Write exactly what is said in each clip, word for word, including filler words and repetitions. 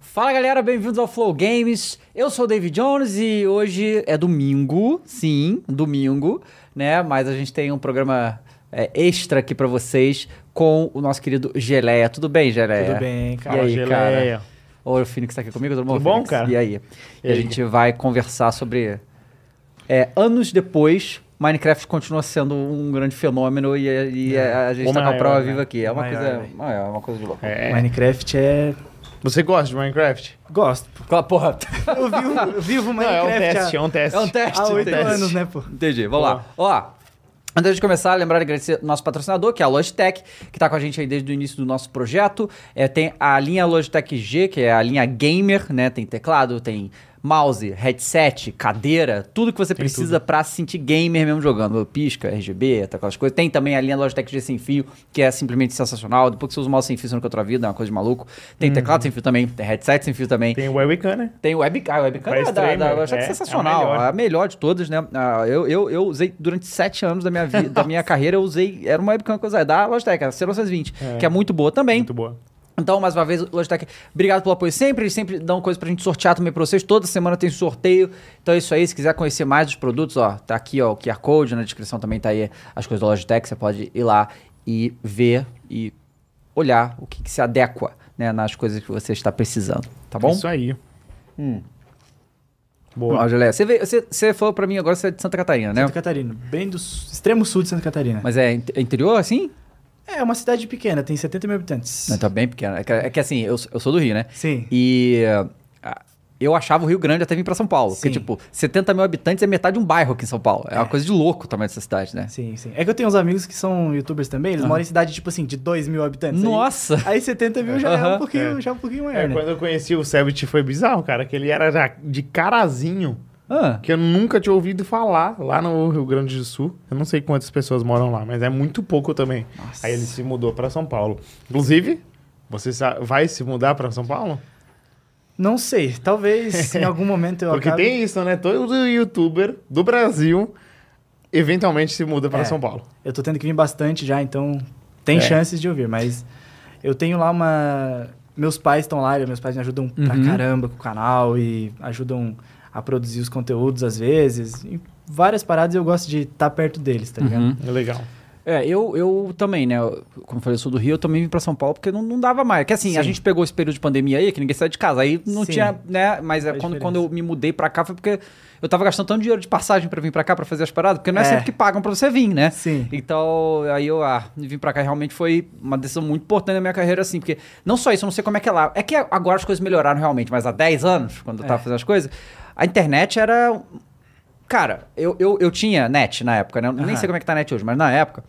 Fala galera, bem-vindos ao Flow Games. Eu sou o David Jones e hoje é domingo, sim, domingo, né? Mas a gente tem um programa é, extra aqui pra vocês com o nosso querido Geleia. Tudo bem, Geleia? Tudo bem, cara. E aí, Geleia. cara? Oi, o Phoenix tá aqui comigo, todo mundo? Tudo bom, Phoenix? cara? E aí? E E aí? a gente vai conversar sobre... É, anos depois, Minecraft continua sendo um grande fenômeno e, e É. a gente O tá com a maior, prova né? viva aqui. É O uma, maior, coisa, velho. é uma coisa de louco. É. Minecraft é... Você gosta de Minecraft? Gosto. Qual- Porra, Eu vivo, eu vivo Não, é um Minecraft teste, é um teste. é um teste. há oito entendi. anos, né, pô? Entendi, vamos lá. Ó, antes de começar, lembrar de agradecer o nosso patrocinador, que é a Logitech, que tá com a gente aí desde o início do nosso projeto. É, tem a linha Logitech G, que é a linha gamer, né? Tem teclado, tem mouse, headset, cadeira, tudo que você Tem precisa pra se sentir gamer mesmo jogando. Pisca, R G B, aquelas coisas. Tem também a linha Logitech G sem fio, que é simplesmente sensacional. Depois que você usa o mouse sem fio, você nunca outra vida, é uma coisa de maluco. Tem teclado sem fio também, tem headset sem fio também. Tem o webcam, né? Tem o webcam, a webcam Pra é da, da, streamer, Logitech é, sensacional, é a melhor. a melhor de todas, né? Ah, eu, eu, eu usei durante sete anos da minha, vida, da minha carreira, eu usei, era uma webcam que eu usei, da Logitech, a C novecentos e vinte, É. que é muito boa também. Muito boa. Então, mais uma vez, Logitech, obrigado pelo apoio sempre. Eles sempre dão coisa pra gente sortear também pra vocês. Toda semana tem sorteio. Então é isso aí. Se quiser conhecer mais dos produtos, ó, tá aqui ó, o Q R Code, na descrição também tá aí as coisas da Logitech. Você pode ir lá e ver e olhar o que, que se adequa, né, nas coisas que você está precisando. Tá bom? Isso aí. Hum. Boa. Ó, Julia, você, veio- você, você falou pra mim agora que você é de Santa Catarina, né? Santa Catarina, bem do su- extremo sul de Santa Catarina. Mas é inte- interior, assim? É uma cidade pequena, tem setenta mil habitantes. Não, tá bem pequeno. É que, é que assim, eu, eu sou do Rio, né? Sim. E ah, eu achava o Rio Grande até vir pra São Paulo. Porque, Sim. tipo, setenta mil habitantes é metade de um bairro aqui em São Paulo. É, uma É. coisa de louco o tamanho dessa cidade, né? Sim, sim. É que eu tenho uns amigos que são youtubers também, eles Aham. moram em cidade, tipo assim, de dois mil habitantes. Aí- Nossa! Aí, setenta mil já é Aham. um pouquinho, É. já é um pouquinho É, maior, né? quando eu conheci o Sebit foi bizarro, cara, que ele era já de carazinho, Ah, que eu nunca tinha ouvido falar lá no Rio Grande do Sul. Eu não sei quantas pessoas moram lá, mas é muito pouco também. Nossa. Aí ele se mudou pra São Paulo. Inclusive, você sa- vai se mudar pra São Paulo? Não sei, talvez em algum momento eu Porque acabe... tem isso, né? Todo youtuber do Brasil eventualmente se muda pra É. São Paulo. Eu tô tendo que vir bastante já, então tem É. chances de eu vir, mas eu tenho lá uma... Meus pais estão lá, e meus pais me ajudam pra Uhum. caramba com o canal e ajudam a produzir os conteúdos às vezes. Em várias paradas eu gosto de estar perto deles, tá ligado? uhum. É legal. É, eu, eu também, né? Eu- Como eu falei, eu sou do Rio, eu também vim pra São Paulo porque não, não dava mais. Que assim, a Sim. gente pegou esse período de pandemia aí, que ninguém saiu de casa. Aí não Sim. tinha, né? Mas é Faz quando, diferença. quando eu me mudei pra cá foi porque eu tava gastando tanto dinheiro de passagem pra vir pra cá pra fazer as paradas, porque não é, É. sempre que pagam pra você vir, né? Sim. Então, aí eu, ah, vim pra cá realmente foi uma decisão muito importante na minha carreira, assim, porque não só isso, eu não sei como é que é lá. É que agora as coisas melhoraram realmente, mas há dez anos, quando eu tava É. fazendo as coisas, a internet era. Cara, eu, eu, eu tinha net na época, né? Eu nem Aham. sei como é que tá a net hoje, mas na época.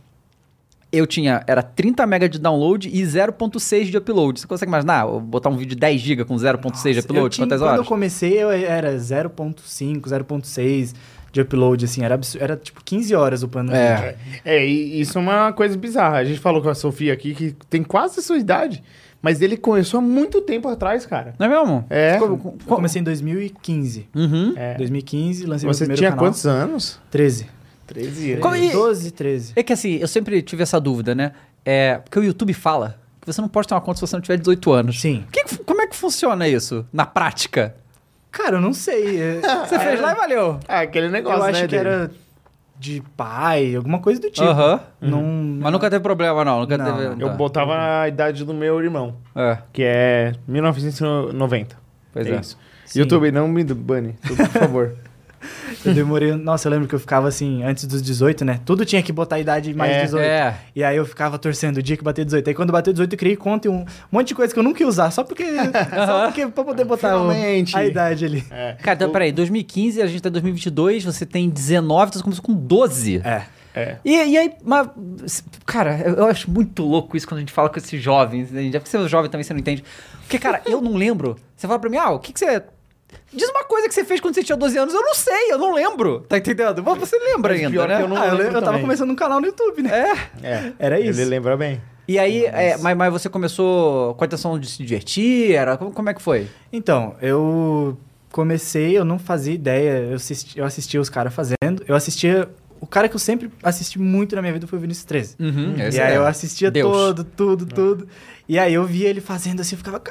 Eu tinha, era trinta mega de download e zero ponto seis de upload. Você consegue imaginar? Eu botar um vídeo de dez gigas com zero ponto seis de Nossa, eu upload? tinha- Quantas Quando horas? eu comecei, eu era zero ponto cinco, zero ponto seis de upload, assim, era, absurdo, era tipo quinze horas o plano. É. É, e isso é uma coisa bizarra. A gente falou com a Sofia aqui que tem quase a sua idade, mas ele começou há muito tempo atrás, cara. Não é mesmo? É. Ficou- Eu comecei em dois mil e quinze. Uhum. É. dois mil e quinze, lancei meu Você primeiro tinha canal. quantos anos? treze. treze anos. Como- e- doze, treze. É que assim, eu sempre tive essa dúvida, né? É, porque o YouTube fala que você não pode ter uma conta se você não tiver dezoito anos. Sim. Que que- como é que funciona isso na prática? Cara, eu não sei. é- Você fez lá e valeu. Ah, aquele negócio, eu acho né, que dele? era de pai, alguma coisa do tipo. Aham. Não, Mas nunca teve problema, não. Nunca Não, teve. não. Eu tá. botava a idade do meu irmão, É, que é mil novecentos e noventa. pois é. isso. Sim. YouTube, não me bane, por favor. Eu demorei. Nossa, eu lembro que eu ficava assim, antes dos dezoito, né? Tudo tinha que botar a idade mais É, dezoito. É. E aí eu ficava torcendo o dia que bateu dezoito. Aí quando bateu dezoito, eu criei conta e um monte de coisa que eu nunca ia usar, só porque. só porque pra poder botar o- Finalmente. a idade ali. É. Cara, então, O- peraí, dois mil e quinze, a gente tá em dois mil e vinte e dois, você tem dezenove, então você começou com doze. É. É. E, e aí, mas, cara, eu eu acho muito louco isso quando a gente fala com esses jovens, né? Já porque você é jovem também, você não entende. Porque, cara, eu não lembro. Você fala pra mim, ah, o que, que você. Diz uma coisa que você fez quando você tinha doze anos, eu não sei, eu não lembro. Tá entendendo? Mas você lembra Mas ainda, pior né? que eu não ah, eu, lembro eu tava também. começando um canal no YouTube, né? É. É. Era isso. Ele lembra bem. E aí, é, mas, mas você começou com a intenção de se divertir? Era, como, como é que foi? Então, eu comecei, eu não fazia ideia. Eu, assisti, eu assistia os caras fazendo. Eu assistia. O cara que eu sempre assisti muito na minha vida foi o Vinícius treze. Uhum, E aí eu assistia Deus. todo, tudo, tudo. E aí eu via ele fazendo assim, eu ficava, caraca,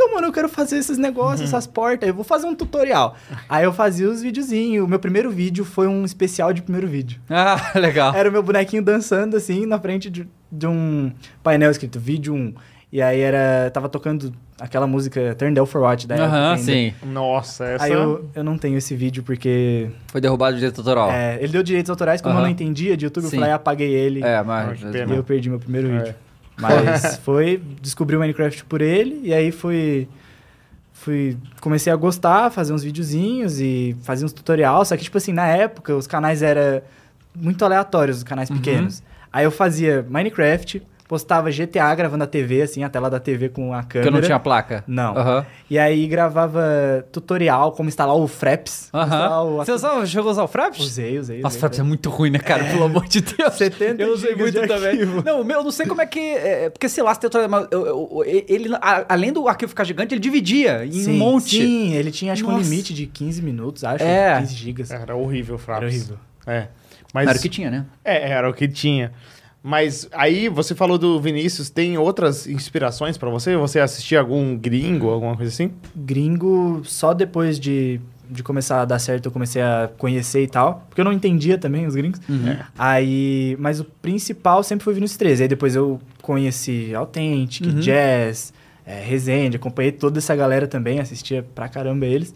física, mano, eu quero fazer esses negócios, essas portas, eu vou fazer um tutorial. Aí eu fazia os videozinhos. O meu primeiro vídeo foi um especial de primeiro vídeo. Ah, legal. Era o meu bonequinho dançando, assim, na frente de, de um painel escrito vídeo um. E aí era... Tava tocando aquela música Turn Down for What da época Aham, ainda. sim. Nossa, essa... Aí eu, eu não tenho esse vídeo porque... Foi derrubado de direito autoral. É, ele deu direitos autorais, como Aham. eu não entendia de YouTube, Sim. eu falei, ah, apaguei ele. É, Ah, mas... que E pena. eu perdi meu primeiro É. vídeo. Mas foi... Descobri o Minecraft por ele, e aí fui... Fui... Comecei a gostar, fazer uns videozinhos e fazer uns tutoriais. Só que, tipo assim, na época, os canais eram muito aleatórios, os canais pequenos. Aí eu fazia Minecraft... Postava G T A gravando a T V, assim, a tela da T V com a câmera. Porque não tinha placa. Não. Aham. E aí gravava tutorial, como instalar o Fraps. como instalar Aham. o- Você usava, chegou a usar o Fraps? Usei, usei. Nossa, o usei, Fraps é muito ruim, né, cara? Pelo amor de Deus. setenta Eu usei gigas muito de também. arquivo. Não, o meu, eu não sei como é que... é, porque, sei lá, se tem outra... mas eu- eu- ele, a- além do arquivo ficar gigante, ele dividia em Sim, um monte. Sim, ele tinha acho que um Nossa. limite de quinze minutos, acho. É. quinze gigas. Era horrível o Fraps. Era horrível. É. Mas... Era o que tinha, né? É, era o que tinha. Mas aí, você falou do Vinícius, tem outras inspirações pra você? Você assistia algum gringo, alguma coisa assim? Gringo, só depois de, de começar a dar certo, eu comecei a conhecer e tal. Porque eu não entendia também os gringos. Uhum. Aí, mas o principal sempre foi Vinicius treze. Aí depois eu conheci Authentic, Uhum. Jazz, é, Resende, acompanhei toda essa galera também, assistia pra caramba eles.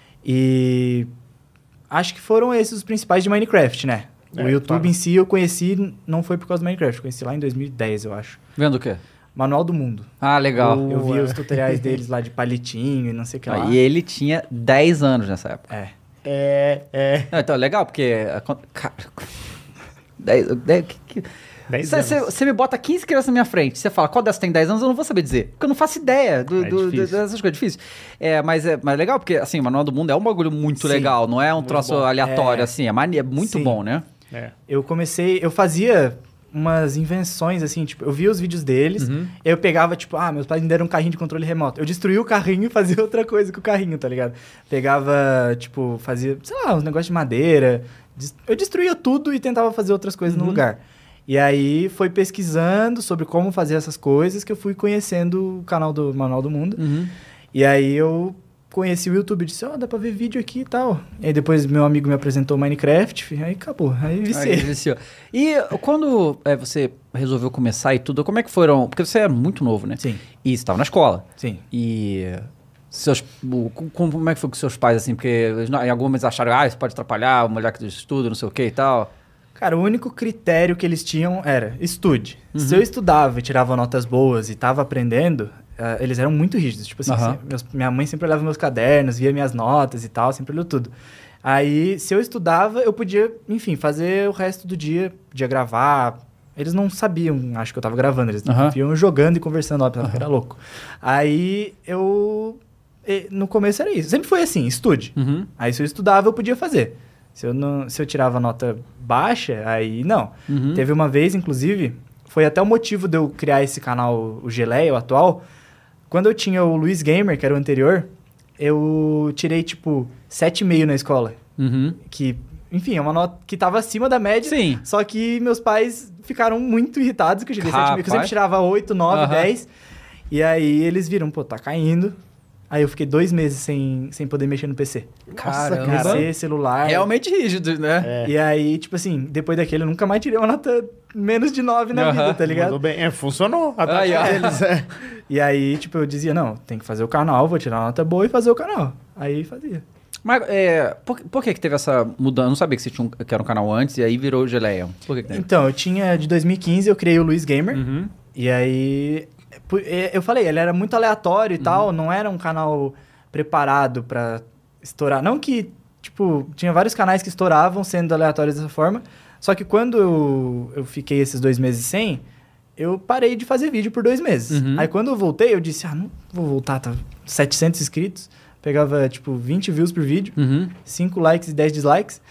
E acho que foram esses os principais de Minecraft, né? O É, YouTube claro. em si eu conheci, não foi por causa do Minecraft, eu conheci lá em dois mil e dez, eu acho. Vendo o quê? Manual do Mundo. Ah, legal. Eu vi Ué. os tutoriais deles lá de palitinho e não sei o que lá. Ah, e ele tinha dez anos nessa época. É. É, é. Não, então, legal, porque... a con- Cara... dez, dez, que- que- dez Você- anos. Você você me bota quinze crianças na minha frente, você fala, qual dessas tem dez anos, eu não vou saber dizer. Porque eu não faço ideia do, É do- difícil. dessas coisas. Difícil. É, mas é mas é legal, porque, assim, o Manual do Mundo é um bagulho muito Sim, legal, não é um muito troço bom. aleatório, É. assim, é, mani- é muito Sim. bom, né? É. Eu comecei, eu fazia umas invenções, assim, tipo, eu via os vídeos deles, Uhum. eu pegava, tipo, ah, meus pais me deram um carrinho de controle remoto. Eu destruía o carrinho e fazia outra coisa com o carrinho, tá ligado? Pegava, tipo, fazia, sei lá, uns negócios de madeira. des- Eu destruía tudo e tentava fazer outras coisas Uhum. no lugar. E aí foi pesquisando sobre como fazer essas coisas que eu fui conhecendo o canal do Manual do Mundo. Uhum. E aí eu conheci o YouTube e disse, ó, dá pra ver vídeo aqui e tal. E aí depois meu amigo me apresentou o Minecraft, aí acabou, aí viciei. Aí, viciou. E quando é, você resolveu começar e tudo, como é que foram? Porque você era muito novo, né? Sim, E você estava na escola. sim. E seus, o- como, como é que foi com seus pais, assim? Porque eles não- em alguns momentos acharam, ah, isso pode atrapalhar, o moleque do estudo, não sei o que e tal. Cara, o único critério que eles tinham era estude. Se eu estudava e tirava notas boas e tava aprendendo, eh, eles eram muito rígidos. Tipo assim, Aham. se- meus- minha mãe sempre olhava meus cadernos, via minhas notas e tal, sempre olhou tudo. Aí, se eu estudava, eu podia, enfim, fazer o resto do dia, podia gravar. Eles não sabiam, acho que eu tava gravando, eles Aham. iam jogando e conversando lá, pensavam que era louco. Aí, eu... eh, No começo era isso. Sempre foi assim, estude. Uhum. Aí se eu estudava, eu podia fazer. Se eu, não, se eu tirava nota baixa, aí não. Uhum. Teve uma vez, inclusive, foi até o motivo de eu criar esse canal, o Geleia, o atual. Quando eu tinha o Luiz Gamer, que era o anterior, eu tirei, tipo, sete vírgula cinco na escola. Uhum. Que, enfim, é uma nota que tava acima da média. Sim. Só que meus pais ficaram muito irritados que eu tirei sete vírgula cinco. Eu sempre Rapaz. tirava oito, nove, Aham. dez. E aí eles viram, pô, tá caindo. Aí eu fiquei dois meses sem, sem poder mexer no P C. Caramba. P C, celular. Realmente rígido, né? É. E aí, tipo assim, depois daquele eu nunca mais tirei uma nota menos de nove na Aham. vida, tá ligado? Mandou bem. É, funcionou. A Aí, ó. tática deles, é. E aí, tipo, eu dizia, não, tem que fazer o canal, vou tirar uma nota boa e fazer o canal. Aí fazia. Mas é, por, por que que teve essa mudança? Eu não sabia que você tinha um, que era um canal antes e aí virou Geleia. Por que que teve? Então, eu tinha, de dois mil e quinze, eu criei o Luiz Gamer. Uhum. E aí, pu- é, eu falei, ele era muito aleatório e Uhum. tal, não era um canal preparado pra estourar. Não que, tipo, tinha vários canais que estouravam sendo aleatórios dessa forma, só que quando eu, eu fiquei esses dois meses sem, eu parei de fazer vídeo por dois meses. Uhum. Aí quando eu voltei, eu disse, ah, não vou voltar, tá setecentos inscritos, pegava, tipo, vinte views por vídeo, Uhum. cinco likes e dez dislikes.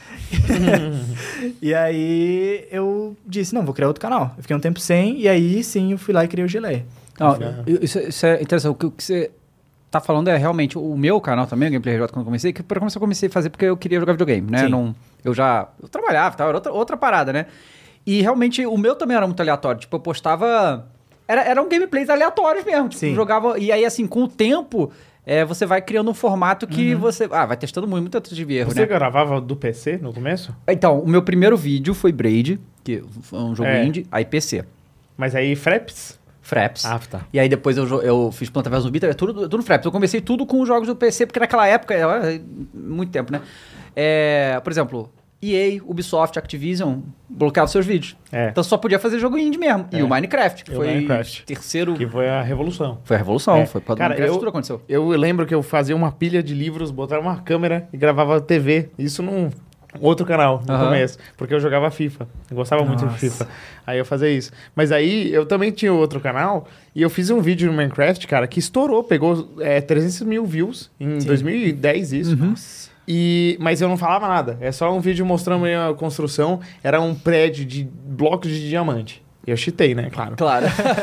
E aí eu disse, não, vou criar outro canal. Eu fiquei um tempo sem, e aí sim eu fui lá e criei o Geleia. Não, Aham. isso, isso é interessante. O que, o que você tá falando é realmente o meu canal também, o Gameplay R J, quando eu comecei, que para começar eu comecei a fazer porque eu queria jogar videogame, né? Sim. Não, eu já eu trabalhava, tal, era outra, outra parada, né? E realmente o meu também era muito aleatório. Tipo, eu postava Era, eram gameplays aleatórios mesmo. Tipo, Sim. jogava... E aí, assim, com o tempo, é, você vai criando um formato que Uhum. você... Ah, vai testando muito, muito tentativa de erro, Você né? gravava do P C no começo? Então, o meu primeiro vídeo foi Braid, que foi um jogo É. indie, aí P C. Mas aí, Fraps? Fraps. Ah, tá. E aí depois eu, jo- eu fiz Planta vs Zumbi, tudo, tudo no Fraps. Eu comecei tudo com os jogos do P C, porque naquela época, é, muito tempo, né? É, por exemplo, E A, Ubisoft, Activision bloqueavam seus vídeos. É. Então só podia fazer jogo indie mesmo. E É. o Minecraft, que E o foi Minecraft. terceiro... Que foi a revolução. Foi a revolução, É. foi por causa do Cara, Minecraft, eu- tudo aconteceu. Eu lembro que eu fazia uma pilha de livros, botava uma câmera e gravava T V. Isso num outro canal, no Aham. começo. Porque eu jogava FIFA. Eu gostava muito de Nossa. FIFA. Aí eu fazia isso. Mas aí eu também tinha outro canal e eu fiz um vídeo no Minecraft, cara, que estourou. Pegou é, trezentos mil views em Sim. dois mil e dez, isso. E, mas eu não falava nada. É só um vídeo mostrando a minha construção. Era um prédio de blocos de diamante. Eu chitei, né? Claro. Claro.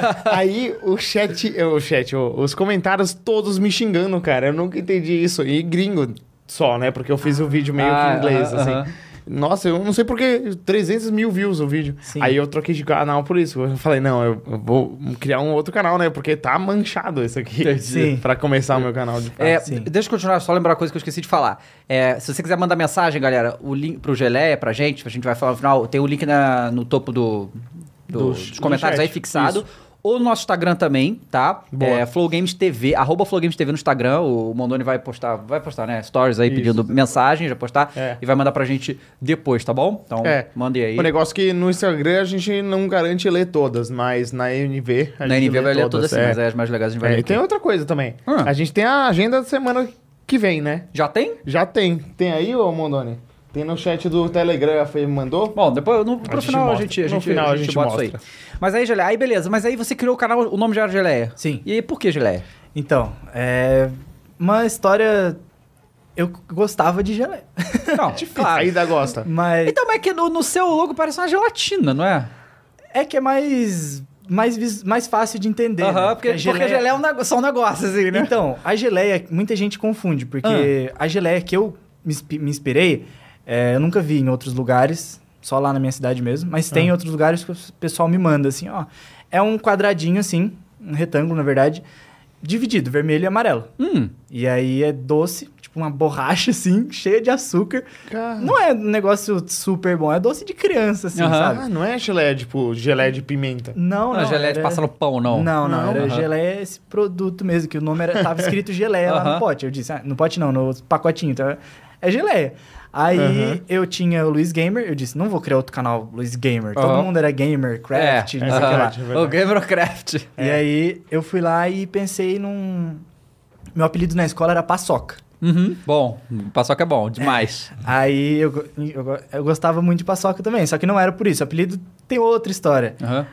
Aí o chat, o chat, o- os comentários todos me xingando, cara. Eu nunca entendi isso. E gringo só, né? Porque eu fiz o vídeo meio que Ah, em inglês, aham, assim. aham. Nossa, eu não sei porque trezentos mil views o vídeo. Sim. Aí eu troquei de canal por isso. Eu falei, não, eu, eu vou criar um outro canal, né? Porque tá manchado esse aqui. Entendi. Sim. Pra começar o meu canal de fato. É, sim. deixa eu continuar, só lembrar uma coisa que eu esqueci de falar. É, se você quiser mandar mensagem, galera, o link pro Geleia, pra gente, a gente vai falar no final, tem o link na- no topo do, do- Do- dos do comentários chat, aí fixado. isso. Ou no nosso Instagram também, tá? Boa. É, Flow Games T V, arroba Flow Games T V no Instagram. O Mondoni vai postar, vai postar, né? Stories aí Isso. pedindo mensagem, já postar. É. E vai mandar pra gente depois, tá bom? Então, É. mandem aí. O negócio é que no Instagram a gente não garante ler todas, mas na N V a Na gente N V vai ler todas assim, é. mas aí as mais legais a gente vai É, ler e tem aqui. outra coisa também. Ah. A gente tem a agenda da semana que vem, né? Já tem? Já tem. Tem aí, ô Mondoni? Tem no chat do Telegram, a Fê me mandou? Bom, depois no, pro gente final a mostra. gente, a No gente, final a gente bota mostra. isso aí. Mas aí, Geleia, aí beleza. Mas aí você criou o canal, o nome já era Geleia. Sim. E aí, por que Geleia? Então, é uma história... Eu gostava de geleia. Não, claro. Ainda gosta. Mas Então, mas é que no, no seu logo parece uma gelatina, não é? é que é mais, mais, vis- mais fácil de entender. Aham, né? porque, porque a geleia é um nego- só um negócio, assim, né? Então, a geleia, muita gente confunde, porque a geleia que eu me, inspi- me inspirei, é, eu nunca vi em outros lugares, só lá na minha cidade mesmo, mas tem Ah. outros lugares que o pessoal me manda, assim, ó. É um quadradinho, assim, um retângulo, na verdade, dividido, vermelho e amarelo. Hum, E aí é doce, tipo uma borracha, assim, cheia de açúcar. Cara. Não é um negócio super bom, é doce de criança, assim, Aham. sabe? Ah, não é geleia, tipo, geleia de pimenta. Não, não, não. a geleia de era- passar no pão, não. Não, não, Não. era Aham. geleia esse produto mesmo, que o nome era, tava escrito geleia lá Aham. no pote. Eu disse, ah, no pote não, no pacotinho, então é geleia. Aí Aham. eu tinha o Luiz Gamer, eu disse, não vou criar outro canal Luiz Gamer. Todo Aham. mundo era Gamer, Craft, é, não sei o que lá. verdade, é verdade. O Gamercraft. E aí eu fui lá e pensei num... Meu apelido na escola era Paçoca. Uhum. Bom, paçoca é bom, demais. Aí eu, go- eu, go- eu gostava muito de Paçoca também, só que não era por isso. O apelido tem outra história. Aham.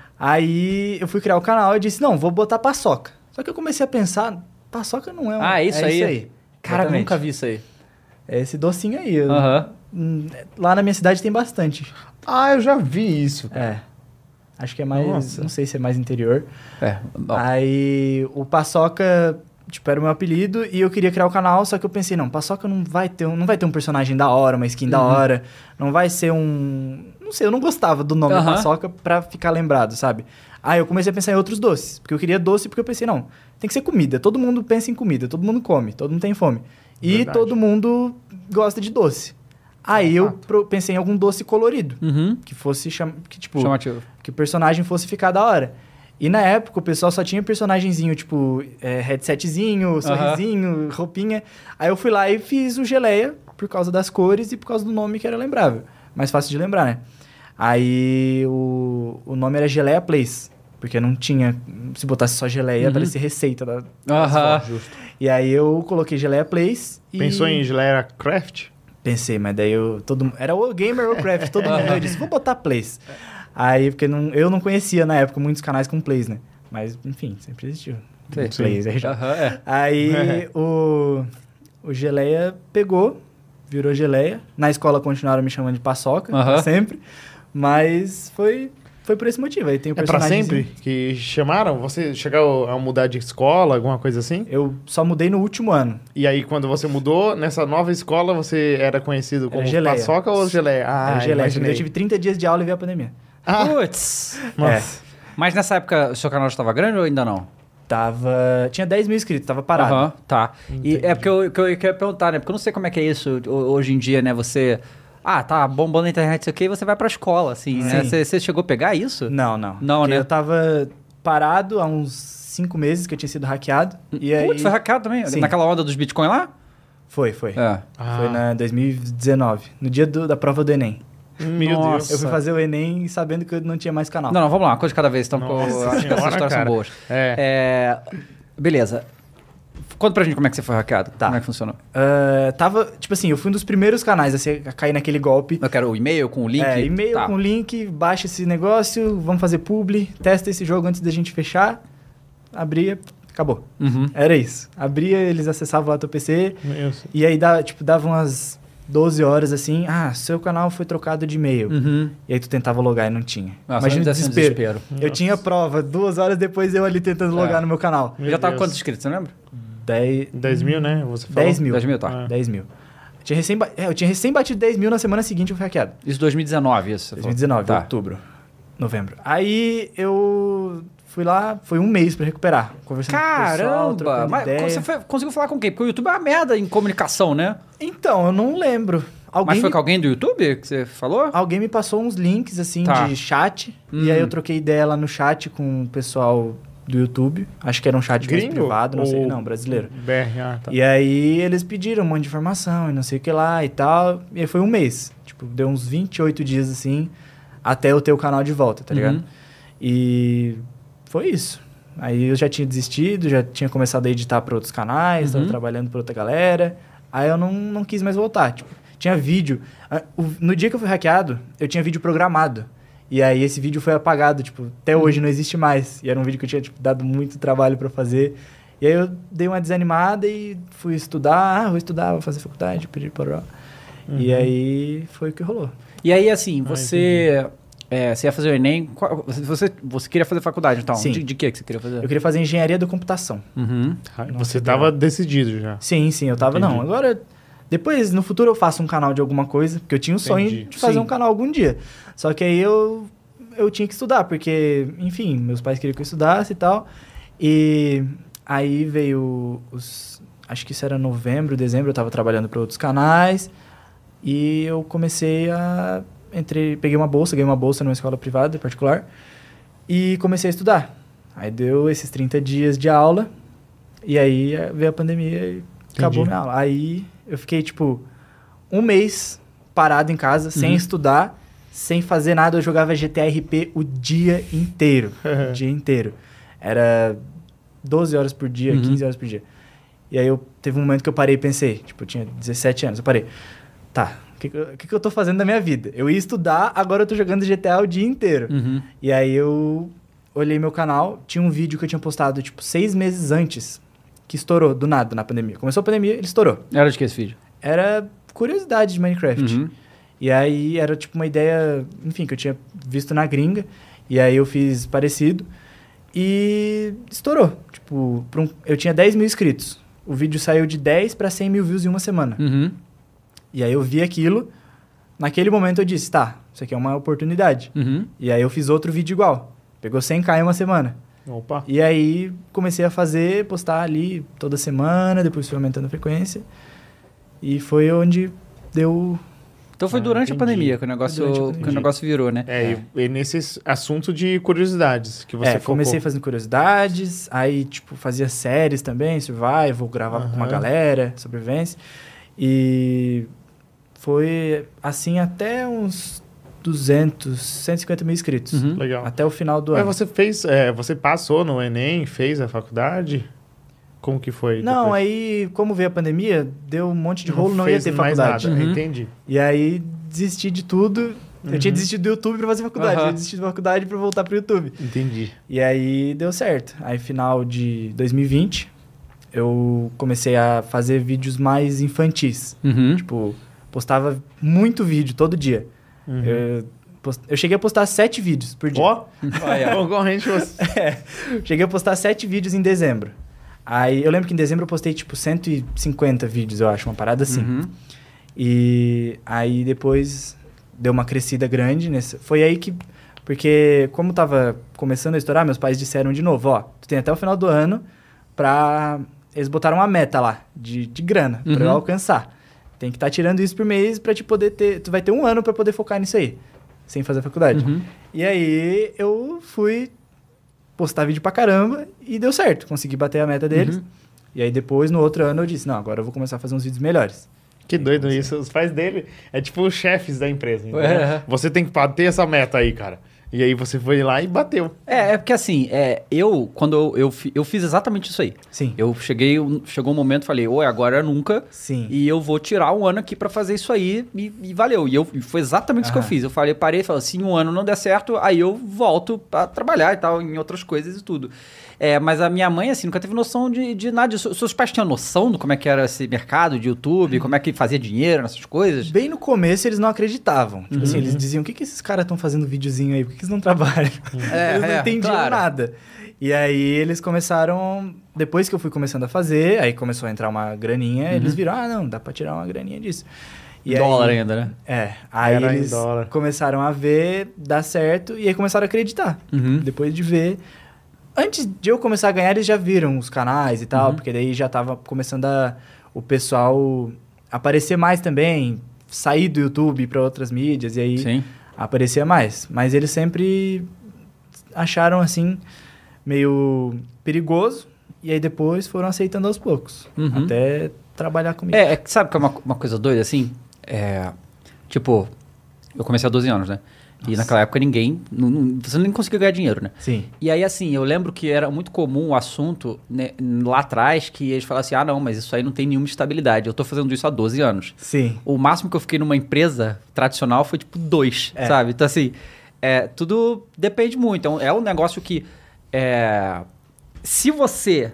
Aí eu fui criar o canal e disse, não, vou botar Paçoca. Só que eu comecei a pensar, Paçoca não é um... Ah, isso é aí? Isso aí. Cara, Exatamente. nunca vi isso aí. É esse docinho aí. eu- Aham. Hum, Lá na minha cidade tem bastante. Ah, eu já vi isso. É. Acho que é mais... Nossa. Não sei se é mais interior. É, bom. Aí o Paçoca, tipo, era o meu apelido e eu queria criar o canal, só que eu pensei, não, Paçoca não vai ter um, não vai ter um personagem da hora, uma skin da Uhum. hora. Não vai ser um... Não sei, eu não gostava do nome Aham. Paçoca pra ficar lembrado, sabe? Aí eu comecei a pensar em outros doces. Porque eu queria doce porque eu pensei, não, tem que ser comida. Todo mundo pensa em comida, todo mundo come, todo mundo tem fome. E Verdade. todo mundo gosta de doce. Aí É eu fato. pro- pensei em algum doce colorido. Uhum. Que fosse, cham... que, tipo, Chamativo. que o personagem fosse ficar da hora. E na época o pessoal só tinha personagemzinho, tipo, é, headsetzinho, sorrisinho, roupinha. Aí eu fui lá e fiz o Geleia por causa das cores e por causa do nome que era lembrável. Mais fácil de lembrar, né? Aí o, o nome era Geleia Place. Porque não tinha... Se botasse só geleia, Uhum. parecia receita da... Aham. Justo. E aí eu coloquei Geleia Place e... Pensou em geleia craft? Pensei, mas daí eu... Todo, era o Gamer ou Craft, todo mundo. Eu disse, vou botar Place. Aí, porque não, eu não conhecia na época muitos canais com Plays, né? Mas, enfim, sempre existiu. Sim. Plays, aí já. Aham, é. Aí É. o, o Geleia pegou, virou Geleia. Na escola continuaram me chamando de Paçoca, Aham. sempre. Mas foi, foi por esse motivo. Aí tem o É pra personagem. sempre que chamaram? Você chegou a mudar de escola, alguma coisa assim? Eu só mudei no último ano. E aí, quando você mudou, nessa nova escola, você era conhecido como Geleia. Paçoca ou Geleia? Ah, Era Geleia. imaginei. Eu tive trinta dias de aula e veio a pandemia. Ah, Putz. nossa. Mas nessa época, o seu canal já tava grande ou ainda não? Tava... Tinha dez mil inscritos, tava parado. Aham, tá. Entendi. E é porque eu, que eu, que eu ia perguntar, né? Porque eu não sei como é que é isso ho- hoje em dia, né? Você... Ah, tá bombando na internet isso aqui, e você vai pra escola, assim, né? Sim. Você, você chegou a pegar isso? Não, não. Não, Porque né? eu tava parado há uns cinco meses que eu tinha sido hackeado. E aí... Putz, foi hackeado também? Sim. Naquela onda dos Bitcoin lá? Foi, foi. É. Ah. Foi na dois mil e dezenove, no dia do- da prova do Enem. Meu Nossa. Deus. Eu fui fazer o Enem sabendo que eu não tinha mais canal. Não, não, vamos lá, uma coisa de cada vez, então, porque eu Nossa acho que essas senhora, histórias cara. são boas. É. É, Beleza. Conta pra gente como é que você foi hackeado. Tá. Como é que funcionou? Ah, tava, tipo assim, eu fui um dos primeiros canais a, ser, a cair naquele golpe. Eu quero o e-mail com o link. É, e-mail Tá. com link, baixa esse negócio, vamos fazer publi, testa esse jogo antes da gente fechar. Abria, acabou. Uhum. Era isso. Abria, eles acessavam lá teu P C, Meu Deus. e aí dava, tipo, dava umas doze horas assim, ah, seu canal foi trocado de e-mail. Uhum. E aí tu tentava logar e não tinha. Nossa, Imagina o deve ser um desespero. Eu Nossa. tinha prova, duas horas depois eu ali tentando logar É. no meu canal. Meu Já tava Deus. quantos inscritos, você lembra? dez, dez mil, né? Você falou. dez mil. dez mil, tá. Ah. dez mil. Eu tinha, recém, ba- é, eu tinha recém batido dez mil, na semana seguinte eu fui hackeado. Isso dois mil e dezenove, isso. você dois mil e dezenove, falou. Tá. outubro, novembro. Aí eu fui lá, foi um mês pra recuperar. Conversando com o pessoal, Caramba! trocando Mas ideia. você foi- conseguiu falar com quem? Porque o YouTube é uma merda em comunicação, né? Então, eu não lembro. Alguém, Mas foi me, com alguém do YouTube que você falou? alguém me passou uns links, assim, Tá. de chat. Hum. E aí eu troquei ideia lá no chat com o pessoal do YouTube. Acho que era um chat mais Gringo? privado, não sei. Ou- Não, brasileiro. B R, ah, tá. E aí eles pediram um monte de informação e não sei o que lá e tal. E aí foi um mês. Tipo, deu uns vinte e oito dias, assim, até eu ter o canal de volta, tá ligado? Uhum. E foi isso. Aí eu já tinha desistido, já tinha começado a editar para outros canais, Uhum. tava trabalhando para outra galera. Aí eu não, não quis mais voltar. Tipo, tinha vídeo. Ah, o- No dia que eu fui hackeado, eu tinha vídeo programado. E aí esse vídeo foi apagado, tipo, até hoje não existe mais. E era um vídeo que eu tinha, tipo, dado muito trabalho para fazer. E aí eu dei uma desanimada e fui estudar. Ah, vou estudar, vou fazer faculdade, pedir para E aí foi o que rolou. E aí, assim, Ah, você... é, você ia fazer o Enem... qual- Você, você queria fazer faculdade, então? Sim. De, de que que você queria fazer? Eu queria fazer engenharia da computação. Uhum. Ah, Nossa, Você que tava legal. decidido já. Sim, sim, eu tava. Entendi. Não, agora. Depois, no futuro, eu faço um canal de alguma coisa, porque eu tinha um sonho Entendi. de fazer Sim. um canal algum dia. Só que aí eu, eu tinha que estudar, porque, enfim, meus pais queriam que eu estudasse e tal. E aí veio os. Acho que isso era novembro, dezembro, eu tava trabalhando para outros canais. E eu comecei a. Entrei, peguei uma bolsa, ganhei uma bolsa numa escola privada particular. E comecei a estudar. Aí deu esses trinta dias de aula. E aí eh, veio a pandemia e acabou minha aula. Aí eu fiquei, tipo, um mês parado em casa, sem Uhum. estudar, sem fazer nada. Eu jogava G T A R P o dia inteiro. o dia inteiro. Era doze horas por dia, Uhum. quinze horas por dia. E aí eu teve um momento que eu parei e pensei, tipo, eu tinha dezessete anos, eu parei. Tá, o que, que, eu- o que, que eu tô fazendo da minha vida? Eu ia estudar, agora eu tô jogando G T A o dia inteiro. Uhum. E aí eu olhei meu canal, tinha um vídeo que eu tinha postado, tipo, seis meses antes, que estourou do nada na pandemia. Começou a pandemia, ele estourou. Era de que esse vídeo? Era curiosidade de Minecraft. Uhum. E aí era tipo uma ideia, enfim, que eu tinha visto na gringa. E aí eu fiz parecido. E estourou. Tipo, pra um- eu tinha dez mil inscritos. O vídeo saiu de dez para cem mil views em uma semana. Uhum. E aí eu vi aquilo. Naquele momento eu disse, tá, isso aqui é uma oportunidade. Uhum. E aí eu fiz outro vídeo igual. Pegou cem k em uma semana. Opa. E aí comecei a fazer, postar ali toda semana, depois fui aumentando a frequência. E foi onde deu... Então foi Ah, durante entendi. a pandemia que o negócio, Durante a que o pandemia. negócio virou, né? É, e, e nesse assunto de curiosidades que você é, focou. comecei fazendo curiosidades, aí, tipo, fazia séries também, survival, gravava com uma Aham. galera, sobrevivência. E foi assim até uns duzentos, cento e cinquenta mil inscritos. Uhum. Legal. Até o final do Mas ano. você fez, é, você passou no Enem, fez a faculdade? Como que foi? Não, depois? aí, como veio a pandemia, deu um monte de rolo, não, ia fez ter mais faculdade. nada. Uhum. Entendi. E aí, desisti de tudo. Eu tinha Uhum. desistido do YouTube pra fazer faculdade. Aham. Eu desisti da faculdade pra voltar pro YouTube. Entendi. E aí, deu certo. Aí, final de dois mil e vinte, eu comecei a fazer vídeos mais infantis. Uhum. Tipo, postava muito vídeo todo dia. Uhum. Eu, post- eu cheguei a postar sete vídeos por dia. Ó, Olha. concorrente você. Cheguei a postar sete vídeos em dezembro. Aí, eu lembro que em dezembro eu postei, tipo, cento e cinquenta vídeos, eu acho, uma parada assim. Uhum. E aí, depois, deu uma crescida grande. Nesse... Foi aí que Porque como tava começando a estourar, meus pais disseram de novo, ó, tu tem até o final do ano pra... Eles botaram uma meta lá, de, de grana, uhum. pra eu alcançar. Tem que estar tá tirando isso por mês pra te poder ter... Tu vai ter um ano pra poder focar nisso aí, sem fazer faculdade. Uhum. E aí, eu fui postar vídeo pra caramba e deu certo. Consegui bater a meta deles. Uhum. E aí, depois, no outro ano, eu disse, não, agora eu vou começar a fazer uns vídeos melhores. Que doido isso. Os pais dele é tipo os chefes da empresa. É. Você tem que bater essa meta aí, cara. E aí você foi lá e bateu. É, é porque assim, é, eu, quando eu, eu, eu fiz exatamente isso aí. Sim. Eu cheguei, chegou um momento, falei, oi, agora é nunca. Sim. E eu vou tirar um ano aqui pra fazer isso aí e, e valeu. E eu, foi exatamente isso que eu fiz. Eu falei, parei, falei, se um ano não der certo, aí eu volto pra trabalhar e tal, em outras coisas e tudo. É, mas a minha mãe, assim, nunca teve noção de, de nada disso. Seus pais tinham noção de como é que era esse mercado de YouTube, como é que fazia dinheiro nessas coisas? Bem no começo, eles não acreditavam. Tipo uhum. assim, eles diziam, o que, que esses caras estão fazendo videozinho aí? Por que, que eles não trabalham? É, eles não é, entendiam claro. nada. E aí, eles começaram... Depois que eu fui começando a fazer, aí começou a entrar uma graninha, uhum. eles viram, ah, não, dá pra tirar uma graninha disso. E dólar aí, ainda, né? É. Aí Era eles começaram a ver, dar certo, e aí começaram a acreditar. Uhum. Depois de ver... Antes de eu começar a ganhar, eles já viram os canais e tal, uhum. porque daí já tava começando a, o pessoal aparecer mais também, sair do YouTube para outras mídias, e aí Sim. aparecia mais. Mas eles sempre acharam, assim, meio perigoso, e aí depois foram aceitando aos poucos, uhum. até trabalhar comigo. É, é sabe que é uma, uma coisa doida, assim? É, tipo, eu comecei há doze anos, né? Nossa. E naquela época ninguém... Não, não, você nem conseguia ganhar dinheiro, né? Sim. E aí, assim, eu lembro que era muito comum o assunto, né, lá atrás, que eles falavam assim, ah, não, mas isso aí não tem nenhuma estabilidade. Eu tô fazendo isso há doze anos. Sim. O máximo que eu fiquei numa empresa tradicional foi, tipo, dois, é. sabe? Então, assim, é, tudo depende muito. Então, é um negócio que... É, se você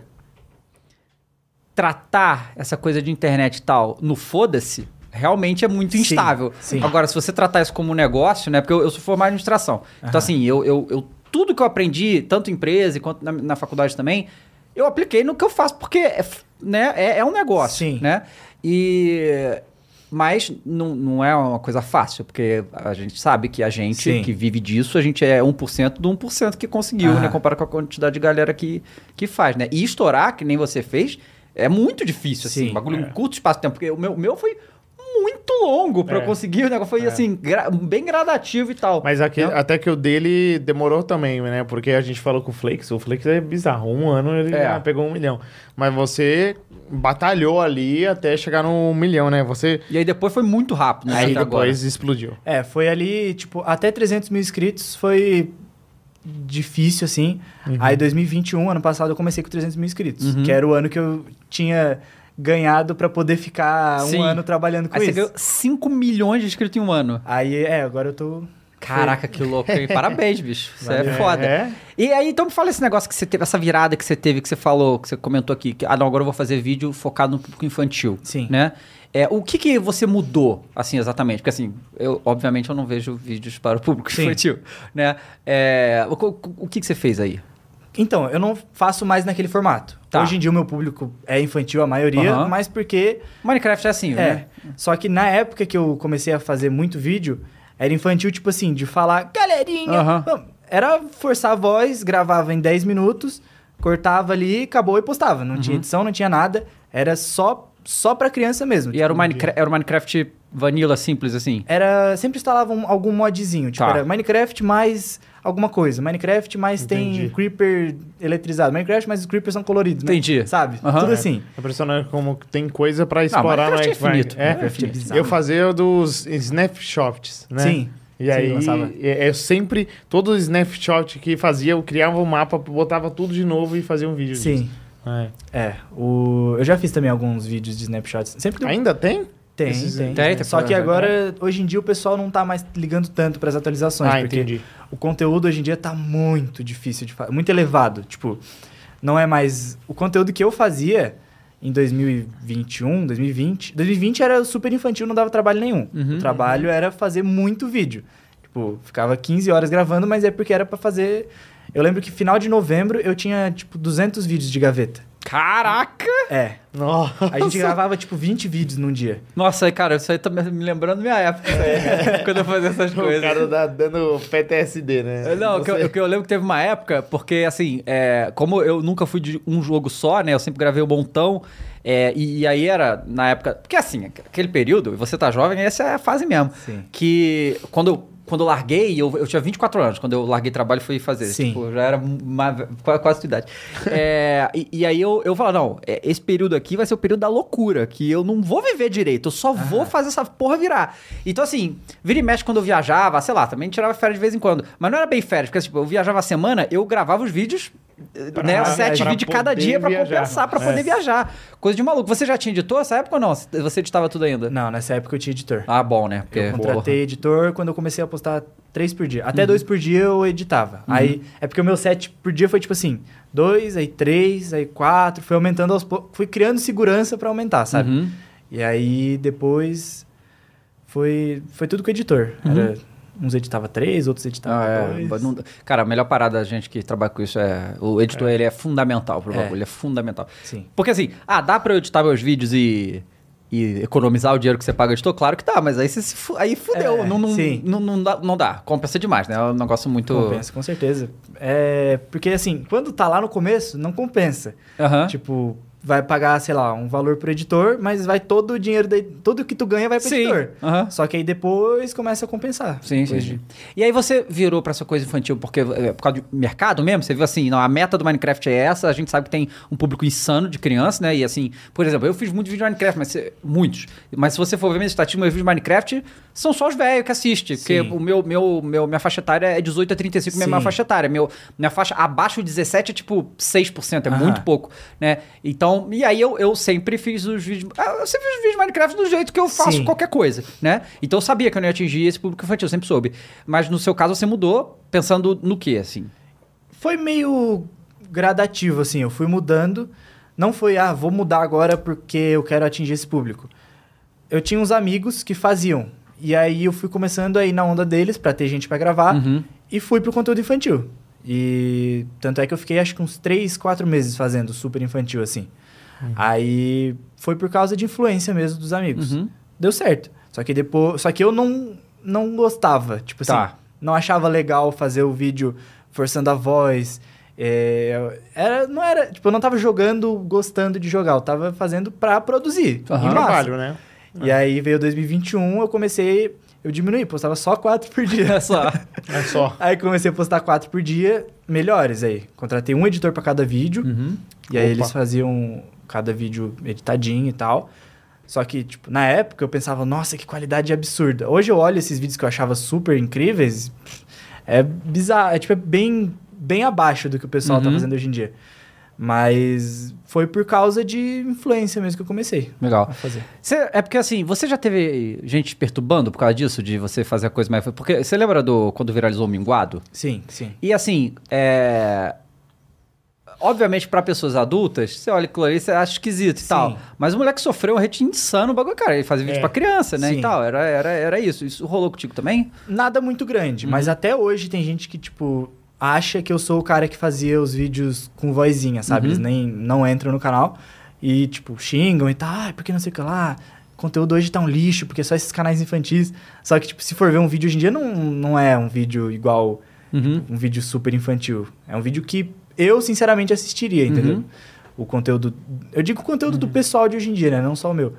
tratar essa coisa de internet e tal no foda-se, realmente é muito sim, instável. Sim. Agora, se você tratar isso como um negócio, né? Porque eu, eu sou formado em administração. Uhum. Então, assim, eu, eu, eu, tudo que eu aprendi, tanto em empresa quanto na, na faculdade também, eu apliquei no que eu faço, porque é, né, é, é um negócio. Sim. Né? E... Mas não, não é uma coisa fácil, porque a gente sabe que a gente Sim. que vive disso, a gente é um por cento do um por cento que conseguiu, ah. né? Comparado com a quantidade de galera que, que faz, né? E estourar, que nem você fez, é muito difícil, assim. Sim, bagulho é. em curto espaço de tempo. Porque o meu, o meu foi muito longo pra é. eu conseguir. O negócio foi, é. assim, gra- bem gradativo e tal. Mas aqui, né? até que o dele demorou também, né? Porque a gente falou com o Flakes. O Flakes é bizarro. Um ano ele é. já pegou um milhão. Mas você batalhou ali até chegar no milhão, né? Você... E aí depois foi muito rápido, né? Aí depois agora. explodiu. É, foi ali, tipo, até trezentos mil inscritos foi difícil, assim. Uhum. Aí dois mil e vinte e um, ano passado, eu comecei com trezentos mil inscritos. Uhum. Que era o ano que eu tinha ganhado pra poder ficar Sim. um ano trabalhando com aí isso. Aí você ganhou cinco milhões de inscritos em um ano. Aí, é, agora eu tô... Caraca, que louco, hein? Parabéns, bicho. Isso é foda. É. E aí, então me fala esse negócio que você teve, essa virada que você teve, que você falou, que você comentou aqui, que, ah, não, agora eu vou fazer vídeo focado no público infantil. Sim. Né? É, o que que você mudou, assim, exatamente? Porque, assim, eu, obviamente, eu não vejo vídeos para o público Sim. infantil, né? É, o, o, o que que você fez aí? Então, eu não faço mais naquele formato. Tá. Hoje em dia o meu público é infantil, a maioria, uhum. mas porque... Minecraft é assim, é, né? Só que na época que eu comecei a fazer muito vídeo, era infantil, tipo assim, de falar, galerinha... Uhum. Era forçar a voz, gravava em dez minutos, cortava ali, acabou e postava. Não uhum. tinha edição, não tinha nada. Era só, só pra criança mesmo. E tipo, era, o Minecraft, era o Minecraft vanilla simples, assim? Era... Sempre instalava um, algum modzinho. Tipo, tá. era Minecraft mais... alguma coisa. Minecraft, mas Entendi. tem creeper eletrizado. Minecraft, mas os creepers são coloridos. Entendi. Mas, sabe? Uhum. Tudo assim. É impressionante como tem coisa pra explorar. Não, Minecraft é infinito. É, Minecraft é bizarro. Eu fazia dos snapshots, né? Sim. E Sim, aí, lançava. eu sempre, todo snapshot que fazia, eu criava um mapa, botava tudo de novo e fazia um vídeo Sim. disso. É. É. O... Eu já fiz também alguns vídeos de snapshots. Sempre deu... Ainda tem? Tem, Esses... tem. tem, tem Só que fazer, agora, né? Hoje em dia, o pessoal não tá mais ligando tanto pras atualizações. Ah, porque entendi. o conteúdo hoje em dia tá muito difícil de fazer. Muito elevado. Tipo, não é mais... O conteúdo que eu fazia em dois mil e vinte e um, dois mil e vinte... dois mil e vinte era super infantil, não dava trabalho nenhum. Uhum, o trabalho uhum. era fazer muito vídeo. Tipo, ficava quinze horas gravando, mas é porque era pra fazer... Eu lembro que final de novembro eu tinha, tipo, duzentos vídeos de gaveta. Caraca! É. Nossa. A gente gravava, tipo, vinte vídeos num dia. Nossa, cara, isso aí tá me lembrando minha época, né? Quando eu fazia essas coisas. O cara dá, dando P T S D, né? Não, o que, eu, que eu lembro que teve uma época, porque assim, é, como eu nunca fui de um jogo só, né? Eu sempre gravei um montão. É, e, e aí era, na época... Porque assim, aquele período, você tá jovem, essa é a fase mesmo. Sim. Que quando eu... Quando eu larguei, eu, eu tinha vinte e quatro anos. Quando eu larguei trabalho e fui fazer. Sim. Tipo, eu já era uma, quase, quase a tua idade. É, e, e aí eu, eu falo, não, é, esse período aqui vai ser o período da loucura, que eu não vou viver direito, eu só ah. vou fazer essa porra virar. Então assim, vira e mexe quando eu viajava, sei lá, também tirava férias de vez em quando. Mas não era bem férias, porque tipo, eu viajava a semana, eu gravava os vídeos... Pra, né, sete vídeos cada dia pra viajar. compensar, pra é. poder viajar. Coisa de maluco. Você já tinha editor nessa época ou não? Você editava tudo ainda? Não, nessa época eu tinha editor. Ah, bom, né? Porque, eu contratei porra. editor quando eu comecei a postar três por dia. Até uhum. dois por dia eu editava. Uhum. Aí, é porque o meu set por dia foi tipo assim, dois, aí três, aí quatro, foi aumentando aos poucos. Fui criando segurança pra aumentar, sabe? Uhum. E aí, depois, foi, foi tudo com o editor. Uhum. Era... Uns editava três, outros editavam ah, dois. É. Não, cara, a melhor parada da gente que trabalha com isso é... O editor, é. ele é fundamental pro bagulho, é. ele é fundamental. Sim. Porque assim, ah, dá pra eu editar meus vídeos e, e economizar o dinheiro que você paga editor? Claro que dá, mas aí você se, aí fudeu. É, não, não, sim. Não, não, dá, não dá, compensa demais, né? É um negócio muito... Compensa, com certeza. É, porque assim, quando tá lá no começo, não compensa. Uh-huh. Tipo... Vai pagar, sei lá, um valor pro editor, mas vai todo o dinheiro, de, todo que tu ganha vai pro sim. editor. Uhum. Só que aí depois começa a compensar. Sim, sim, sim. E aí você virou pra essa coisa infantil porque, por causa do mercado mesmo? Você viu assim, não, a meta do Minecraft é essa, a gente sabe que tem um público insano de criança, né? E assim, por exemplo, eu fiz muitos vídeos de Minecraft, mas muitos. Mas se você for ver minhas estatísticas, meus vídeos de Minecraft são só os velhos que assistem. Porque o meu, meu, meu, minha faixa etária é dezoito a trinta e cinco, minha, minha faixa etária. Meu, minha faixa abaixo de dezessete é tipo seis por cento, é uhum. muito pouco, né? Então, e aí eu, eu sempre fiz os vídeos... Eu sempre fiz os vídeos de Minecraft do jeito que eu faço Sim. qualquer coisa, né? Então eu sabia que eu não ia atingir esse público infantil, eu sempre soube. Mas no seu caso você mudou pensando no quê, assim? Foi meio gradativo, assim. Eu fui mudando. Não foi, ah, vou mudar agora porque eu quero atingir esse público. Eu tinha uns amigos que faziam. E aí eu fui começando a ir na onda deles pra ter gente pra gravar. Uhum. E fui pro conteúdo infantil. E tanto é que eu fiquei acho que uns três, quatro meses fazendo super infantil, assim. Uhum. Aí foi por causa de influência mesmo dos amigos. Uhum. Deu certo. Só que depois. Só que eu não, não gostava. Tipo assim, tá. não achava legal fazer o vídeo forçando a voz. É, era, não era. Tipo, eu não tava jogando, gostando de jogar. Eu tava fazendo pra produzir. Uhum. Trabalho, né? E é. aí veio dois mil e vinte e um, eu comecei. Eu diminuí, postava só quatro por dia. É só. É só. Aí comecei a postar quatro por dia, melhores aí. Contratei um editor pra cada vídeo. Uhum. E aí Opa. eles faziam cada vídeo editadinho e tal. Só que, tipo, na época eu pensava, nossa, que qualidade absurda. Hoje eu olho esses vídeos que eu achava super incríveis, é bizarro, é tipo, é bem, bem abaixo do que o pessoal uhum. tá fazendo hoje em dia. Mas foi por causa de influência mesmo que eu comecei Legal. a fazer. Cê, é porque assim, você já teve gente perturbando por causa disso, de você fazer a coisa mais... Porque você lembra do quando viralizou o Minguado? Sim, sim. E assim, é... obviamente, para pessoas adultas, você olha aquilo ali, você acha esquisito e Sim. tal. Mas o moleque sofreu um hate insano, o bagulho, cara. Ele fazia vídeo é. pra criança, né? Sim. E tal. Era, era, era isso. Isso rolou contigo também? Nada muito grande, uhum. mas até hoje tem gente que, tipo, acha que eu sou o cara que fazia os vídeos com vozinha, sabe? Uhum. Eles nem não entram no canal e, tipo, xingam e tal. Ah, por que não sei o que lá? O conteúdo hoje tá um lixo, porque é só esses canais infantis. Só que, tipo, se for ver um vídeo hoje em dia, não, não é um vídeo igual uhum. tipo, um vídeo super infantil. É um vídeo que eu, sinceramente, assistiria, entendeu? Uhum. O conteúdo... Eu digo o conteúdo uhum. do pessoal de hoje em dia, né? Não só o meu.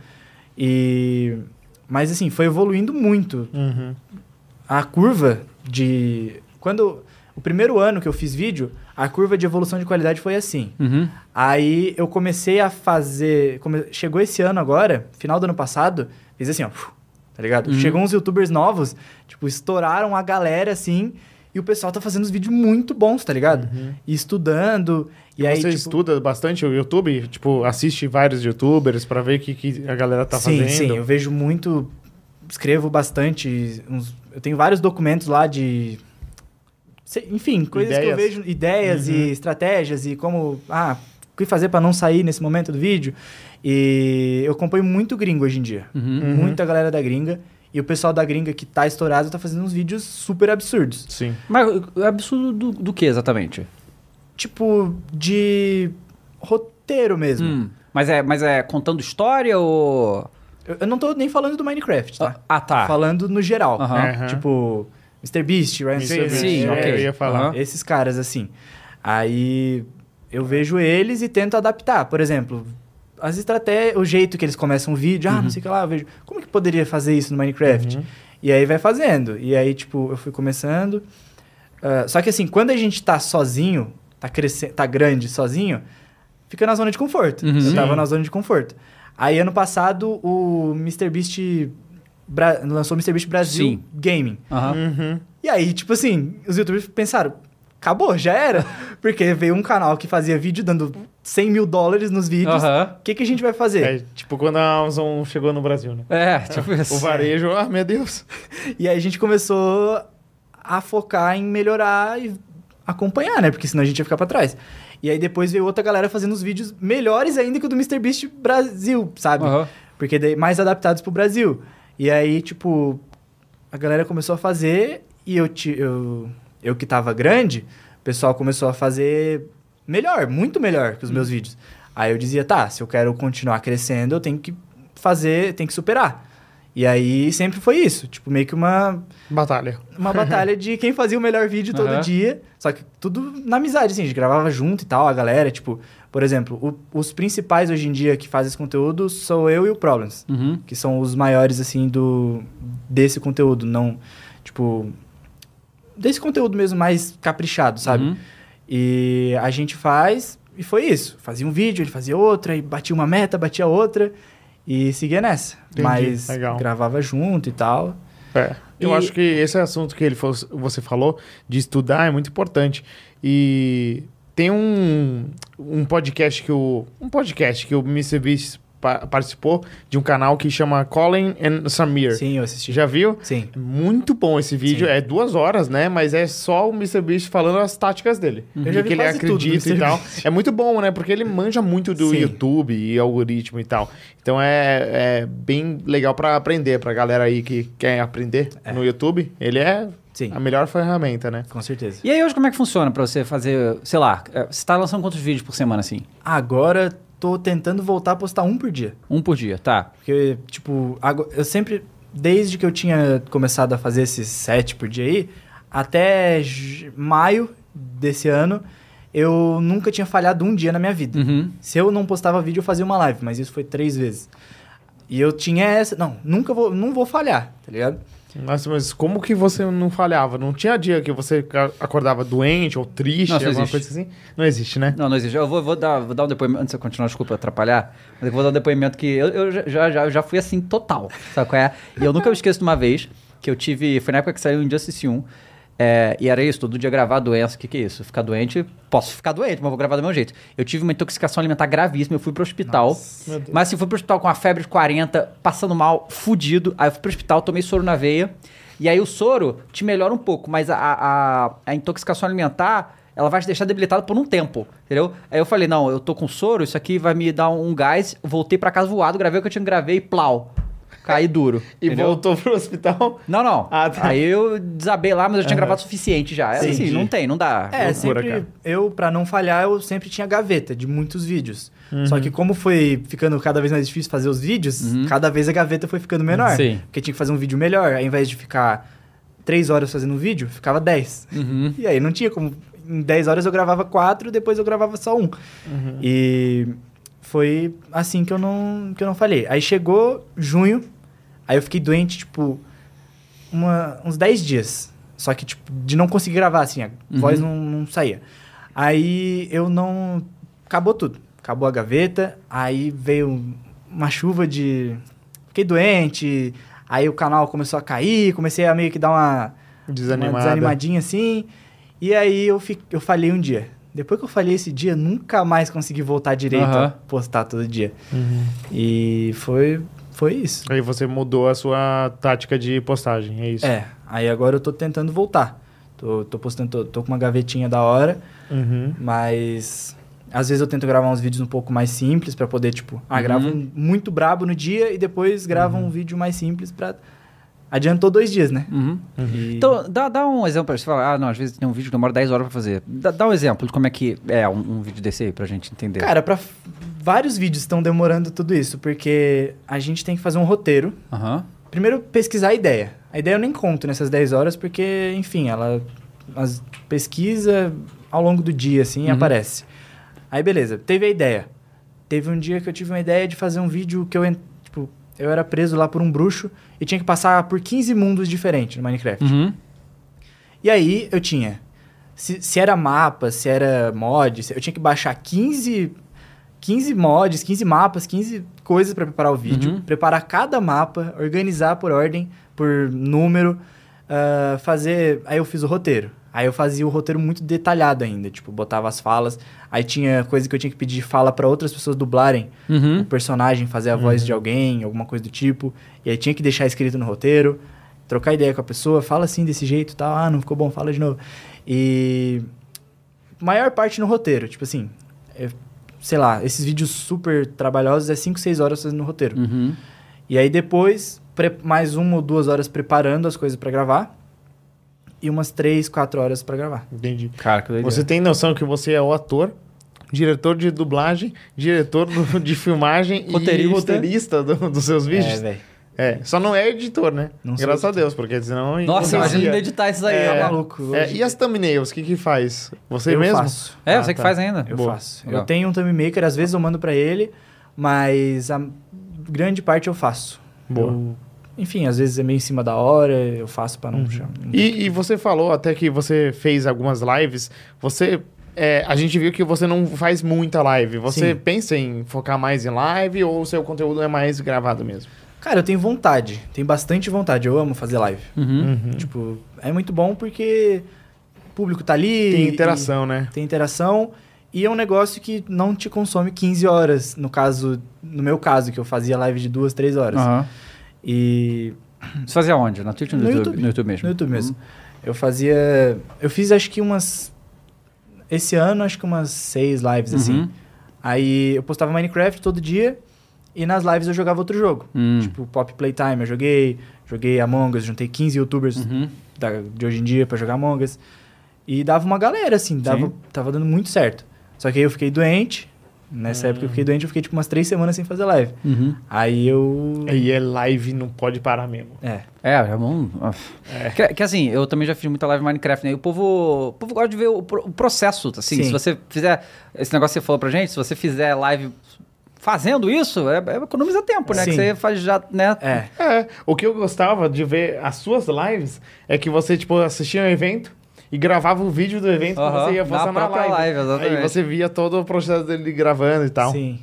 E... Mas, assim, foi evoluindo muito. Uhum. A curva de... Quando... O primeiro ano que eu fiz vídeo, a curva de evolução de qualidade foi assim. Uhum. Aí eu comecei a fazer... Come... Chegou esse ano agora, final do ano passado, fiz assim, ó... Tá ligado? Uhum. Chegou uns youtubers novos, tipo, estouraram a galera, assim... E o pessoal tá fazendo uns vídeos muito bons, tá ligado? Uhum. E estudando. E, e aí, você tipo... estuda bastante o YouTube? Tipo, assiste vários youtubers pra ver o que, que a galera tá sim, fazendo? Sim, sim. Eu vejo muito... Escrevo bastante. Uns... Eu tenho vários documentos lá de... Enfim, coisas ideias. que eu vejo. Ideias uhum. e estratégias e como... Ah, o que fazer pra não sair nesse momento do vídeo. E eu acompanho muito gringo hoje em dia. Uhum. Muita galera da gringa. E o pessoal da gringa que tá estourado tá fazendo uns vídeos super absurdos. Sim. Mas absurdo do, do que exatamente? Tipo, de roteiro inteiro mesmo. Hum, mas, é, mas é contando história ou... Eu, eu não tô nem falando do Minecraft, tá? Ah, tá. Tô falando no geral. Uhum. Uhum. Tipo, MrBeast, Ryan Tracy. Sim, é, ok. Eu ia falar. Uhum. Esses caras, assim. Aí eu vejo eles e tento adaptar. Por exemplo, as estratégias, o jeito que eles começam o vídeo. Ah, uhum. não sei o que lá, eu vejo. Como que poderia fazer isso no Minecraft? Uhum. E aí vai fazendo. E aí, tipo, eu fui começando. Uh, só que assim, quando a gente tá sozinho, tá, crescendo, tá grande sozinho, fica na zona de conforto. Uhum. Eu Sim. tava na zona de conforto. Aí, ano passado, o MrBeast Bra... lançou o MrBeast Brasil Sim. Gaming. Uhum. Uhum. E aí, tipo assim, os youtubers pensaram, acabou, já era. Porque veio um canal que fazia vídeo dando cem mil dólares nos vídeos. O Uhum. que, que a gente vai fazer? É tipo quando a Amazon chegou no Brasil, né? É, tipo isso. O varejo, ah, meu Deus. E aí a gente começou a focar em melhorar e acompanhar, né? Porque senão a gente ia ficar pra trás. E aí depois veio outra galera fazendo os vídeos melhores ainda que o do MrBeast Brasil, sabe? Uhum. Porque daí mais adaptados pro Brasil. E aí, tipo, a galera começou a fazer e eu, ti- eu, eu que tava grande, o pessoal começou a fazer melhor, muito melhor que os meus vídeos. Aí eu dizia, tá, se eu quero continuar crescendo, eu tenho que fazer, tenho que superar. E aí sempre foi isso, tipo, meio que uma... Batalha. uma batalha de quem fazia o melhor vídeo todo Uhum. dia. Só que tudo na amizade, assim. A gente gravava junto e tal, a galera. Tipo, por exemplo, o- os principais hoje em dia que fazem esse conteúdo sou eu e o Problems. Uhum. Que são os maiores, assim, do desse conteúdo. Não, tipo... Desse conteúdo mesmo mais caprichado, sabe? Uhum. E a gente faz... E foi isso. Fazia um vídeo, ele fazia outra. E batia uma meta, batia outra. E seguia nessa. Entendi, Mas legal. gravava junto e tal. É. Eu E- acho que esse assunto que ele fo- você falou de estudar é muito importante. E tem um, um podcast que o um podcast que o MrBeast pa- participou de um canal que chama Colin and Samir. Sim, eu assisti. Já viu? Sim. Muito bom esse vídeo. Sim. É duas horas, né? Mas é só o MrBeast falando as táticas dele. Eu já E vi que ele quase tudo do acredita e tal. MrBeast. É muito bom, né? Porque ele manja muito do Sim. YouTube e algoritmo e tal. Então é, é bem legal pra aprender. Pra galera aí que quer aprender no YouTube. Ele é Sim. a melhor ferramenta, né? Com certeza. E aí hoje como é que funciona pra você fazer, sei lá, é, você tá lançando quantos vídeos por semana assim? Agora tô tentando voltar a postar um por dia. Um por dia, tá. Porque, tipo, ago- eu sempre, desde que eu tinha começado a fazer esses sete por dia aí, até j- maio desse ano, eu nunca tinha falhado um dia na minha vida. Uhum. Se eu não postava vídeo, eu fazia uma live, mas isso foi três vezes. E eu tinha essa, não, nunca vou, não vou falhar, tá ligado? Nossa, mas como que você não falhava? Não tinha dia que você ca- acordava doente ou triste, Não, isso alguma existe. coisa assim? Não existe, né? Não, não existe. Eu vou, vou, dar, vou dar um depoimento, antes de eu continuar, desculpa atrapalhar, mas eu vou dar um depoimento que eu, eu já, já, já fui assim total, sabe qual é? E eu nunca me esqueço de uma vez que eu tive, foi na época que saiu o Injustice um, é, e era isso, todo dia gravar a doença, o que que é isso? Ficar doente, posso ficar doente, mas vou gravar do meu jeito. Eu tive uma intoxicação alimentar gravíssima, eu fui pro hospital, Meu Deus. mas assim, fui pro hospital com a febre de quarenta, passando mal, fudido, aí eu fui pro hospital, tomei soro na veia, e aí o soro te melhora um pouco, mas a, a, a intoxicação alimentar, ela vai te deixar debilitado por um tempo, entendeu? Aí eu falei, não, eu tô com soro, isso aqui vai me dar um gás, voltei pra casa voado, gravei o que eu tinha que gravei e plau, caí duro. E entendeu? voltou pro hospital? Não, não. Ah, tá. Aí eu desabei lá, mas eu tinha Aham. gravado o suficiente já. Era assim, Entendi. não tem, não dá. É, Loucura, sempre, cara. eu, pra não falhar, eu sempre tinha gaveta de muitos vídeos. Uhum. Só que como foi ficando cada vez mais difícil fazer os vídeos, Uhum. cada vez a gaveta foi ficando menor. Sim. Porque tinha que fazer um vídeo melhor, ao invés de ficar três horas fazendo um vídeo, ficava dez. Uhum. E aí não tinha como... Em dez horas eu gravava quatro, depois eu gravava só um. Uhum. E foi assim que eu não, que eu não falhei. Aí chegou junho, aí eu fiquei doente, tipo, uma- uns dez dias. Só que, tipo, de não conseguir gravar, assim, a Uhum. voz não, não saía. Aí eu não... Acabou tudo. Acabou a gaveta, aí veio uma chuva de... Fiquei doente, aí o canal começou a cair, comecei a meio que dar uma... Desanimada. Uma desanimadinha assim. E aí eu, fi, eu falhei um dia. Depois que eu falhei esse dia, nunca mais consegui voltar direito Aham. a postar todo dia. Uhum. E foi, foi isso. Aí você mudou a sua tática de postagem, é isso? É, aí agora eu tô tentando voltar. Tô, tô postando, tô, tô com uma gavetinha da hora, Uhum. mas às vezes eu tento gravar uns vídeos um pouco mais simples pra poder, tipo, ah, Uhum. gravo um muito brabo no dia e depois gravo um vídeo mais simples pra... Adiantou dois dias, né? Uhum. E- Então, dá, dá um exemplo pra você falar. Ah, não, às vezes tem um vídeo que demora dez horas pra fazer. Dá, dá um exemplo de como é que é um, um vídeo desse aí pra gente entender. Cara, pra f- vários vídeos estão demorando tudo isso, porque a gente tem que fazer um roteiro. Aham. Primeiro, pesquisar a ideia. A ideia eu nem conto nessas dez horas, porque, enfim, ela as, pesquisa ao longo do dia, assim, e Uhum. aparece. Aí, beleza, teve a ideia. Teve um dia que eu tive uma ideia de fazer um vídeo que eu, en- tipo, eu era preso lá por um bruxo e tinha que passar por quinze mundos diferentes no Minecraft. Uhum. E aí, eu tinha... Se, se era mapa, se era mod, se- eu tinha que baixar quinze, quinze mods, quinze mapas, quinze coisas para preparar o vídeo, Uhum. preparar cada mapa, organizar por ordem, por número, ah, fazer... Aí eu fiz o roteiro. Aí eu fazia o roteiro muito detalhado ainda, tipo, botava as falas. Aí tinha coisa que eu tinha que pedir fala para outras pessoas dublarem Uhum. o personagem, fazer a voz de alguém, alguma coisa do tipo. E aí tinha que deixar escrito no roteiro, trocar ideia com a pessoa, fala assim desse jeito e tal. Ah, não ficou bom, fala de novo. E maior parte no roteiro, tipo assim, é, sei lá, esses vídeos super trabalhosos é cinco, seis horas fazendo no roteiro. Uhum. E aí depois, pre- mais uma ou duas horas preparando as coisas pra gravar e umas três, quatro horas pra gravar. Entendi. Cara, que doideira. Você tem noção que você é o ator, diretor de dublagem, diretor do- de filmagem e Roteirista. roteirista do- dos seus É, vídeos? velho. É, só não é editor, né? Não sou Graças a editor. Deus, porque senão... Nossa, não imagina fazia. editar isso aí. É, ó. Tá maluco. É, Hoje- e as thumbnails, o que que faz? Você eu mesmo? faço. É, Ah, você que tá. faz ainda. Eu Boa. faço. Legal. Eu tenho um thumb maker, às vezes eu mando pra ele, mas a grande parte eu faço. Boa. Eu- enfim, às vezes é meio em cima da hora, eu faço pra não... chamar- E, e você falou até que você fez algumas lives. Você, é, a gente viu que você não faz muita live. Você Sim. pensa em focar mais em live ou o seu conteúdo é mais gravado mesmo? Cara, eu tenho vontade, tenho bastante vontade, eu amo fazer live. Uhum. Tipo, é muito bom porque o público tá ali... Tem interação, né? e- Tem interação e é um negócio que não te consome quinze horas, no caso, no meu caso, que eu fazia live de duas, três horas. Aham. E... Você fazia onde? Na Twitch ou no, No YouTube? YouTube. No YouTube mesmo. No YouTube mesmo. Eu fazia... Eu fiz acho que umas... Esse ano, acho que umas seis lives, assim. Uhum. Aí eu postava Minecraft todo dia e nas lives eu jogava outro jogo. Hum. Tipo, Pop Playtime eu joguei, joguei Among Us, juntei quinze youtubers Uhum. da- de hoje em dia pra jogar Among Us. E dava uma galera, assim, dava, Sim. tava dando muito certo. Só que aí eu fiquei doente. Nessa época eu fiquei doente, eu fiquei tipo umas três semanas sem fazer live. Uhum. Aí eu... E é live, não pode parar mesmo. É. É, é bom. Que, que assim, eu também já fiz muita live Minecraft, né? E o povo, o povo gosta de ver o, pro- o processo, assim. Sim. Se você fizer... Esse negócio que você falou pra gente, se você fizer live fazendo isso, é, é economiza tempo, né? Sim. Que você faz já, né? É. É, o que eu gostava de ver as suas lives é que você, tipo, assistia um evento e gravava o vídeo do evento que Aham, você ia na postar na, própria live. live, exatamente. Aí você via todo o processo dele gravando e tal. Sim.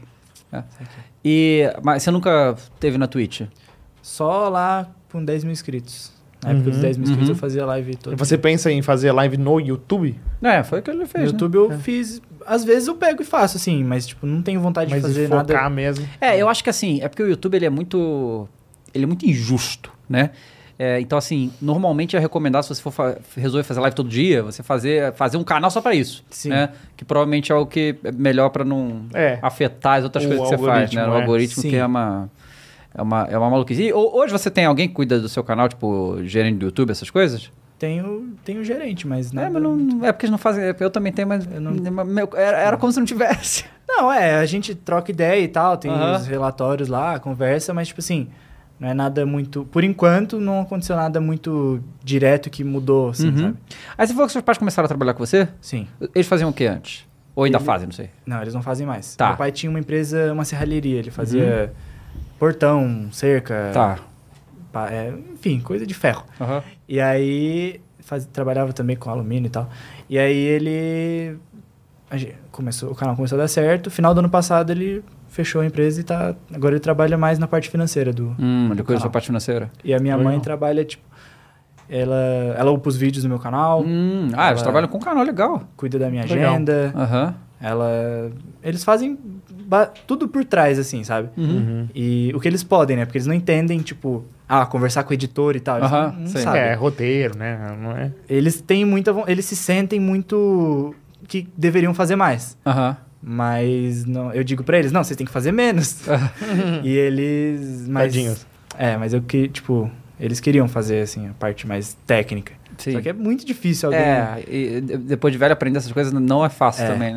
E, mas você nunca teve na Twitch? Só lá com dez mil inscritos. Na época dos dez mil inscritos uhum. eu fazia live todo E você pensa em fazer live no YouTube? É, foi o que ele No fez, né? YouTube eu fiz... Às vezes eu pego e faço, assim, mas tipo, não tenho vontade Mas de fazer de focar nada... mesmo. É, eu acho que assim, é porque o YouTube ele é muito. Ele é muito injusto, né? É, então, assim, normalmente é recomendado, se você for fa- resolver fazer live todo dia, você fazer, fazer um canal só pra isso. Sim. Né? Que provavelmente é o que é melhor pra não É. afetar as outras O coisas que você faz, né? algoritmo, O é. algoritmo Sim. que é uma. É uma, é uma maluquice. E ho- hoje você tem alguém que cuida do seu canal, tipo, gerente do YouTube, essas coisas? Tenho, tenho gerente, mas É, nada... mas não. É porque eles não fazem. é porque Eu também tenho, mas. Eu não- meu- era, era como se não tivesse. Não, é, a gente troca ideia e tal, tem Aham. os relatórios lá, conversa, mas tipo assim, não é nada muito... Por enquanto, não aconteceu nada muito direto que mudou, assim, Uhum. sabe? Aí você falou que seus pais começaram a trabalhar com você? Sim. Eles faziam o que antes? Ou ainda Ele- fazem, não sei. Não, eles não fazem mais. Tá. Meu pai tinha uma empresa, uma serralheria, ele fazia portão, cerca, Tá. pa- é, enfim, coisa de ferro. Aham. E aí, faz- trabalhava também com alumínio e tal. E aí ele... a gente começou, o canal começou a dar certo, final do ano passado ele fechou a empresa e tá... Agora ele trabalha mais na parte financeira do... Hum, do ele cuida da sua canal. parte financeira. E a minha Legal. mãe trabalha, tipo... Ela, ela upa os vídeos no meu canal, Hum, ah, eles Ela- trabalham com um canal legal. cuida da minha Legal. agenda. Aham. Ela... Eles fazem ba- tudo por trás, assim, sabe? Uhum. E o que eles podem, né? Porque eles não entendem, tipo... Ah, conversar com o editor e tal. Eles Aham, não, não sei. sabem. É, roteiro, né? Não é? Eles têm muita... von- Eles se sentem muito... Que deveriam fazer mais. Aham. Mas não, eu digo pra eles, não, vocês têm que fazer menos. E eles... Mas, Tadinhos. É, mas eu que, tipo... Eles queriam fazer, assim, a parte mais técnica. Sim. Só que é muito difícil alguém... É, e de- depois de velho aprender essas coisas não é fácil É. também, né?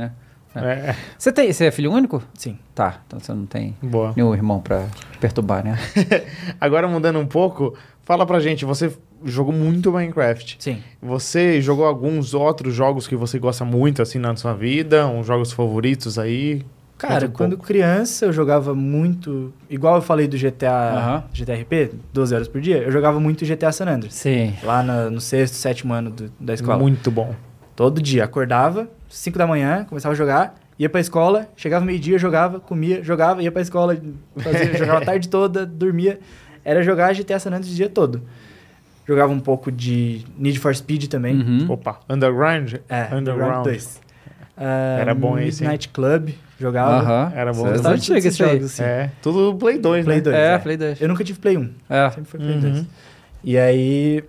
É. Você, tem, você é filho único? Sim. Tá, então você não tem Boa. nenhum irmão pra perturbar, né? Agora, mudando um pouco, fala pra gente, você jogou muito Minecraft. Sim. Você jogou alguns outros jogos que você gosta muito, assim, na sua vida? Uns jogos favoritos aí? Cara, Conta um quando pouco. criança eu jogava muito... Igual eu falei do G T A, Aham. G T A R P, doze horas por dia, eu jogava muito G T A San Andreas. Sim. Lá na- no sexto, sétimo ano do- da escola. Muito bom. Todo dia. Acordava, cinco da manhã, começava a jogar, ia pra escola, chegava meio-dia, jogava, comia, jogava, ia pra escola, fazia, jogava a tarde toda, dormia. Era jogar G T A San Andreas o dia todo. Jogava um pouco de Need for Speed também. Uhum. Opa, Underground? É, Underground. Underground dois. Ah, Era bom esse, hein? Midnight Club, jogava. Aham. Era bom. Você é Gostava antigo desses isso aí. jogos, assim. É, tudo Play dois, Play né? dois, É, é. Play dois. Eu nunca tive Play um. É. Sempre foi Play Uhum. dois. E aí,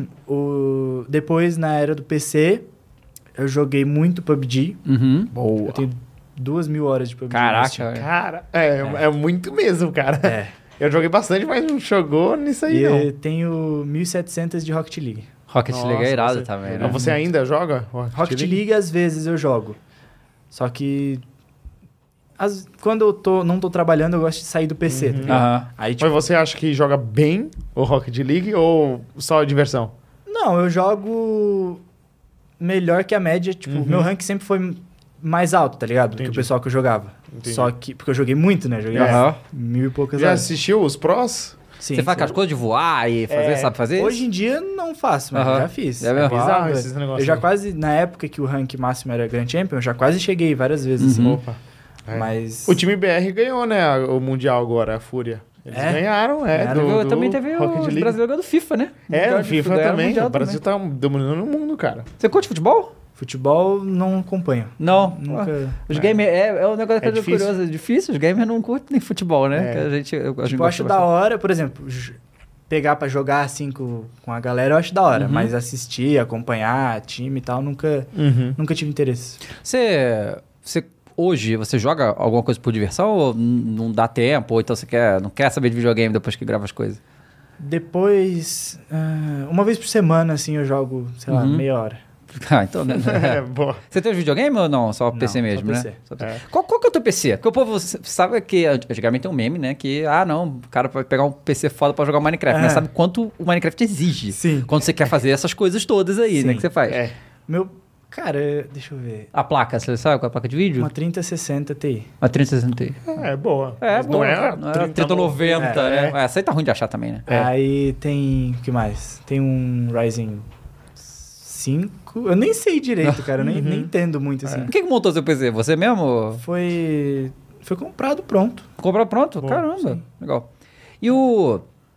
o... depois, na era do P C, eu joguei muito P U B G. Uhum. Boa. Eu tenho duas mil horas de P U B G. Caraca. nesse time. Cara, é, é. muito mesmo, cara. É. Eu joguei bastante, mas não jogou nisso aí, E não. eu tenho mil e setecentos de Rocket League. Rocket Nossa, League é irado você- também, né? Mas você ainda joga? Rocket League, às vezes, eu jogo. Só que... as- quando eu tô, não tô trabalhando, eu gosto de sair do P C, tá ligado? Aham. Aí, tipo, Mas você acha que joga bem o Rocket League ou só diversão? não, eu jogo melhor que a média. Tipo, Uhum. meu rank sempre foi mais alto, tá ligado? Do que Entendi. o pessoal que eu jogava. Entendi. Só que... Porque eu joguei muito, né? Joguei Aham. mil e poucas Já horas. assistiu os pros? Sim, Você faz sim. aquelas coisas de voar e fazer, É, sabe fazer Hoje isso? em dia não faço, mas Aham. já fiz. É mesmo? Voava. Bizarro esses negócios Eu já aí. quase, na época que o rank máximo era Grand Champion, eu já quase cheguei várias vezes. assim. Uhum. Opa. É. Mas... O time B R ganhou, né, a- o Mundial agora, a Fúria. Eles É? ganharam, é. Ganharam. Do, Eu do também teve Rocket o League. brasileiro ganhou do FIFA, né? É, Mundial no de FIFA ganharam também. Mundial O Brasil tá dominando o mundo, cara. Você curte futebol? Futebol não acompanho. Não. Nunca... Os É. gamers, é, é um negócio que É é difícil. curioso, é difícil. Os gamers não curtem nem futebol, né? É. Que a gente, eu, a gente Tipo, eu gosta acho da bastante. hora, por exemplo, j- pegar pra jogar assim com, com a galera, eu acho da hora. Uhum. Mas assistir, acompanhar, time e tal, nunca, Uhum. nunca tive interesse. Você, você, hoje, você joga alguma coisa por diversão ou n- não dá tempo? Ou então você quer, não quer saber de videogame depois que grava as coisas? Depois, ah, uma vez por semana, assim, eu jogo, sei lá, Uhum. meia hora. Ah, então... Né? É, boa. Você tem videogame ou não? Só Não, P C só mesmo, P né? C. Só P C. É. Qual, qual que é o teu P C? Porque o povo s- sabe que antigamente tem um meme, né? Que, ah, não, o cara vai pegar um P C foda pra jogar Minecraft. É. Mas sabe quanto o Minecraft exige? Sim. Quando você quer fazer essas coisas todas aí, né? Sim. Que você faz. É. Meu, cara, deixa eu ver. A placa, você sabe qual é a placa de vídeo? Uma trinta sessenta Ti. Uma trinta sessenta Ti. É, boa. É, Mas boa, não é cara, a não é trinta trinta noventa, É, né? é. Essa aí tá ruim de achar também, né? É. Aí tem, o que mais? Tem um Ryzen cinco. Eu nem sei direito, cara. Eu nem, Uhum. nem entendo muito, assim. Quem que montou seu P C? Você mesmo? Foi... Foi comprado pronto. Comprou pronto? Bom, Caramba, legal. E o...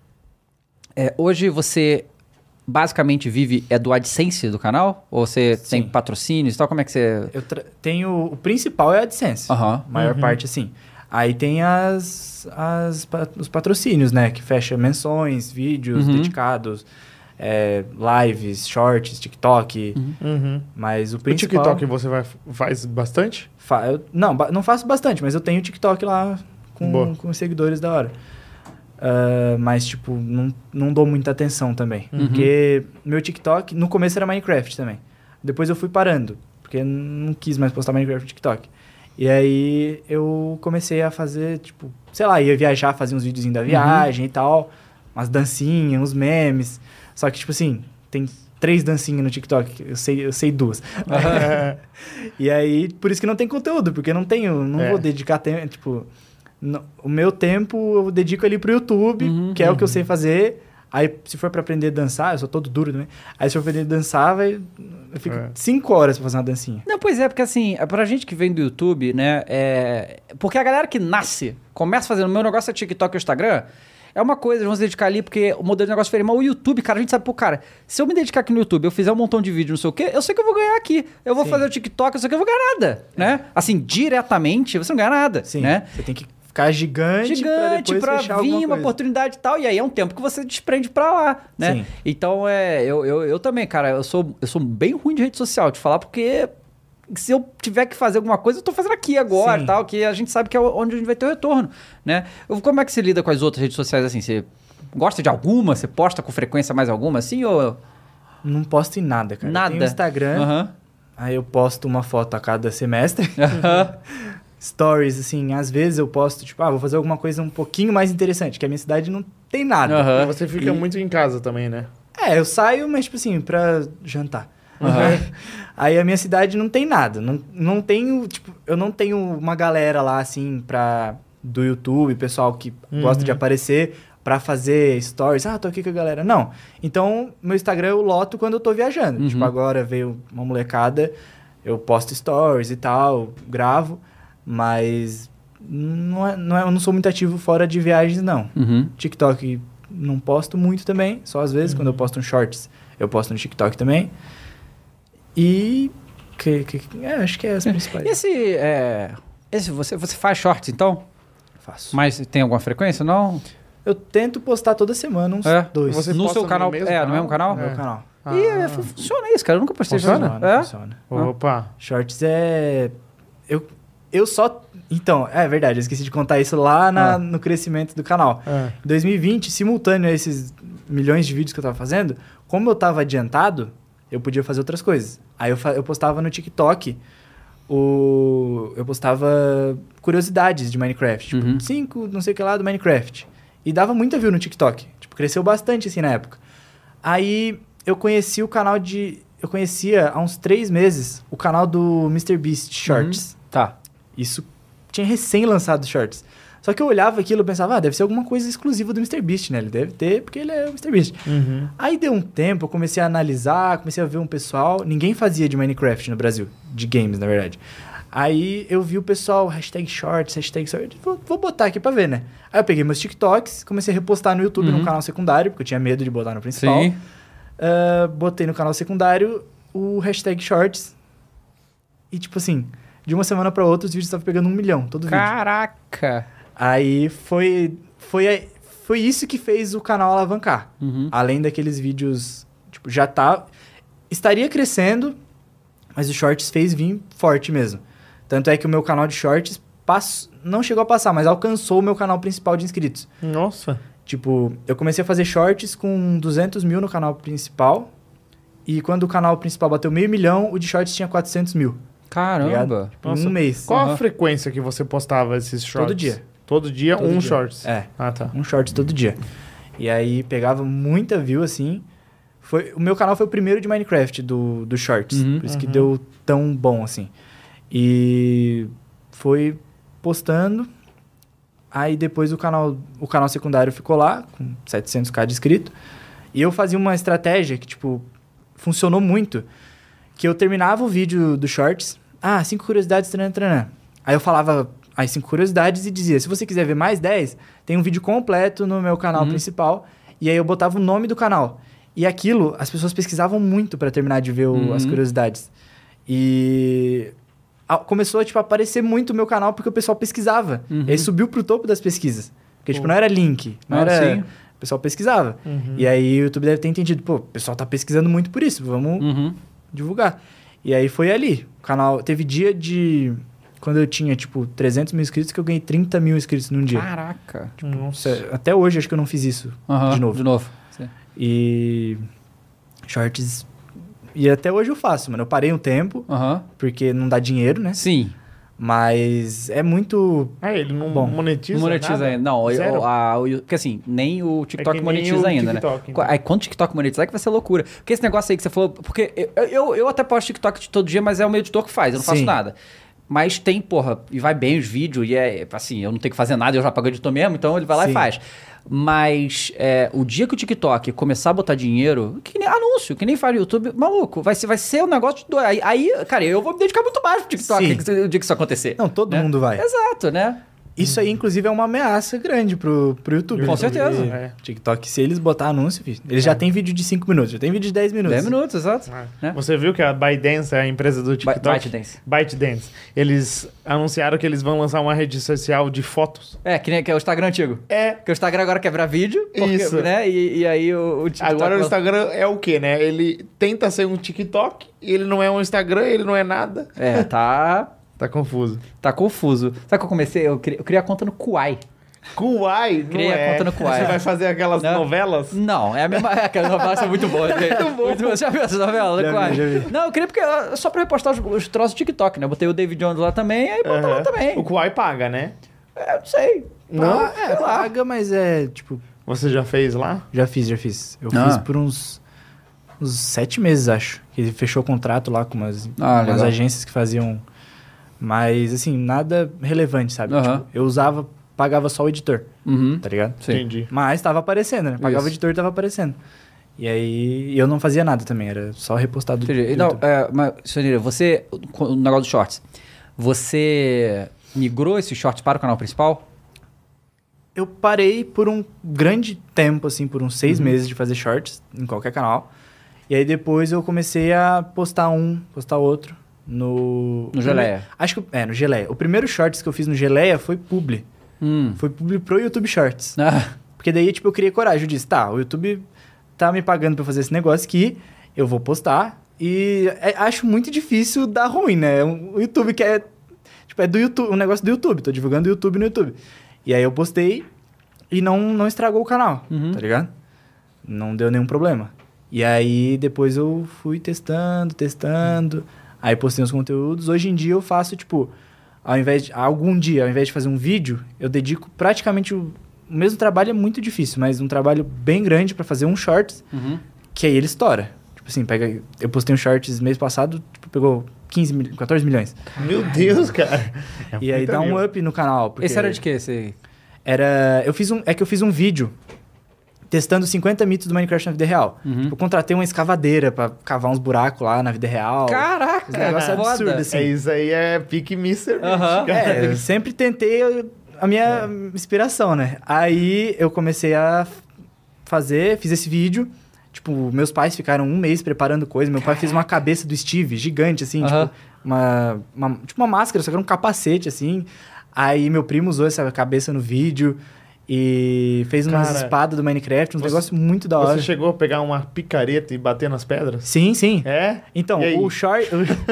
é, hoje você basicamente vive é do AdSense do canal? Ou você Sim. tem patrocínios e tal? Como é que você... Eu tra- tenho... O principal é a AdSense. Aham. A maior Uhum. parte, assim. Aí tem as, as, pa- os patrocínios, né? Que fecha menções, vídeos Uhum. dedicados, é, lives, shorts, TikTok. Uhum. Mas o O principal... TikTok você vai, faz bastante? Fa- eu- não, ba- não faço bastante, mas eu tenho TikTok lá Boa. com, com os seguidores da hora. Ah, mas, tipo, não, não dou muita atenção também. Uhum. Porque meu TikTok, no começo era Minecraft também. Depois eu fui parando, porque eu não quis mais postar Minecraft no TikTok. E aí eu comecei a fazer, tipo, sei lá, ia viajar, fazer uns videozinhos da viagem e tal. Umas dancinhas, uns memes. Só que, tipo assim, tem três dancinhas no TikTok. Eu sei, eu sei duas. E aí, por isso que não tem conteúdo, porque eu não tenho, não É. vou dedicar tempo, tipo, no- o meu tempo eu dedico ali pro YouTube, Uhum, que é o que eu sei fazer. Aí, se for pra aprender a dançar, eu sou todo duro também. Aí, se eu for aprender a dançar, vai, eu fico É. cinco horas pra fazer uma dancinha. Não, pois é, porque assim, é pra gente que vem do YouTube, né, é... Porque a galera que nasce, começa fazendo, o meu negócio é TikTok e Instagram, é uma coisa, eles vão se dedicar ali, porque o modelo de negócio é diferente. Mas o YouTube, cara, a gente sabe, pô, cara, se eu me dedicar aqui no YouTube, eu fizer um montão de vídeo, não sei o quê, eu sei que eu vou ganhar aqui. Eu vou Sim. fazer o TikTok, eu sei que eu vou ganhar nada, né? Assim, diretamente, você não ganha nada, Sim, né? você tem que ficar gigante, pra Gigante depois pra fechar vir alguma uma coisa. oportunidade e tal. E aí é um tempo que você desprende pra lá, né? Sim. Então, é, eu, eu, eu também, cara, eu sou, eu sou bem ruim de rede social, te falar, porque se eu tiver que fazer alguma coisa, eu tô fazendo aqui agora Sim. e tal, que a gente sabe que é onde a gente vai ter o retorno, né? Eu- como é que você lida com as outras redes sociais assim? Você gosta de alguma? Você posta com frequência mais alguma assim? Ou Não posto em nada, cara. nada? Eu tenho Instagram, Aham. Aí eu posto uma foto a cada semestre. Stories, assim, às vezes eu posto, tipo, ah, vou fazer alguma coisa um pouquinho mais interessante, que a minha cidade não tem nada. Aham. E você fica E- muito em casa também, né? É, eu saio, mas, tipo assim, pra jantar. Aham. Aí a minha cidade não tem nada. Não, não tenho, tipo, eu não tenho uma galera lá, assim, pra, do YouTube, pessoal que Uhum. gosta de aparecer pra fazer stories. Ah, tô aqui com a galera. Não. Então, meu Instagram eu loto quando eu tô viajando. Uhum. Tipo, agora veio uma molecada, eu posto stories e tal, gravo, mas não é, não é, eu não sou muito ativo fora de viagens, não. Uhum. TikTok não posto muito também, só às vezes, quando eu posto um shorts, eu posto no TikTok também. E... Que, que, é, acho que é as principais. E esse, é, esse você, você faz shorts, então? Faço. Mas tem alguma frequência, não? Eu tento postar toda semana uns É? dois. Você no posta seu no canal? mesmo é, no canal? mesmo canal? no meu É. canal. Ah. E é, funciona isso, cara. Eu nunca postei Funciona? shorts. É? Funciona. Opa. Shorts é... Eu, eu só... Então, é verdade, eu esqueci de contar isso lá na, Ah. no crescimento do canal. É. Em dois mil e vinte, simultâneo a esses milhões de vídeos que eu tava fazendo, como eu tava adiantado, eu podia fazer outras coisas. Aí eu, fa- eu postava no TikTok, o, eu postava curiosidades de Minecraft. Tipo, Uhum. cinco, não sei o que lá, do Minecraft. E dava muita view no TikTok. Tipo, cresceu bastante, assim, na época. Aí eu conheci o canal de... Eu conhecia há uns três meses o canal do MrBeast Shorts. Tá. Isso tinha recém lançado os shorts. Só que eu olhava aquilo e pensava, ah, deve ser alguma coisa exclusiva do MrBeast, né? Ele deve ter, porque ele é o MrBeast. Uhum. Aí deu um tempo, eu comecei a analisar, comecei a ver um pessoal... Ninguém fazia de Minecraft no Brasil. De games, na verdade. Aí eu vi o pessoal, hashtag shorts, hashtag shorts. Vou, vou botar aqui pra ver, né? Aí eu peguei meus TikToks, comecei a repostar no YouTube, Uhum. no canal secundário, porque eu tinha medo de botar no principal. Sim. Ah, botei no canal secundário o hashtag shorts. E tipo assim, de uma semana pra outra os vídeos estavam pegando um milhão, todo vídeo. Caraca. Aí foi, foi, foi isso que fez o canal alavancar. Uhum. Além daqueles vídeos, tipo, já tá... Estaria crescendo, mas o Shorts fez vir forte mesmo. Tanto é que o meu canal de Shorts pass... não chegou a passar, mas alcançou o meu canal principal de inscritos. Nossa. Tipo, eu comecei a fazer Shorts com duzentos mil no canal principal. E quando o canal principal bateu meio milhão, o de Shorts tinha quatrocentos mil. Caramba. Tipo, Nossa. em um mês. Qual Uhum. a frequência que você postava esses shorts? Todo dia. Todo dia, Todo um dia. shorts. É. Ah, tá. Um short todo dia. E aí pegava muita view, assim. Foi, o meu canal foi o primeiro de Minecraft do, do Shorts. Uhum, por isso que uhum. deu tão bom, assim. E foi postando. Aí depois o canal, o canal secundário ficou lá, com setecentos mil de inscrito. E eu fazia uma estratégia que, tipo, funcionou muito. Que eu terminava o vídeo do Shorts. Ah, cinco curiosidades, tranã, tranã. Aí eu falava as cinco curiosidades e dizia, se você quiser ver mais dez, tem um vídeo completo no meu canal Uhum. principal. E aí eu botava o nome do canal. E aquilo, as pessoas pesquisavam muito pra terminar de ver o- Uhum. as curiosidades. E a- começou a tipo, aparecer muito o meu canal porque o pessoal pesquisava. Uhum. E aí subiu pro topo das pesquisas. Porque, tipo, Pô. não era link, não Ah, era... sim. O pessoal pesquisava. Uhum. E aí o YouTube deve ter entendido, pô, o pessoal tá pesquisando muito por isso, vamos Uhum. divulgar. E aí foi ali. O canal... Teve dia de... Quando eu tinha, tipo, trezentos mil inscritos, que eu ganhei trinta mil inscritos num dia. Caraca. Nossa. Isso é- Até hoje, acho que eu não fiz isso Aham, de novo. De novo. Sim. E... Shorts... E até hoje eu faço, mano. Eu parei um tempo, Aham. porque não dá dinheiro, né? Sim. Mas é muito... Ah, ele não Bom, monetiza Não monetiza nada? ainda. Não, Zero? o, a, o, porque assim, nem o TikTok É que nem monetiza o ainda, TikTok, né? então. Aí quando o TikTok monetizar é que vai ser loucura. Porque esse negócio aí que você falou... Porque eu, eu, eu até posto TikTok todo dia, mas é o meu editor que faz, eu não faço Sim. nada. Mas tem, porra, e vai bem os vídeos, e é assim, eu não tenho que fazer nada, eu já pago o editor mesmo, então ele vai lá Sim. e faz. Mas é, o dia que o TikTok começar a botar dinheiro, que nem anúncio, que nem faz no YouTube, maluco, vai ser, vai ser um negócio de doido. Aí, aí, cara, eu vou me dedicar muito mais pro TikTok Sim. que- o dia que isso acontecer. Não, todo né? mundo vai. Exato, né? Isso aí, inclusive, é uma ameaça grande pro, pro YouTube. Com né? certeza. Porque É. TikTok, se eles botar anúncio, filho, eles já têm vídeo de cinco minutos, já tem vídeo de dez minutos. dez minutos, exato. Ah, Né? Você viu que a ByteDance, a empresa do TikTok... ByteDance. ByteDance. Eles anunciaram que eles vão lançar uma rede social de fotos. É, que nem que é o Instagram antigo. É. Porque o Instagram agora quer virar vídeo. Porque, Isso. Né? E, e aí o, o TikTok... Agora o vai- Instagram é o quê, né? Ele tenta ser um TikTok, ele não é um Instagram, ele não é nada. É, tá... Tá confuso. Tá confuso. Sabe que eu comecei? Eu criei, eu criei a conta no Kuai. Kuai, não Criei a é. conta no Kuai. Você vai fazer aquelas Não. novelas? Não, é a mesma. É, aquelas novelas são muito boas. Né? Muito bom. muito boas. Já viu essa novela? Já vi, Quase. já vi. Não, eu queria porque é só pra repostar os, os troços do TikTok, né? Eu botei o David Jones lá também, aí bota lá Aham. também. O Kuai paga, né? É, não sei. Não? Ah, é, paga, mas é, tipo, Você já fez lá? já fiz, já fiz. Eu Ah. fiz por uns, uns sete meses, acho. Que ele fechou o contrato lá com umas, Ah, umas legal. agências que faziam. Mas, assim, nada relevante, sabe? Aham. Tipo, eu usava, pagava só o editor, Uhum. tá ligado? Sim. Entendi. Mas tava aparecendo, né? Pagava Isso. o editor e tava aparecendo. E aí eu não fazia nada também, era só repostado. Entendi. do Não, YouTube. é, mas, Sonira, você. O negócio dos shorts. Você migrou esses shorts para o canal principal? Eu parei por um grande tempo, assim, por uns seis Uhum. meses de fazer shorts em qualquer canal. E aí depois eu comecei a postar um, postar outro no... No Geleia. Acho que... É, no Geleia. O primeiro shorts que eu fiz no Geleia foi publi. Hum. Foi publi pro YouTube Shorts. Ah, Porque daí, tipo, eu criei coragem. Eu disse, tá, o YouTube tá me pagando pra fazer esse negócio aqui, eu vou postar. E é- acho muito difícil dar ruim, né? O YouTube que é... Tipo, é do YouTube, um negócio do YouTube. Tô divulgando o YouTube no YouTube. E aí eu postei e não, não estragou o canal, Uhum. tá ligado? Não deu nenhum problema. E aí depois eu fui testando, testando. Aí postei uns conteúdos. Hoje em dia eu faço, tipo... Ao invés de... Algum dia, ao invés de fazer um vídeo, eu dedico praticamente o... O mesmo trabalho é muito difícil, mas um trabalho bem grande pra fazer um shorts, uhum. que aí ele estoura. Tipo assim, pega... Eu postei um shorts mês passado, tipo, pegou quinze mil... quatorze milhões. Meu Deus, cara. É E aí muita dá um mil. up no canal. Porque Esse era de quê? Esse... Era... Eu fiz um... É que eu fiz um vídeo testando cinquenta mitos do Minecraft na vida real. Uhum. Tipo, eu contratei uma escavadeira pra cavar uns buracos lá na vida real. Caraca! Esse negócio é foda. absurdo, assim. É isso aí, é pique mister Beast, Aham. cara. É, eu sempre tentei a minha inspiração, né? Aí eu comecei a fazer, fiz esse vídeo. Tipo, meus pais ficaram um mês preparando coisa. Meu pai fez uma cabeça do Steve, gigante, assim, Aham. tipo, uma, uma, tipo uma máscara, só que era um capacete, assim. Aí meu primo usou essa cabeça no vídeo e fez umas Cara, espadas do Minecraft, uns você- negócios muito da hora. Você chegou a pegar uma picareta e bater nas pedras? Sim, sim. É? Então, E aí? o short...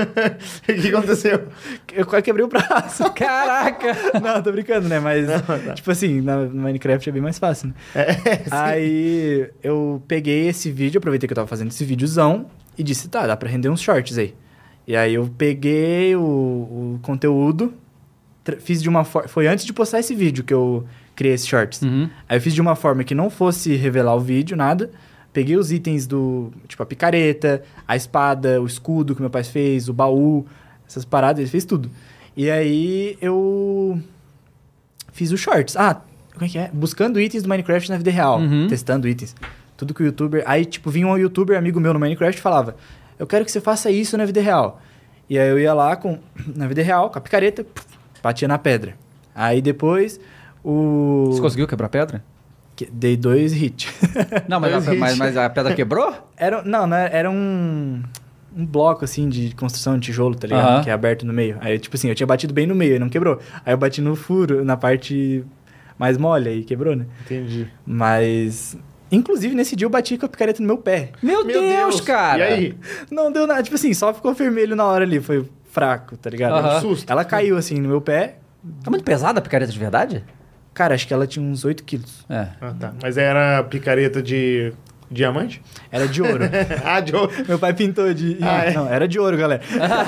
O que aconteceu? eu quase quebrei o braço. Caraca! Não, tô brincando, né? Mas, Não, tá. tipo assim, na- no Minecraft é bem mais fácil, né? É, sim. Aí eu peguei esse vídeo, aproveitei que eu tava fazendo esse videozão e disse, tá, dá pra render uns shorts aí. E aí eu peguei o, o conteúdo, tra- fiz de uma forma... Foi antes de postar esse vídeo que eu criei esses shorts. Uhum. Aí eu fiz de uma forma que não fosse revelar o vídeo, nada. Peguei os itens do... Tipo, a picareta, a espada, o escudo que meu pai fez, o baú, essas paradas, ele fez tudo. E aí eu fiz os shorts. Ah, como é que é? Buscando itens do Minecraft na vida real. Uhum. Testando itens. Tudo que o youtuber... Aí, tipo, vinha um youtuber amigo meu no Minecraft e falava, eu quero que você faça isso na vida real. E aí eu ia lá com... Na vida real, com a picareta, puf, batia na pedra. Aí depois... O... Você conseguiu quebrar a pedra? Que- Dei dois hits. Não, mas Dois a, mas, hits. mas a pedra quebrou? era, não, não era, era um, um bloco, assim, de construção de tijolo, tá ligado? Aham. Que é aberto no meio. Aí, tipo assim, eu tinha batido bem no meio e não quebrou. Aí eu bati no furo, na parte mais mole, aí quebrou, né? Entendi. Mas... Inclusive, nesse dia eu bati com a picareta no meu pé. Meu, Meu Deus, Deus, cara! E aí? Não deu nada. Tipo assim, só ficou vermelho na hora ali. Foi fraco, tá ligado? Aham. Um susto. Ela caiu, assim, no meu pé. Tá muito pesada a picareta de verdade? Cara, acho que ela tinha uns oito quilos. É. Ah, tá. Mas era picareta de diamante? Era de ouro. ah, de ouro. Meu pai pintou de... Ah, é? Não, era de ouro, galera.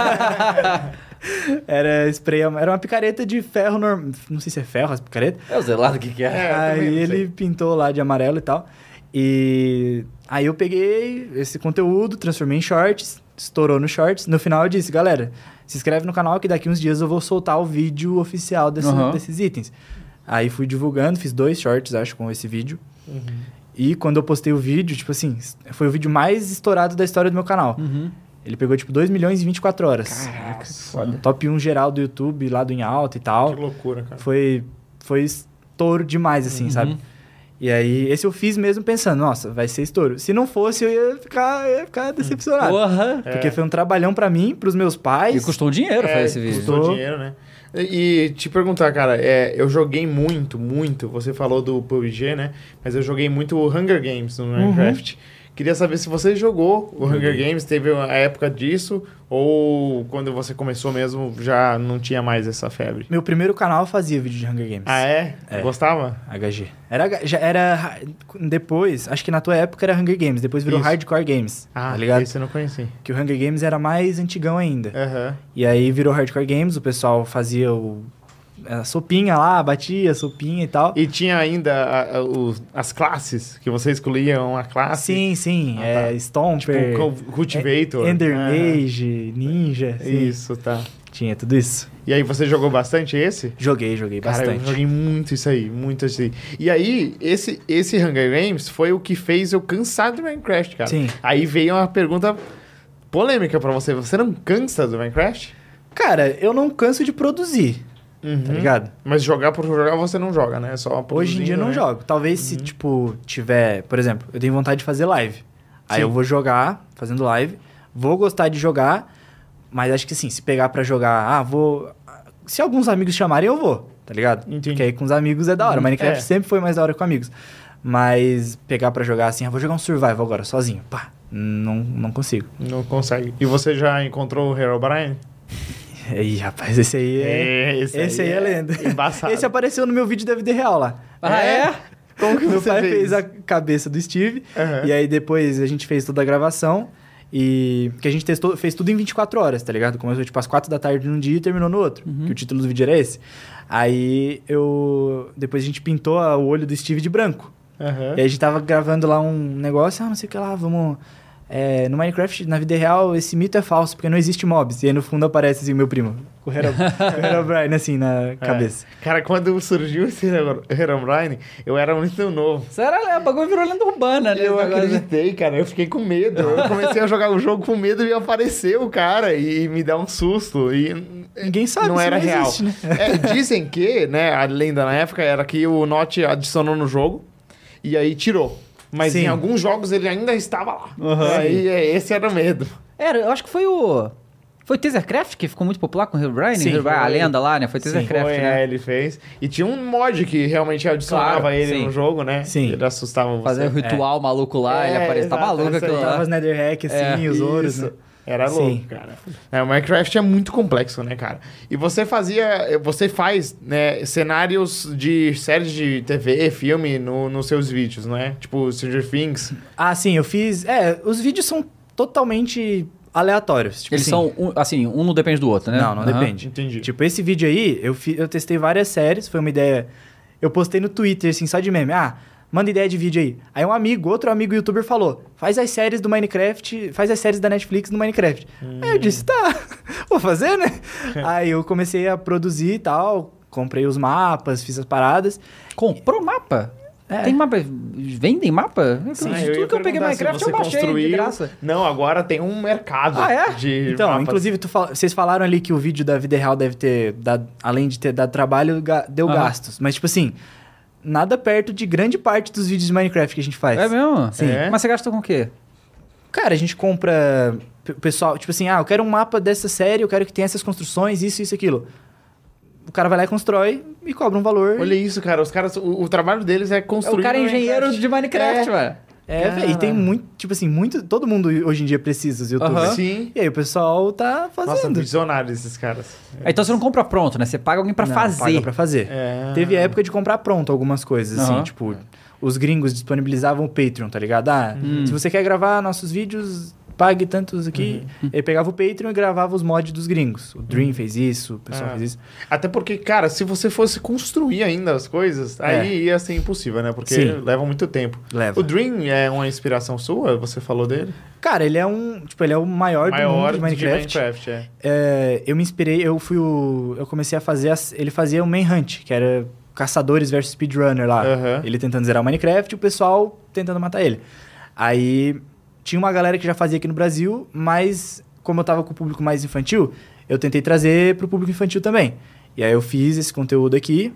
Era spray... Era uma picareta de ferro normal. Não sei se é ferro as picaretas. É o zelado que que é. É, eu Aí também não ele sei. pintou lá de amarelo e tal. E aí eu peguei esse conteúdo, transformei em shorts, estourou no shorts. No final eu disse, galera, se inscreve no canal que daqui uns dias eu vou soltar o vídeo oficial desse- Uhum. desses itens. Aí fui divulgando, fiz dois shorts, acho, com esse vídeo. Uhum. E quando eu postei o vídeo, tipo assim, foi o vídeo mais estourado da história do meu canal. Uhum. Ele pegou, tipo, dois milhões em vinte e quatro horas. Caraca, Foda. Top um geral do YouTube, lá do Em Alta e tal. Que loucura, cara. Foi, foi estouro demais, assim, Uhum. sabe? E aí, esse eu fiz mesmo pensando, nossa, vai ser estouro. Se não fosse, eu ia ficar, eu ia ficar decepcionado. Porra! Porque É. foi um trabalhão pra mim, pros meus E pais. custou um dinheiro É, fazer esse vídeo. Custou Custou. dinheiro, né? E, e te perguntar, cara, é, eu joguei muito, muito. Você falou do P U B G, né? Mas eu joguei muito Hunger Games no Minecraft. Queria saber se você jogou o Hunger Games, teve a época disso, ou quando você começou mesmo já não tinha mais essa febre? Meu primeiro canal fazia vídeo de Hunger Games. Ah, é? É. Gostava? H G. Era, já era... Depois, acho que na tua época era Hunger Games, depois virou Isso. Hardcore Games, Ah, tá ligado? esse eu não conheci. Que o Hunger Games era mais antigão ainda. Aham. E aí virou Hardcore Games, o pessoal fazia o... a sopinha lá, batia a sopinha e tal. E tinha ainda a- a- os- as classes, que você escolhia uma classe? Sim, sim. Ah, é, tá. Stomper, Tipo, com- Cultivator. Ender Ah, Mage, Ninja. sim. Isso, tá. Tinha tudo isso. E aí você jogou bastante esse? Joguei, joguei Cara, bastante. eu joguei muito isso aí, muito isso aí. E aí, esse, esse Hunger Games foi o que fez eu cansar do Minecraft, cara. Sim. Aí veio uma pergunta polêmica pra você. Você não cansa do Minecraft? Cara, eu não canso de produzir, Uhum. tá ligado? Mas jogar por jogar você não joga, né? É só Hoje em dia eu não produzindo, né? jogo. Talvez se, tipo, tiver... Por exemplo, eu tenho vontade de fazer live. Aí Sim. eu vou jogar, fazendo live. Vou gostar de jogar. Mas acho que assim, se pegar pra jogar... Ah, vou... Se alguns amigos chamarem, eu vou, tá ligado? Entendi. Porque aí com os amigos é da hora. Uhum. Minecraft É. sempre foi mais da hora com amigos. Mas pegar pra jogar assim... Ah, vou jogar um survival agora, sozinho. Pá, não, não consigo. Não consegue. E você já encontrou o Herobrine? Ih, rapaz, esse aí é... esse, esse aí é lenda. Embaçado. Esse apareceu no meu vídeo da vida real lá. Ah, é? Como que Meu você pai fez? fez a cabeça do Steve. Aham. E aí depois a gente fez toda a gravação. E que a gente testou, fez tudo em vinte e quatro horas, tá ligado? Começou tipo às quatro da tarde num dia e terminou no outro. Que o título do vídeo era esse. Aí eu... Depois a gente pintou a- o olho do Steve de branco. Aham. E aí a gente tava gravando lá um negócio, ah, não sei o que lá, vamos... É, no Minecraft, na vida real, esse mito é falso, porque não existe mobs. E aí no fundo aparece assim, meu primo, com o Hero- com o Herobrine assim na cabeça. É. Cara, quando surgiu esse Hero- Herobrine, eu era muito novo. Será que o bagulho virou lenda urbana, né? Eu esse negócio? acreditei, cara. Eu fiquei com medo. Eu comecei a jogar o jogo com medo e apareceu o cara e me dá um susto. E Ninguém sabe não se era não real. existe, né? É, dizem que, né, a lenda na época era que o Notch adicionou no jogo e aí tirou. Mas Sim. em alguns jogos ele ainda estava lá. Uhum. Aí é, esse era o medo. Era, eu acho que foi o... Foi o Tasercraft que ficou muito popular com o Herobrine? Sim, Herobrine, a foi. lenda lá, né? Foi Tasercraft, Foi, né? é, ele fez. E tinha um mod que realmente adicionava Claro, ele sim. no jogo, né? Sim. Ele assustava você. Fazer o ritual maluco lá, ele É, aparece. Tá exato, maluco essa aquilo aí. lá. Tava as Netherhack assim, É, os ouros, Isso. né? Era Sim. louco, cara. É, o Minecraft é muito complexo, né, cara? E você fazia... Você faz, né, cenários de séries de T V, filme, no, nos seus vídeos, não é? Tipo, Stranger Things. Ah, sim, eu fiz... É, os vídeos são totalmente aleatórios. Tipo Eles assim, são, um, assim, um não depende do outro, né? Não, não Aham. depende. Entendi. Tipo, esse vídeo aí, eu, fi, eu testei várias séries, foi uma ideia... Eu postei no Twitter, assim, só de meme. Ah, manda ideia de vídeo aí. Aí um amigo, outro amigo youtuber falou, faz as séries do Minecraft, faz as séries da Netflix no Minecraft. Hum. Aí eu disse, tá, vou fazer, né? Aí eu comecei a produzir e tal, comprei os mapas, fiz as paradas. Comprou mapa? É. Tem mapa? Vendem mapa? Sim, Tudo eu ia que eu peguei perguntar Minecraft se eu você baixei de construiu. graça. Não, agora tem um mercado Ah, é? de Então, mapas. inclusive, tu fala- vocês falaram ali que o vídeo da vida real deve ter, dado, além de ter dado trabalho, ga- deu Aham. gastos. Mas, tipo assim, nada perto de grande parte dos vídeos de Minecraft que a gente faz. É mesmo? Sim. É? Mas você gastou com o quê? Cara, a gente compra... p- Pessoal, tipo assim, ah, eu quero um mapa dessa série, eu quero que tenha essas construções, isso, isso, aquilo. O cara vai lá e constrói e cobra um valor. Olha isso, cara. Os caras, o, o trabalho deles é construir. O cara é no engenheiro Minecraft. de Minecraft, É. velho. É, velho, e tem muito, tipo assim, muito... Todo mundo hoje em dia precisa dos youtubers. Aham. Sim. E aí o pessoal tá Nossa, fazendo. visionários esses caras. Aí, então você não compra pronto, né? Você paga alguém pra Não, fazer. paga pra fazer. É. Teve época de comprar pronto algumas coisas, assim, Aham. tipo... Os gringos disponibilizavam o Patreon, tá ligado? Ah, Hum. se você quer gravar nossos vídeos, pague tantos aqui. Ele pegava o Patreon e gravava os mods dos gringos. O Dream fez isso, o pessoal Ah. fez isso. Até porque, cara, se você fosse construir ainda as coisas, É. aí ia ser impossível, né? Porque Sim. leva muito tempo. Leva. O Dream é uma inspiração sua? Você falou dele? Cara, ele é um... Tipo, ele é o maior, do mundo de Minecraft. Minecraft, é. É, eu me inspirei, eu fui o... Eu comecei a fazer... as- ele fazia o Manhunt, que era caçadores versus speedrunner lá. Aham. Ele tentando zerar o Minecraft e o pessoal tentando matar ele. Aí tinha uma galera que já fazia aqui no Brasil, mas como eu tava com o público mais infantil, eu tentei trazer pro público infantil também. E aí eu fiz esse conteúdo aqui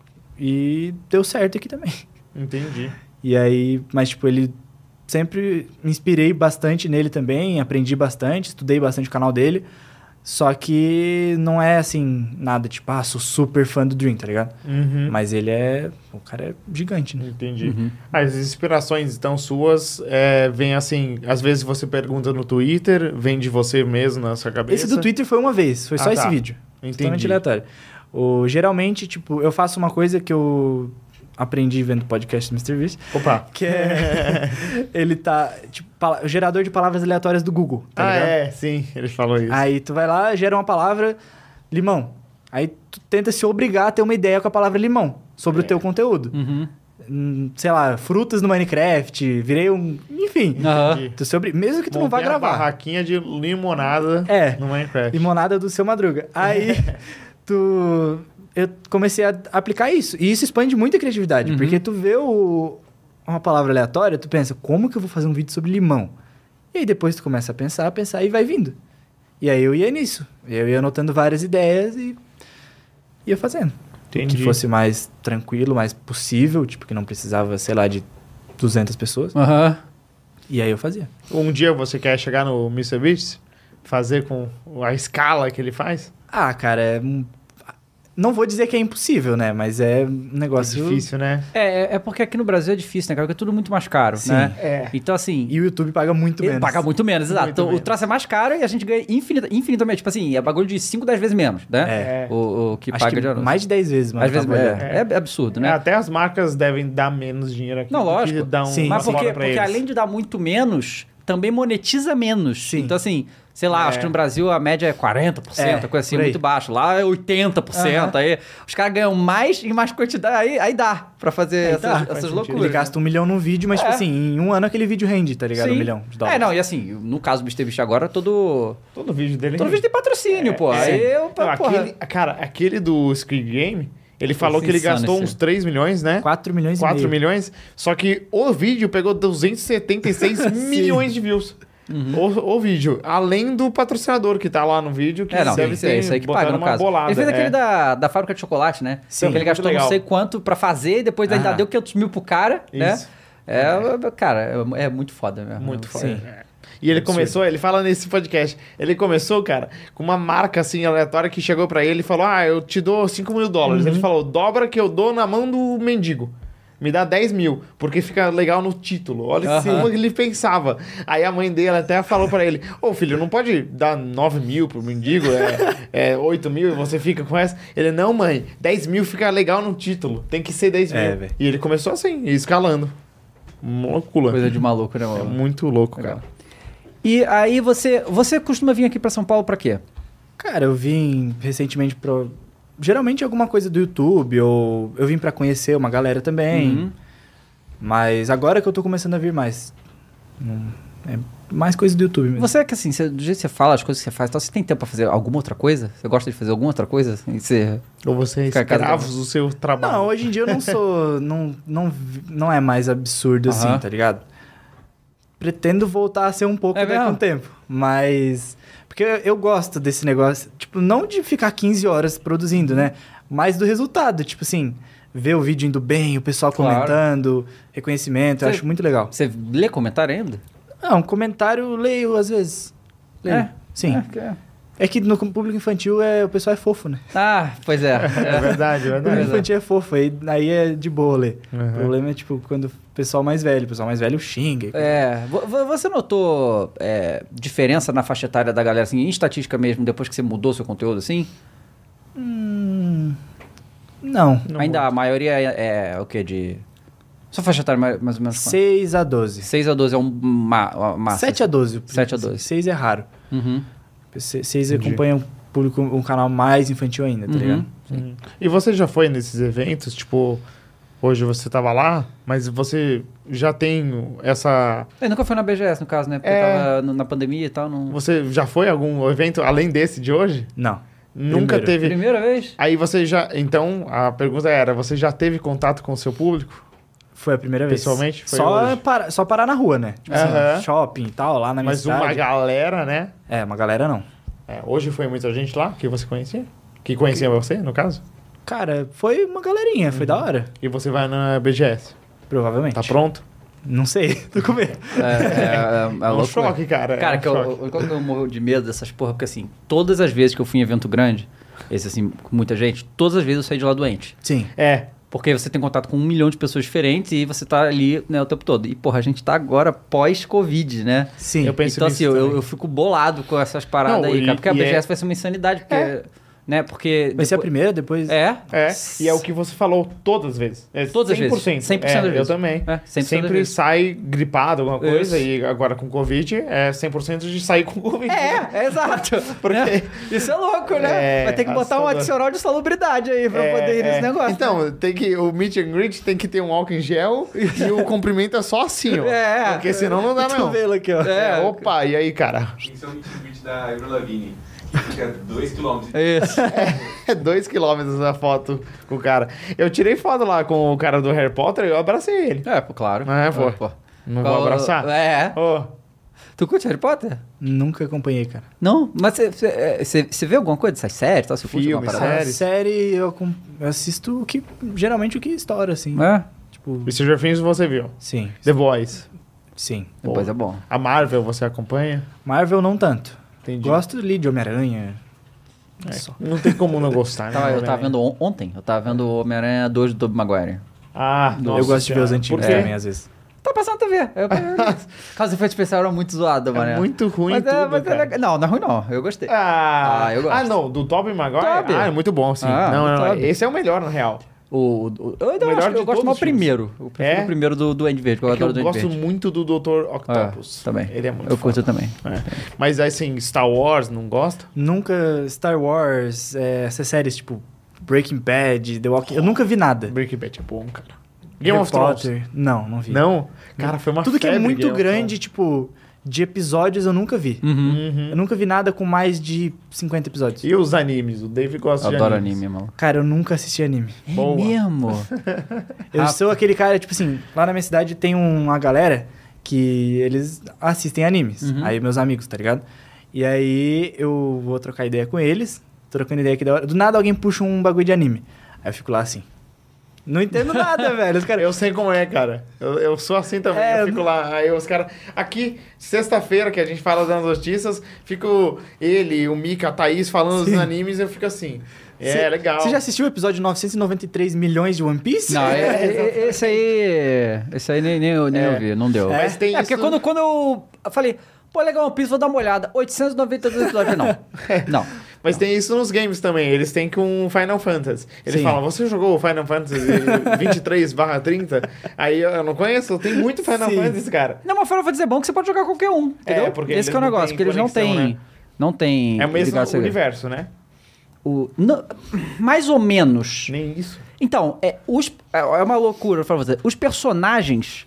e deu certo aqui também. Entendi. E aí, mas tipo, ele sempre me inspirei bastante nele também, aprendi bastante, estudei bastante o canal dele. Só que não é assim, nada tipo, ah, sou super fã do Dream, tá ligado? Uhum. Mas ele é. O cara é gigante, né? Entendi. Uhum. As inspirações, então, suas, é, vem assim, às vezes você pergunta no Twitter, vem de você mesmo na sua cabeça? Esse do Twitter foi uma vez, foi Ah, só tá. esse vídeo. Entendi. Totalmente aleatório. O, geralmente, tipo, eu faço uma coisa que eu aprendi vendo podcast do mister Beast, Opa. que é... ele tá, tipo, pala- gerador de palavras aleatórias do Google, tá ah, ligado? é, sim, ele falou isso. Aí tu vai lá, gera uma palavra, limão. Aí tu tenta se obrigar a ter uma ideia com a palavra limão, sobre É. o teu conteúdo. Uhum. Hum, sei lá, frutas no Minecraft, virei um... Enfim, Aham. Entendi. tu se obri- mesmo que tu não vá Montei a gravar. barraquinha de limonada É. no Minecraft. Limonada do Seu Madruga. Aí, tu... Eu comecei a aplicar isso. E isso expande muito a criatividade. Uhum. Porque tu vê o... uma palavra aleatória, tu pensa, como que eu vou fazer um vídeo sobre limão? E aí depois tu começa a pensar, a pensar e vai vindo. E aí eu ia nisso. Eu ia anotando várias ideias e ia fazendo. Entendi. Que fosse mais tranquilo, mais possível. Tipo, que não precisava, sei lá, de duzentas pessoas. Aham. E aí eu fazia. Um dia você quer chegar no mister Beast? Fazer com a escala que ele faz? Ah, cara, é... um- não vou dizer que é impossível, né? Mas é um É negócio... difícil, né? É, é porque aqui no Brasil é difícil, né, cara? Porque é tudo muito mais caro, Sim. né? É. Então, assim... E o YouTube paga muito Ele menos. paga muito menos, exato. Muito Então, menos. o troço é mais caro e a gente ganha infinita, infinitamente. Tipo assim, é bagulho de cinco, dez vezes menos, né? É. O, o que Acho paga que de anúncio. mais de dez vezes, mano. Às vezes tava é, olhando. é, absurdo, É, né? até as marcas devem dar menos dinheiro aqui. Não, do que lógico. Dar um, Sim. Mas uma porque, bola pra porque eles. além de dar muito menos, também monetiza menos. Sim. Então, assim, sei lá, É. acho que no Brasil a média é quarenta por cento, É, coisa assim, por aí. muito baixo. Lá é oitenta por cento. Aham. Aí os caras ganham mais e mais quantidade. Aí, aí dá pra fazer Aí essas, dá, essas faz sentido. loucuras. Ele gasta um milhão num vídeo, mas, É. tipo assim, em um ano aquele vídeo rende, tá ligado? Sim. Um milhão de dólares. É, não, e assim, no caso do mister Beast agora, todo, Todo vídeo dele. todo vídeo tem patrocínio, pô. É. Aí eu, Não, porra, aquele, cara, aquele do Squid Game, ele falou que ele insano gastou esse. uns três milhões, né? quatro milhões e quatro meio. milhões. Só que o vídeo pegou duzentos e setenta e seis milhões de views. Uhum. O, o vídeo. Além do patrocinador que tá lá no vídeo, que É, não, deve isso, é isso aí que botado paga no uma caso. bolada. Ele fez aquele é. da, da fábrica de chocolate, né? Sim, que ele muito gastou legal. não sei quanto pra fazer e depois ainda Ah. deu quinhentos mil pro cara, né? Isso. É, cara, é, é muito foda mesmo. Muito foda. Sim. É. E ele Absurdo. começou, ele fala nesse podcast, ele começou, cara, com uma marca assim aleatória que chegou pra ele e falou: ah, eu te dou cinco mil dólares. Uhum. Ele falou: dobra que eu dou na mão do mendigo. Me dá dez mil, porque fica legal no título. Olha Aham. como ele pensava. Aí a mãe dele até falou pra ele: ô filho, não pode dar nove mil pro mendigo, é, é oito mil e você fica com essa. Ele: não, mãe, dez mil fica legal no título, tem que ser dez mil. É, velho. E ele começou assim, escalando. Loucura. Coisa de maluco, né, É mano? muito louco, Legal. cara. E aí você, você costuma vir aqui pra São Paulo pra quê? Cara, eu vim recentemente pro... Geralmente alguma coisa do YouTube, ou eu vim pra conhecer uma galera também. Uhum. Mas agora que eu tô começando a vir mais. Hum, É mais coisa do YouTube mesmo. Você é que assim, você- do jeito que você fala, as coisas que você faz, e tal, você tem tempo pra fazer alguma outra coisa? Você gosta de fazer alguma outra coisa? Assim, você... Ou você é Fica cada- escravo do seu trabalho. Não, hoje em dia eu não sou. não, não, vi- não é mais absurdo assim, Aham. tá ligado? Pretendo voltar a ser um pouco É daqui a mesmo? um tempo. Mas. Porque eu, eu gosto desse negócio. Tipo, não de ficar quinze horas produzindo, né? Mas do resultado. Tipo assim, ver o vídeo indo bem, o pessoal Claro. comentando, reconhecimento. Eu Você- acho muito legal. Você lê comentário ainda? Não, um comentário eu leio às vezes. Leio. É? Sim. É, que é. É que no público infantil é, o pessoal é fofo, né? Ah, pois é. É é. verdade, é O público verdade. infantil é fofo, aí, aí é de boa ler. Uhum. O problema é, tipo, quando o pessoal mais velho, o pessoal mais velho xinga. e coisa. É, vo- vo- você notou é, diferença na faixa etária da galera, assim, em estatística mesmo, depois que você mudou seu conteúdo, assim? Hum, não. Não Ainda muito. a maioria é, é o quê? De... Sua faixa etária mais, mais ou menos quanto? seis a doze. seis a doze é um ma uma massa. sete a doze. sete a doze. seis é raro. Uhum. seis Entendi. acompanha um público, um canal mais infantil ainda, tá Uhum. ligado? Uhum. E você já foi nesses eventos? Tipo, hoje você tava lá, mas você já tem essa... Ele nunca foi na B G S, no caso, né? Porque É. tava no- na pandemia e tal. Não... Você já foi a algum evento além desse de hoje? Não. Nunca Primeiro. teve... Primeira vez? Aí você já... Então, a pergunta era, você já teve contato com o seu público? Foi a primeira vez. Pessoalmente? Foi Só, hoje? para, só parar na rua, né? Tipo assim, Aham. shopping e tal, lá na minha Mas uma cidade. galera, né? É, uma galera não. É, hoje foi muita gente lá que você conhecia? Que conhecia você, no caso? Cara, foi uma galerinha, foi da hora. E você vai na B G S? Provavelmente. Tá pronto? Não sei, tô com medo. É, é, é, É um loucura. choque, cara. Cara, é um que eu, choque. eu, eu, eu morro de medo dessas porra, porque assim, todas as vezes que eu fui em evento grande, esse assim, com muita gente, todas as vezes eu saí de lá doente. Sim. É. Porque você tem contato com um milhão de pessoas diferentes e você tá ali, né, o tempo todo. E, porra, a gente tá agora pós-Covid, né? Sim. Eu penso Então, nisso assim, eu, também. eu fico bolado com essas paradas Não, aí, e- cara. Porque a e B G S é- vai ser uma insanidade, porque... É. Né, porque... Vai ser a depois- primeira, depois... É. É, e é o que você falou todas as vezes. É Todas as vezes. cem por cento. cem por cento é, das vezes. Eu também. É, cem por cento das Sempre vezes. sai gripado, alguma coisa, Isso. e agora com Covid é cem por cento de sair com Covid. É, é exato. Porque- Né? Isso é louco, né? É, Vai ter que botar um assustador. adicional de salubridade aí pra É, poder ir nesse é. negócio. Então, tem que, o meet and greet tem que ter um álcool em gel e o comprimento é só assim, ó. É. Porque senão não dá, não. Cotovelo aqui, ó. É. É, opa, e aí, cara? Tem que ser um meet and greet da Avril Lavigne, que fica dois quilômetros. Isso. É dois quilômetros a foto com o cara. Eu tirei foto lá com o cara do Harry Potter e eu abracei ele. É, pô, claro. É, pô. pô. Não Qual- vou abraçar? É. Ô, Tu curte Harry Potter? Nunca acompanhei, cara. Não? Mas você vê alguma coisa dessas séries? Tá? Você curte Filme, alguma parada? série. A série, eu, acom- eu assisto o que... Geralmente o que estoura, assim. É? Tipo... Stranger Things você viu. Sim. The Boys. Sim. Depois é bom. A Marvel você acompanha? Marvel não tanto. Entendi. Gosto ali de Homem-Aranha. É, Só. não tem como não gostar, né? Tava- eu tava Homem-Aranha? vendo on- ontem, eu tava vendo Homem-Aranha dois do Tobey Maguire. Ah, eu nossa gosto de ver os senhora. antigos Por quê? também, às vezes. Tá passando na T V. Eu, Caso efeito especial era muito zoado, mano. É muito ruim mas tudo, é, mas é cara. legal. Não, não é ruim não. Eu gostei. Ah, Ah, eu gosto. Ah, não, do Tobey Maguire? Tobey. Ah, é muito bom, sim. Ah, não, do não, Tobey. esse é o melhor, na real. O, o- eu ainda Melhor acho que de eu gosto todos mais os filmes. primeiro. Eu prefiro É? o primeiro do, do Andy Verde, que eu É que adoro eu do Andy gosto Verde. muito do doutor Octopus. É, também. Ele é muito Eu foda. curto também. É. Mas assim, Star Wars, não gosta? Nunca Star Wars, é, essas séries tipo Breaking Bad, The Walking... Eu nunca vi nada. Breaking Bad é bom, cara. Game Harry of Thrones. Potter, não, não vi. Não? Cara, foi uma Tudo que é febre, muito Game of grande, tipo, de episódios eu nunca vi. Uhum. Thrones. Uhum. Eu nunca vi nada com mais de cinquenta episódios. E os animes? O David gosta Eu de adoro animes. anime, mano. Cara, eu nunca assisti anime. É Boa. mesmo? Eu Ah. sou aquele cara, tipo assim, lá na minha cidade tem uma galera que eles assistem animes. Uhum. Aí meus amigos, tá ligado? E aí eu vou trocar ideia com eles, trocando ideia aqui da hora. Do nada alguém puxa um bagulho de anime. Aí eu fico lá assim. Não entendo nada, velho. Os caras. Eu sei como é, cara. Eu, eu sou assim também. É, eu eu fico não- lá. Aí os caras. Aqui, sexta-feira, que a gente fala das notícias, fico ele, o Mika, a Thaís falando Sim. dos animes, eu fico assim. É, Cê- legal. Você já assistiu o episódio novecentos e noventa e três milhões de One Piece? Não, é- é- esse aí. Esse aí nem, nem, eu- nem É. eu vi, não deu. Mas tem é porque isso- quando, quando eu falei, pô, legal, One Piece, vou dar uma olhada. oitocentos e noventa e dois episódios. Não. Não. Mas tem isso nos games também. Eles têm com Final Fantasy. Eles Sim. falam, você jogou o Final Fantasy vinte e três barra trinta? Aí eu não conheço, tem muito Final Sim. Fantasy, cara. Não, mas Final Fantasy é bom que você pode jogar qualquer um, entendeu? porque Esse eles que é o não negócio, têm porque eles não conexão, têm... né? Não tem... É o mesmo ligação. universo, né? O, não, mais ou menos. Nem isso. Então, é, os, é é uma loucura pra você. Os personagens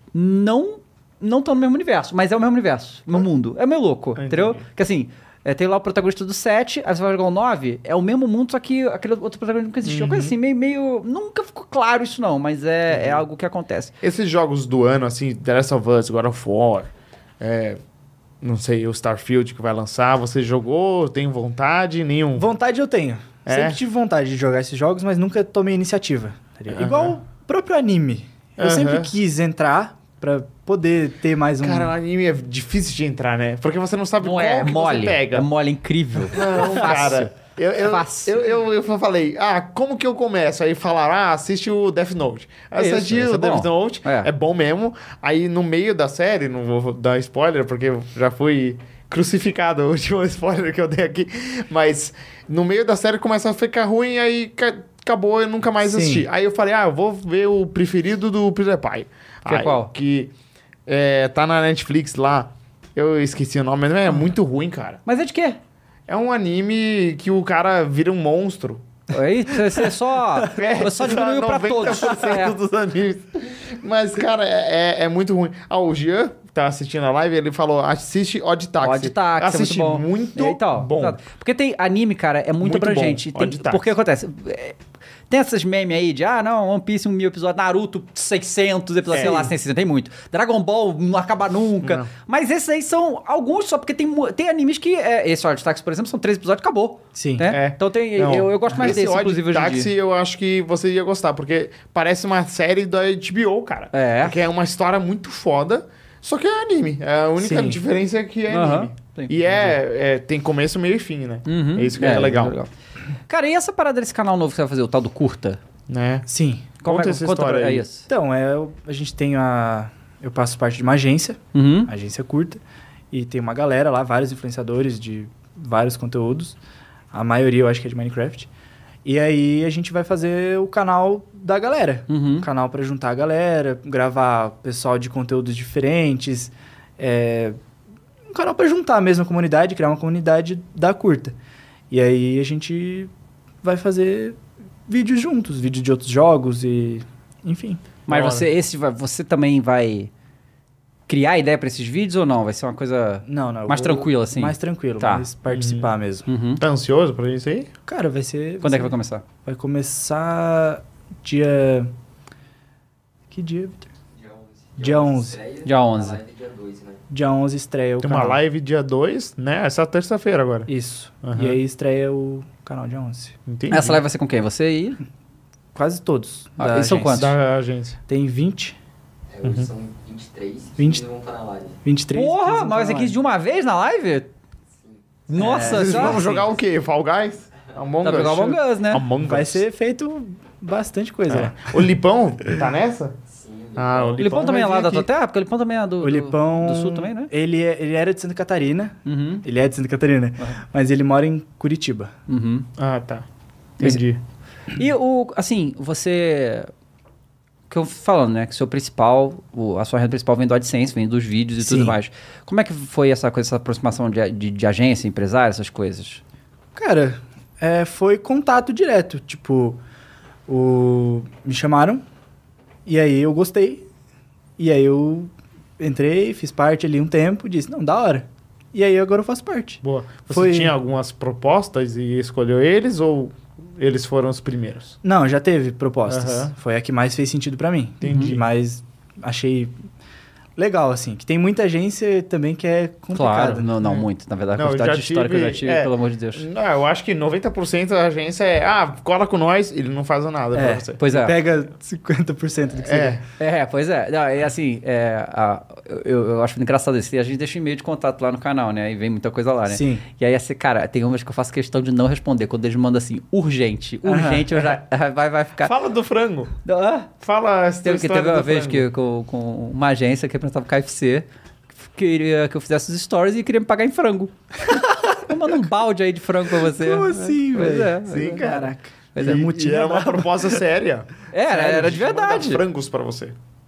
não não estão no mesmo universo, mas é o mesmo universo, o mesmo mundo. É meio louco, Entendi. entendeu? Porque assim, é, tem lá o protagonista do sete, aí você vai jogar o nove, é o mesmo mundo, só que aquele outro protagonista nunca existiu. Uma coisa assim, meio, meio... Nunca ficou claro isso não, mas é, é algo que acontece. Esses jogos do ano, assim, The Last of Us, God of War, é, não sei, o Starfield que vai lançar, você jogou, tem vontade, nenhum? Vontade eu tenho. É? Sempre tive vontade de jogar esses jogos, mas nunca tomei iniciativa. tá ligado? Aham. Igual o próprio anime. Eu Aham. sempre quis entrar pra poder ter mais um... Cara, o anime é difícil de entrar, né? Porque você não sabe Não qual é, é que mole, você pega. é mole, é incrível. Não, Fácil. cara. Eu, eu, Fácil. eu, eu, eu falei, ah, como que eu começo? Aí falaram, ah, assiste o Death Note. Aí Isso, assisti esse o é Death bom. Note, É. é. bom mesmo. Aí no meio da série, não vou dar spoiler, porque eu já fui crucificado o último spoiler que eu dei aqui. Mas no meio da série começa a ficar ruim, aí ca- acabou, eu nunca mais Sim. assisti. Aí eu falei, ah, eu vou ver o preferido do Peter Pai. Que é Aí, qual? Que é, tá na Netflix lá. Eu esqueci o nome, mas é muito ruim, cara. Mas é de quê? É um anime que o cara vira um monstro. Aí você só, É, você só diminuiu pra noventa por todos. cento É. dos animes. Mas, cara, é, é- é muito ruim. Ah, o Jean tá assistindo a live, ele falou, assiste Odd Taxi. Odd Taxi, Assiste é muito bom. muito É, então, bom. exato. Porque tem anime, cara, é muito, Muito abrangente. bom. Tem, Odd Taxi. porque acontece... é, tem essas memes aí de, ah, não, One Piece um mil episódios, Naruto seiscentos episódios, É. sei lá, cento e sessenta, tem muito. Dragon Ball não acaba nunca. Não. Mas esses aí são alguns só, porque tem, mu- tem animes que... É, esse Odd Taxi, por exemplo, são três episódios e acabou. Sim. Né? É. Então tem, Não, eu, eu gosto mais esse desse, Odd inclusive, hoje em Taxi, dia. eu acho que você ia gostar, porque parece uma série da H B O, cara. É. Porque é uma história muito foda, só que é anime. A única Sim. diferença é que é Aham, anime. sim. E é, é- tem começo, meio e fim, né? Uhum. É isso que é, legal. Cara, e essa parada desse canal novo que você vai fazer, o tal do Curta? Né? Sim. Como Conta é, essa conta história pra- aí. É isso. Então, é, eu- a gente tem a... Eu passo parte de uma agência, Uhum. agência curta, e tem uma galera lá, vários influenciadores de vários conteúdos. A maioria eu acho que é de Minecraft. E aí a gente vai fazer o canal da galera. Uhum. Um canal pra juntar a galera, gravar pessoal de conteúdos diferentes. É, um canal pra juntar mesmo a comunidade, criar uma comunidade da curta. E aí a gente vai fazer vídeos juntos, vídeos de outros jogos e... Enfim. Mas Da hora. você, esse, vai- você também vai criar ideia pra esses vídeos ou não? Vai ser uma coisa... Não, não. eu Mais vou- tranquilo, assim? Mais tranquilo, Tá. mais participar mesmo. Uhum. Tá ansioso pra isso aí? Cara, vai ser... Quando é que ser- vai começar? Vai começar dia... Que dia, Victor? Dia onze. Dia onze. Dia dois, né? Dia onze estreia o Tem canal. uma live dia dois, né? Essa terça-feira agora. Isso. Aham. E aí estreia o canal dia onze. Entendi. Essa live vai ser com quem? Você e... Quase todos. Ah, da e são agência. quantos? Da agência. Tem vinte, É, hoje são vinte e três vinte. e vão estar na live. vinte e três. Porra, quinze mas vai ser no quinze de uma vez na live? Nossa, Vocês já- vão jogar o quê? Fall Guys? Among Dá pra jogar Us? Among Us, né? Among Vai Us. ser feito bastante coisa É. lá. O Lipão tá nessa? Sim, Ah, O Lipão também é vai lá vir da tua aqui. terra? Porque o Lipão também é do, O Lipão... do, do sul também, né? Ele, é- ele era de Santa Catarina. Uhum. Ele é de Santa Catarina. Mas ele mora em Curitiba. Uhum. Ah, tá. Entendi. E o, assim, você... Que eu falando, né? Que o seu principal, o- a sua renda principal vem do AdSense, vem dos vídeos e Sim. tudo mais. Como é que foi essa coisa, essa aproximação de, de, de agência, empresário, essas coisas? Cara, é, foi contato direto. Tipo, o... me chamaram e aí eu gostei. E aí eu entrei, fiz parte ali um tempo, disse, não, da hora. E aí agora eu faço parte. Boa. Você Foi- tinha algumas propostas e escolheu eles ou eles foram os primeiros? Não, já teve propostas. Aham. Foi a que mais fez sentido pra mim. Entendi. Que mais achei legal, assim. Que tem muita agência também que é complicada. Claro, não, não muito. Na verdade, a Não, eu quantidade já de história que eu já tive- tive, é. pelo amor de Deus. Não, eu acho que noventa por cento da agência é, ah, cola com nós, ele não faz nada É. pra você. Pois é. Pega cinquenta por cento do que você É. É, pois é. Não, é assim, é, a- eu, eu acho engraçado isso. A gente deixa e-mail de contato lá no canal, né? E vem muita coisa lá, né? Sim. E aí, assim, cara, tem umas que eu faço questão de não responder. Quando eles mandam assim, urgente, urgente, eu já vai, vai ficar... Fala do frango. Ah, Fala essa teve, que história teve uma do vez frango. que com, com uma agência que representava o K F C queria que eu fizesse os stories e queria me pagar em frango. Eu mando um balde aí de frango pra você. Como assim, Pois velho? é. Sim, cara. Caraca. Pois E, é. e era uma proposta séria. Era, Sério, era de a gente manda verdade. frangos pra você.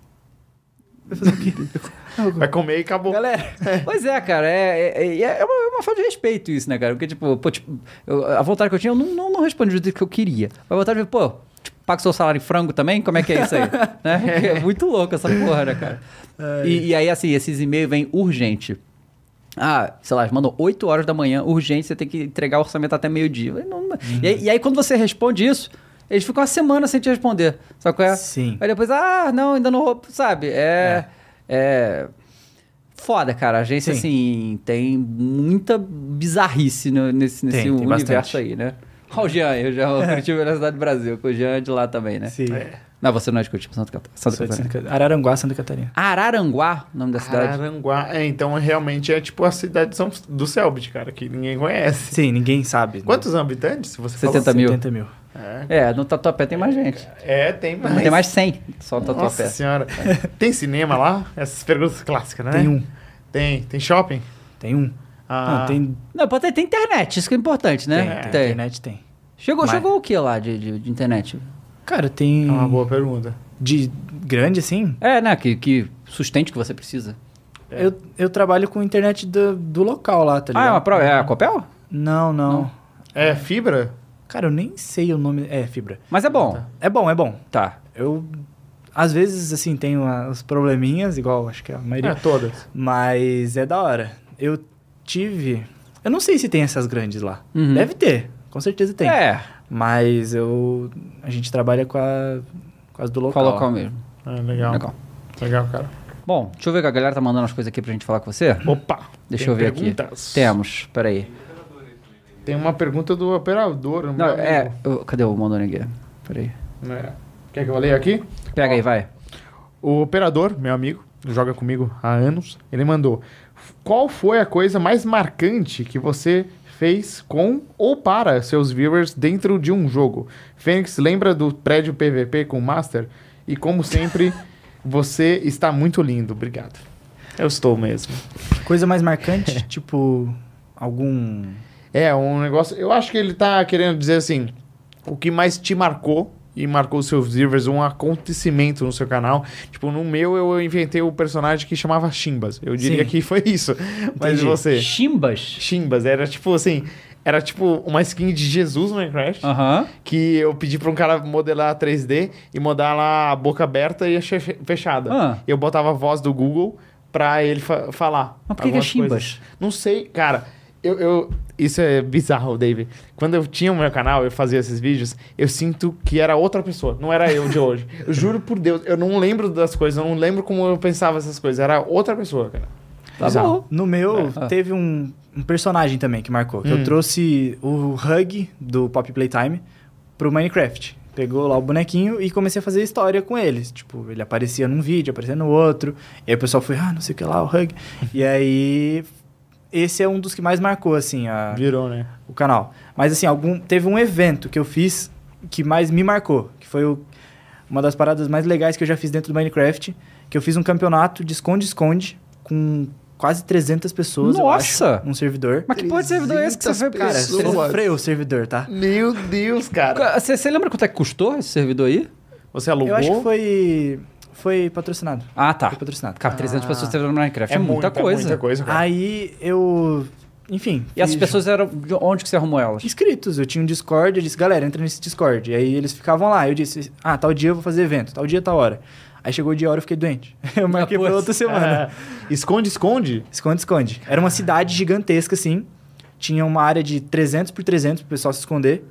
Vai comer e acabou. Galera, Pois é, cara, é, é, é uma, é uma falta de respeito isso, né, cara? Porque, tipo, pô, tipo eu- a vontade que eu tinha, eu não, não, não respondi do jeito que eu queria. A vontade de, pô, tipo, paga o seu salário em frango também? Como é que é isso aí? Né? Porque é muito louco essa porra, né, cara? E, e aí, assim, esses e-mails vêm urgente. Ah, sei lá, eles mandam oito horas da manhã, urgente, você tem que entregar o orçamento até meio-dia. Eu falei, não, não. E, aí, e aí, quando você responde isso, eles ficam uma semana sem te responder. Sabe qual é? Sim. Aí depois, ah, não, ainda não vou, sabe? É. é... Foda, cara. A agência, Sim. assim, tem muita bizarrice no- nesse, nesse Tem, tem universo bastante. aí, né? Olha o Jean, eu já eu tive na cidade do Brasil, que o Jean é de lá também, né? Sim. Não, você não é de Curitiba, Santa Catarina. Santa Sou de Catarina. Santa Catarina. Araranguá, Santa Catarina. Araranguá, o nome da cidade. Araranguá. É, então realmente é tipo a cidade de São- do Selbit, cara, que ninguém conhece. Sim, ninguém sabe. Quantos habitantes, se você setenta falou? mil. setenta mil. É. É, no Tatuapé tem mais gente. É, tem mais. Tem mais cem só no Nossa Tatuapé. senhora. Tem cinema lá? Essas perguntas clássicas, né? Tem um. Tem. Tem shopping? Tem um. Ah, Não, tem, Não, pode ter tem internet, isso que é importante, tem, né? tem. Internet tem. Chegou, Mas- chegou o que lá de, de, de internet? Cara, tem... É uma boa pergunta. De grande, assim, É, né? Que, que sustente o que você precisa. É. eu, eu trabalho com internet do, do local lá, tá ligado? Ah, é uma prova. É a Copel? Não, não, Não. É fibra? Cara, eu nem sei o nome... É, fibra. Mas é bom. É bom, é bom. Tá. Eu às vezes, assim, tem uma- os probleminhas, igual acho que a maioria. É, todas. Mas é da hora. Eu tive... Eu não sei se tem essas grandes lá. Uhum. Deve ter. Com certeza tem. É, Mas eu... A gente trabalha com, a, com as do com local. o local mesmo. É, legal. Legal. Legal, cara. Bom, deixa eu ver que a galera tá mandando as coisas aqui pra gente falar com você. Opa! Deixa tem eu ver perguntas? aqui. Temos, peraí. Tem uma pergunta do operador. Não, meu é... amigo. eu- cadê o Mondoni aqui? Peraí. É. Quer que eu leia aqui? Pega Ó, aí, vai. O operador, meu amigo, joga comigo há anos, ele mandou: qual foi a coisa mais marcante que você fez com ou para seus viewers dentro de um jogo? Fênix, lembra do prédio P V P com o Master? E como sempre, você está muito lindo. Obrigado. Eu estou mesmo. Coisa mais marcante, tipo... Algum... É, um negócio... Eu acho que ele tá querendo dizer assim, o que mais te marcou e marcou os seus viewers, um acontecimento no seu canal. Tipo, no meu eu inventei o personagem que chamava Chimbas. Eu diria Sim. que foi isso. Mas Entendi. você? Chimbas? Chimbas, era tipo assim... Era tipo uma skin de Jesus no Minecraft. Aham. Que eu pedi pra um cara modelar três D e modelar a boca aberta e a che- fechada. Ah. Eu botava a voz do Google pra ele fa- falar. Mas por que que é algumas Chimbas? coisas. Não sei, cara. Eu, eu- isso é bizarro, David. Quando eu tinha o meu canal, eu fazia esses vídeos, eu sinto que era outra pessoa. Não era eu de hoje. Eu juro por Deus, eu não lembro das coisas, eu não lembro como eu pensava essas coisas. Era outra pessoa, cara. Tá Bizarro. bom. No meu, É. teve um, um personagem também que marcou. Que Hum. eu trouxe o Hug do Pop Playtime pro Minecraft. Pegou lá o bonequinho e comecei a fazer história com eles. Tipo, ele aparecia num vídeo, aparecia no outro. E aí o pessoal foi, ah, não sei o que lá, o Hug. E aí, esse é um dos que mais marcou, assim, a, Virou, né? o canal. Mas, assim, algum, teve um evento que eu fiz que mais me marcou. Que foi o- uma das paradas mais legais que eu já fiz dentro do Minecraft. Que eu fiz um campeonato de esconde-esconde com quase trezentas pessoas, eu Nossa! acho, num servidor. Mas que porra de servidor é esse que você foi? Cara, pessoas. sofreu o servidor, tá? Meu Deus, cara. Você, você lembra quanto é que custou esse servidor aí? Você alugou? Eu acho que foi, foi patrocinado. Ah, tá. Foi patrocinado. Cara, trezentas Ah. pessoas servidor no Minecraft é, muita muita, coisa. muita coisa, cara. Aí eu, enfim... E essas fiz pessoas eram... De onde que você arrumou elas? inscritos. Eu tinha um Discord, eu disse, galera, entra nesse Discord. E aí eles ficavam lá. Eu disse, ah, tal dia eu vou fazer evento, tal dia, tal hora. Aí chegou o dia, a hora eu fiquei doente. Eu marquei pra putz. outra semana. É. Esconde, esconde? Esconde, esconde. Era uma cidade gigantesca, assim. Tinha uma área de trezentos por trezentos pro pessoal se esconder.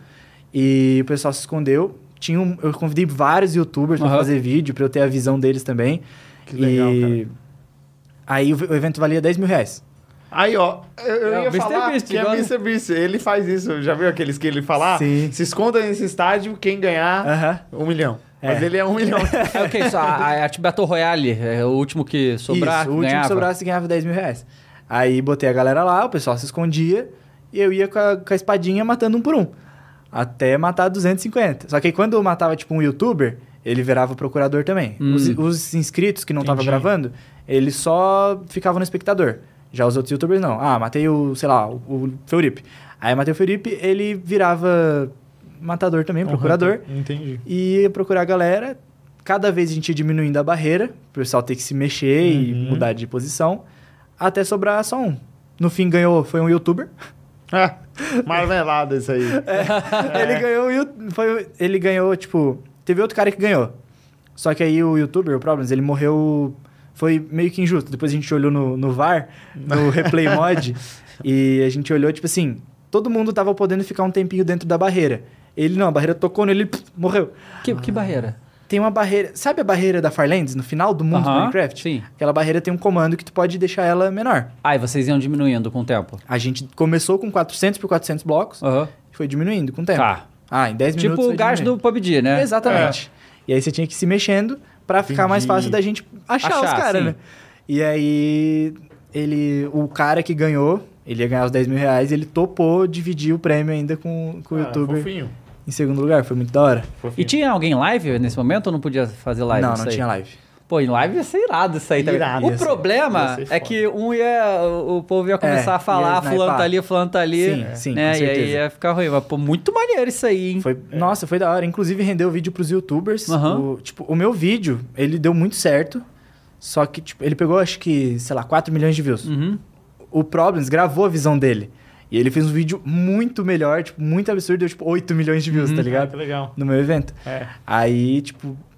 E o pessoal se escondeu. Tinha um, eu convidei vários youtubers pra Aham. fazer vídeo, pra eu ter a visão deles também. Que legal, e... Aí o, o evento valia dez mil reais. Aí, ó, eu, eu É, o ia mister falar Beast, que é igual- mister Beast. Ele faz isso. Já viu aqueles que ele fala? Ah, Sim. se esconda nesse estádio, quem ganhar, Aham. um milhão. É. Mas ele é um milhão. É o que isso? A, a, a Battle Royale, é o último que sobrar, Isso, o último ganhava. que sobrasse ganhava dez mil reais. Aí botei a galera lá, o pessoal se escondia. E eu ia com a, com a espadinha matando um por um. Até matar duzentos e cinquenta. Só que aí quando eu matava, tipo, um youtuber, ele virava procurador também. Hum. Os, os inscritos que não estavam Entendi. gravando, eles só ficavam no espectador. Já os outros youtubers não. Ah, matei o, sei lá, o, o Feuripe. Aí matei o Feuripe, ele virava matador também, procurador. Entendi. E ia procurar a galera. Cada vez a gente ia diminuindo a barreira, o pessoal ter que se mexer e Uhum. mudar de posição, até sobrar só um. No fim ganhou, foi um youtuber. Ah, marmelada isso aí. Ele ganhou, o Yu- foi, ele ganhou, tipo, teve outro cara que ganhou. Só que aí o youtuber, o Problems, ele morreu, foi meio que injusto. Depois a gente olhou no, no V A R, no Replay Mod, e a gente olhou, tipo assim, todo mundo tava podendo ficar um tempinho dentro da barreira. Ele não, a barreira tocou nele, ele pff, morreu. Que, que barreira? Tem uma barreira, sabe a barreira da Farlands, no final do mundo do Aham, Minecraft? sim. Aquela barreira tem um comando que tu pode deixar ela menor. Ah, e vocês iam diminuindo com o tempo? A gente começou com quatrocentos por quatrocentos blocos Aham. e foi diminuindo com o tempo. Tá. Ah, em dez minutos Tipo o foi gás diminuindo. do P U B G, né? Exatamente. E aí você tinha que ir se mexendo pra ficar mais Entendi. fácil da gente achar, Achar, os caras, sim. né? E aí, ele, o cara que ganhou, ele ia ganhar os dez mil reais, ele topou dividir o prêmio ainda com, com o Ah, youtuber fofinho. em segundo lugar. Foi muito da hora. fofinho. E tinha alguém live nesse momento ou não podia fazer live? não, disso não aí? tinha live. Pô, em live ia ser irado isso aí também. Irado, O ia ser- problema ia ser é foda. que um ia. O o povo ia começar É, a falar, ia fulano snipar. tá ali, fulano tá ali. Sim, sim, né? com E aí certeza. ia ficar ruim. Mas, pô, muito maneiro isso aí, hein? Foi, Nossa, foi da hora. Inclusive, rendeu vídeo pros youtubers. Aham. O, tipo, o meu vídeo, ele deu muito certo. Só que, tipo, ele pegou, acho que, sei lá, quatro milhões de views. Uhum. O Problems gravou a visão dele. E ele fez um vídeo muito melhor, tipo, muito absurdo. Deu, tipo, oito milhões de views, Uhum. tá Ah, ligado? que legal. No meu evento. É. Aí, tipo,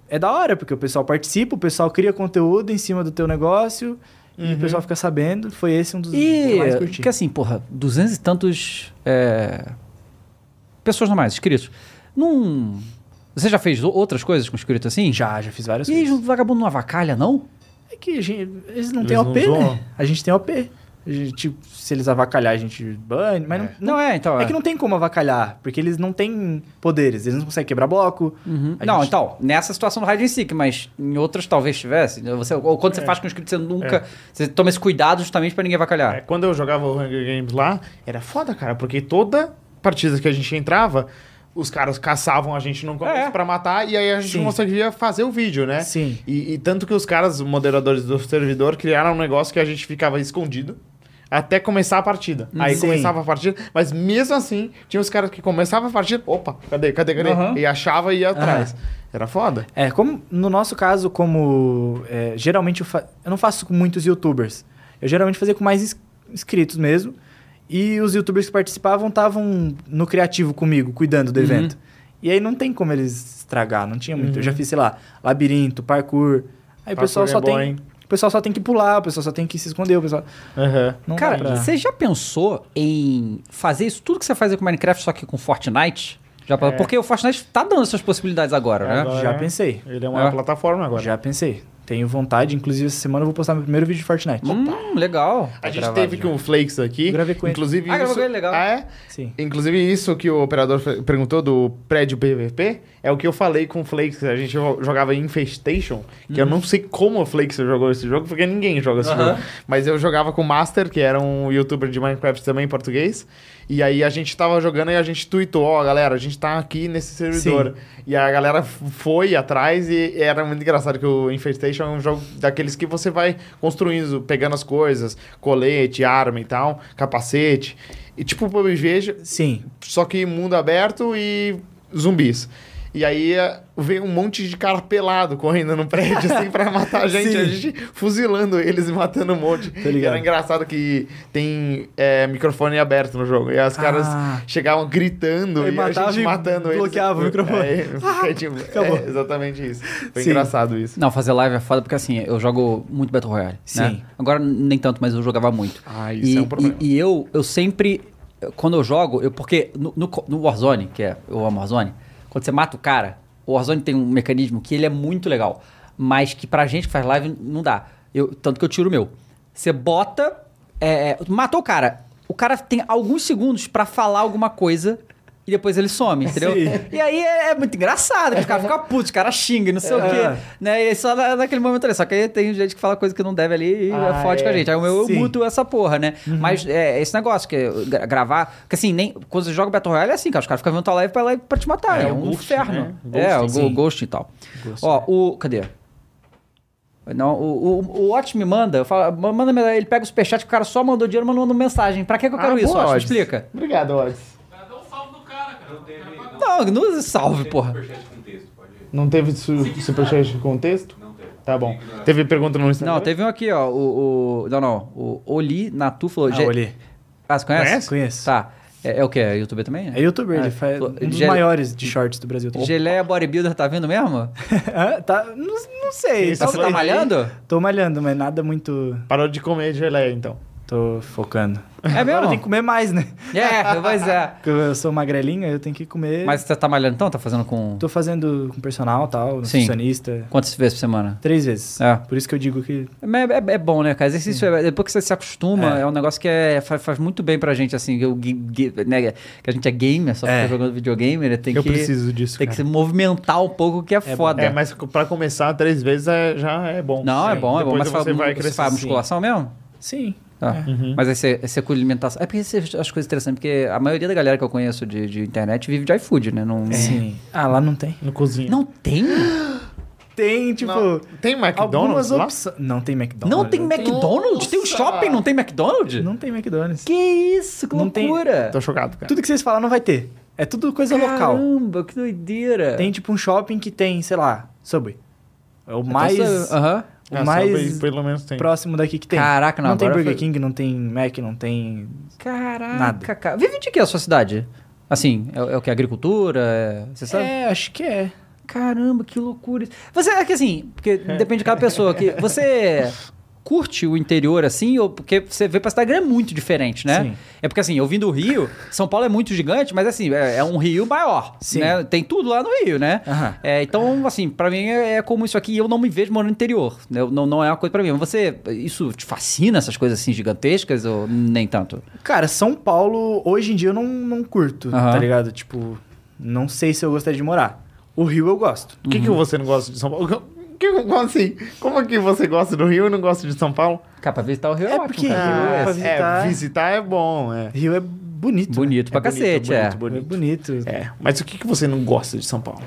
é da hora, porque o pessoal participa, o pessoal cria conteúdo em cima do teu negócio e o pessoal fica sabendo. Foi esse um dos que eu mais E, curti. porque assim, porra, duzentos e tantos é, pessoas normais, inscritos. Não... Você já fez o- outras coisas com inscritos assim? Já, já fiz várias E aí, coisas. o vagabundo não avacalha, não? É que a gente- eles não Eles têm não O P, zoam? né? A gente tem O P. A gente, tipo, se eles avacalhar, a gente bane, mas não, Não, é, então. É que não tem como avacalhar, porque eles não têm poderes, eles não conseguem quebrar bloco. Uhum. A Não, gente- então, nessa situação do Hide and Seek, mas em outras talvez tivesse. Você, ou quando você faz com inscrito, você nunca. Você toma esse cuidado justamente pra ninguém avacalhar. É, quando eu jogava o Hunger Games lá, era foda, cara, porque toda partida que a gente entrava, os caras caçavam a gente no começo É. pra matar, e aí a gente Sim. não conseguia fazer o vídeo, né? Sim. E, e tanto que os caras, moderadores do servidor, criaram um negócio que a gente ficava escondido até começar a partida. Aí Sim. começava a partida, mas mesmo assim, tinha os caras que começavam a partida, opa, cadê, cadê, cadê? Aham. E achava e ia atrás. Era foda. É, como no nosso caso, como é, geralmente eu, fa- eu não faço com muitos youtubers. Eu geralmente fazia com mais ins- inscritos mesmo. E os youtubers que participavam estavam no criativo comigo, cuidando do Uhum. evento. E aí não tem como eles estragar, não tinha muito. Eu já fiz, sei lá, labirinto, parkour. Aí o pessoal Parkour só é bom, tem. hein? O pessoal só tem que pular, o pessoal só tem que se esconder, o pessoal. Aham. Não Cara, dá pra... você já pensou em fazer isso tudo que você faz aí com Minecraft, só que com Fortnite? Já, pra- É. Porque o Fortnite tá dando essas possibilidades agora, né? Agora- Já pensei. Ele é uma É. plataforma agora. Já pensei. Tenho vontade, inclusive essa semana eu vou postar meu primeiro vídeo de Fortnite. Hum, legal. A gente gravado teve já. com o Flakes aqui. Eu gravei com ele. Inclusive Ah, gravou isso... com ele, legal. Ah, é? Sim. Inclusive, isso que o operador fe- perguntou do prédio P V P é o que eu falei com o Flakes. A gente jo- jogava Infestation, que eu não sei como o Flakes jogou esse jogo, porque ninguém joga esse Uhum. Aham. jogo. Mas eu jogava com o Master, que era um youtuber de Minecraft também em português. E aí a gente tava jogando e a gente tweetou, ó, galera, a gente tá aqui nesse servidor. E a galera f- foi atrás e era muito engraçado que o Infestation é um jogo daqueles que você vai construindo, pegando as coisas, colete, arma e tal, capacete. E tipo o P U B G, Sim. só que mundo aberto e zumbis. E aí eh, veio um monte de cara pelado correndo no prédio, assim, pra matar a gente. Sim. A gente fuzilando eles e matando um monte. Tô E ligado. era engraçado que tem eh, microfone aberto no jogo. E as caras Ah. chegavam gritando Aí e a matava gente e matando eles. bloqueava o microfone. É, fica, tipo, acabou. é exatamente isso. Foi Sim. engraçado isso. Não, fazer live é foda porque assim, eu jogo muito Battle Royale. Sim. Né? Agora nem tanto, mas eu jogava muito. Ah, isso e, é um problema. E, e eu, eu sempre, quando eu jogo, eu, porque no, no, no Warzone, que é, eu amo Warzone, quando você mata o cara, o Warzone tem um mecanismo que ele é muito legal, mas que pra gente que faz live não dá. Eu, tanto que eu tiro o meu. Você bota, é, é, matou o cara, o cara tem alguns segundos pra falar alguma coisa e depois ele some, entendeu? Sim. E aí é, é muito engraçado, que os caras ficam putos, os caras xingam, não sei o É. quê. Né? E só na- naquele momento ali. Só que aí tem gente que fala coisa que não deve ali e Ah, fode com a é. gente. Aí o meu eu Sim. muto essa porra, né? Mas é esse negócio, que gra- gravar. Porque assim, nem, quando você joga Battle Royale é assim, cara. Os caras ficam vendo tua live pra, lá, pra te matar. É, É, o um Ghost, inferno. né? É, o Ghosting, go- sim. Ghost e tal. Ghost, Ó, é. o. Cadê? Não, o, o, o Watch me manda, eu falo, manda, ele pega o superchat que o cara só mandou dinheiro, mas não mandou mensagem. Pra que, que eu quero Ah, isso, boa, Watch? Me Odds. explica. Obrigado, Odds. Não, não salve, porra. Superchat com texto, pode ir. Não teve su superchat com texto? Não teve. Tá bom. Teve pergunta no Instagram? Não, teve um aqui, ó. O, o- não, não. O Oli Natu falou. Ah, Ge- olhei. Ah, você conhece? Conhece? Conheço. Tá. É, é o quê? É youtuber também? É youtuber, Ah, ele faz falou- um dos Gele- maiores de shorts do Brasil. Geleia Bodybuilder tá vindo mesmo? Ah, tá, não, não sei. Esse Você tá talvez. malhando? Tô malhando, mas nada muito... Parou de comer geleia, então. Tô focando. É Agora mesmo? tem que comer mais, né? É, pois é. Porque eu sou magrelinho, eu tenho que comer... Mas você tá malhando então? Tá fazendo com... Tô fazendo com personal e tal, Sim. nutricionista. Quantas vezes por semana? Três vezes. É. Por isso que eu digo que... Mas É, é bom, né, cara? Exercício, é, depois que você se acostuma, é, É. um negócio que é, faz, faz muito bem pra gente, assim, eu, gui- gui- né, que a gente é gamer, só É. fica jogando videogame, né, tem Eu que... preciso disso, Tem que se cara. movimentar um pouco, que é, foda. É, mas pra começar três vezes é- já é bom. Não, é Sim. bom, é bom. Depois Mas você faz, vai você crescer. faz sim. musculação mesmo? Sim. Tá. Uhum. Mas aí você, você com alimentação. É porque você as coisas interessantes, porque a maioria da galera que eu conheço de, de internet vive de iFood, né? Não, Sim. Ah, lá não tem. No cozinha. não tem? Tem, tipo... Não. Tem McDonald's algumas lá? opções... Não tem McDonald's. Não tem McDonald's? Tem um Nossa! shopping, não tem McDonald's? Não tem McDonald's. Que isso, que Não tem- loucura! Tô chocado, cara. Tudo que vocês falam não vai ter. É tudo coisa local. Caramba, que doideira! Tem tipo um shopping que tem, sei lá, Subway. É o mais, Então, Aham. o Ah, mais Subway, pelo menos tem. próximo daqui que tem. Caraca, não, Não tem agora Burger foi- King, não tem Mac, não tem... Caraca, Nada. cara. Vive de que a sua cidade? Assim, é, é o que? Agricultura? É... Você sabe? É, acho que é. Caramba, que loucura. isso. Você, é que assim, porque depende de cada pessoa. Que você curte o interior assim, ou porque você vê pra cidade grande é muito diferente, né? Sim. É porque assim, eu vim do Rio, São Paulo é muito gigante, mas assim, é, é um Rio maior, Sim. né? Tem tudo lá no Rio, né? Aham. É, então, assim, pra mim é, é como isso aqui, eu não me vejo morando no interior, né? Eu- não, não é uma coisa pra mim. Você, isso te fascina, essas coisas assim gigantescas, ou nem tanto? Cara, São Paulo, hoje em dia eu não, não curto, Aham. tá ligado? Tipo, não sei se eu gostaria de morar. O Rio eu gosto. Por que, que você não gosta de São Paulo? Que- Como assim? Como que você gosta do Rio e não gosta de São Paulo? Cara, pra visitar o Rio é, É ótimo, porque cara. Rio é- pra é, visitar- visitar é bom, é. Rio é bonito. né? Bonito pra É bonito, cacete, é. bonito, bonito. É bonito. É, mas o que, que você não gosta de São Paulo?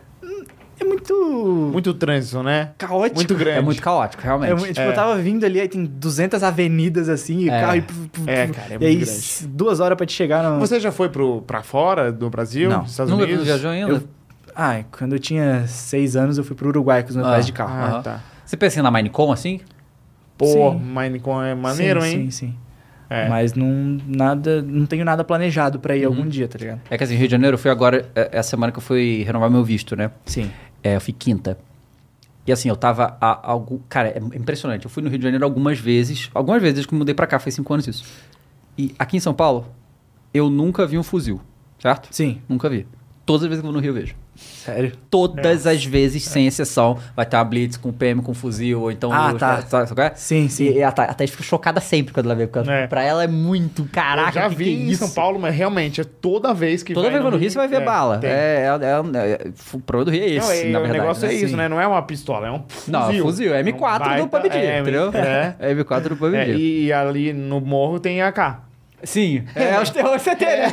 É muito Muito trânsito, né? caótico. Muito grande. É muito caótico, realmente. É, mu- tipo, É. eu tava vindo ali, aí tem duzentas avenidas assim, e É. carro e... puf, puf, É, puf, cara, é e muito aí, grande. s- duas horas pra te chegar no... Você já foi pro, pra fora do Brasil? Não. Dos Estados Nunca Unidos? viajou ainda? Eu- Ah, quando eu tinha seis anos, eu fui pro Uruguai com os meus Ah. pais de carro. Ah, Aham. tá. Você pensa em ir na Minecon assim? Pô, Sim. Minecon é maneiro, sim, hein? Sim, sim. É. Mas não, nada, não tenho nada planejado pra ir Uhum. algum dia, tá ligado? É que assim, Rio de Janeiro, eu fui agora, é, essa semana que eu fui renovar meu visto, né? Sim. É, eu fui quinta. E assim, eu tava a algum. Cara, é impressionante. Eu fui no Rio de Janeiro algumas vezes. Algumas vezes desde que eu mudei pra cá, faz cinco anos isso. E aqui em São Paulo, eu nunca vi um fuzil, certo? Sim. Nunca vi. Todas as vezes que eu vou no Rio, eu vejo. Sério? Todas as vezes, sem exceção, vai ter uma blitz com P M com fuzil, ou então... Ah, os- tá. sabe, sabe qual é? Sim, sim. E, e a Tha- a Thaís fica chocada sempre quando ela vê, porque É. pra ela é muito, caraca, eu já que vi que é em isso? São Paulo, mas realmente é toda vez que Toda vai vez que vai no Rio, você vai ver é, bala. tem. É, é, é- é- o problema do Rio é esse, Não, é, na o verdade. negócio né? é isso, Sim. né? Não é uma pistola, é um fuzil. Não, fuzil. É M quatro um do baita- P U B G, é, entendeu? É. É M quatro do P U B G. É, e ali no morro tem A K. Sim, é, os terrores C T, né?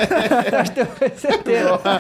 É os terrores C T.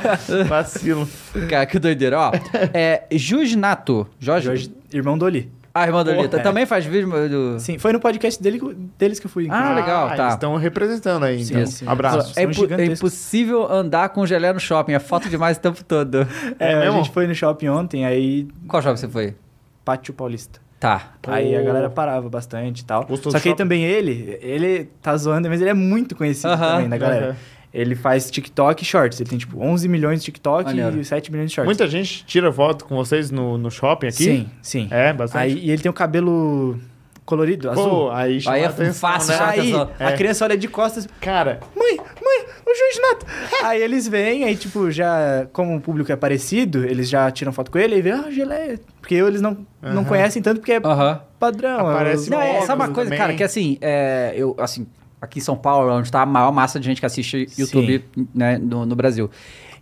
Vacilo. Cara, que doideira. Ó, é, Jusnato. Jorge? Jorge, irmão do Oli. Ah, irmão do Porra, Lita. é. Também faz vídeo do... Sim, foi no podcast dele, deles que eu fui. Ah, legal, eles tá. estão representando aí, Sim, então. sim. Abraço. São É, impo- é gigantescos. impossível andar com gelé no shopping. É foto demais o tempo todo. É, É a mesmo? gente foi no shopping ontem, aí Qual shopping você foi? Pátio Paulista. Tá. Aí a Pô. galera parava bastante e tal. Gostou Só do que aí shopping? também ele, ele tá zoando, mas ele é muito conhecido Aham, também da galera. aham. Ele faz TikTok e Shorts. Ele tem tipo onze milhões de TikTok Maneiro. e sete milhões de Shorts. Muita gente tira foto com vocês no, no shopping aqui? Sim, sim. É, bastante. Aí, e ele tem o cabelo colorido, azul. Pô, aí chama Aí é atenção, fácil, né? chama Aí atenção. a É. criança olha de costas, Cara, mãe, mãe, o Jorge Nato. Aí eles vêm, aí tipo, já, como o público é parecido, eles já tiram foto com ele e vê, ah, geleia. Porque eles não, não Aham. conhecem tanto porque é Aham. padrão. Aparece é o- Não, é, óculos sabe uma coisa, também. cara, que assim, é, eu, assim, aqui em São Paulo, onde tá a maior massa de gente que assiste YouTube, né, no, no Brasil.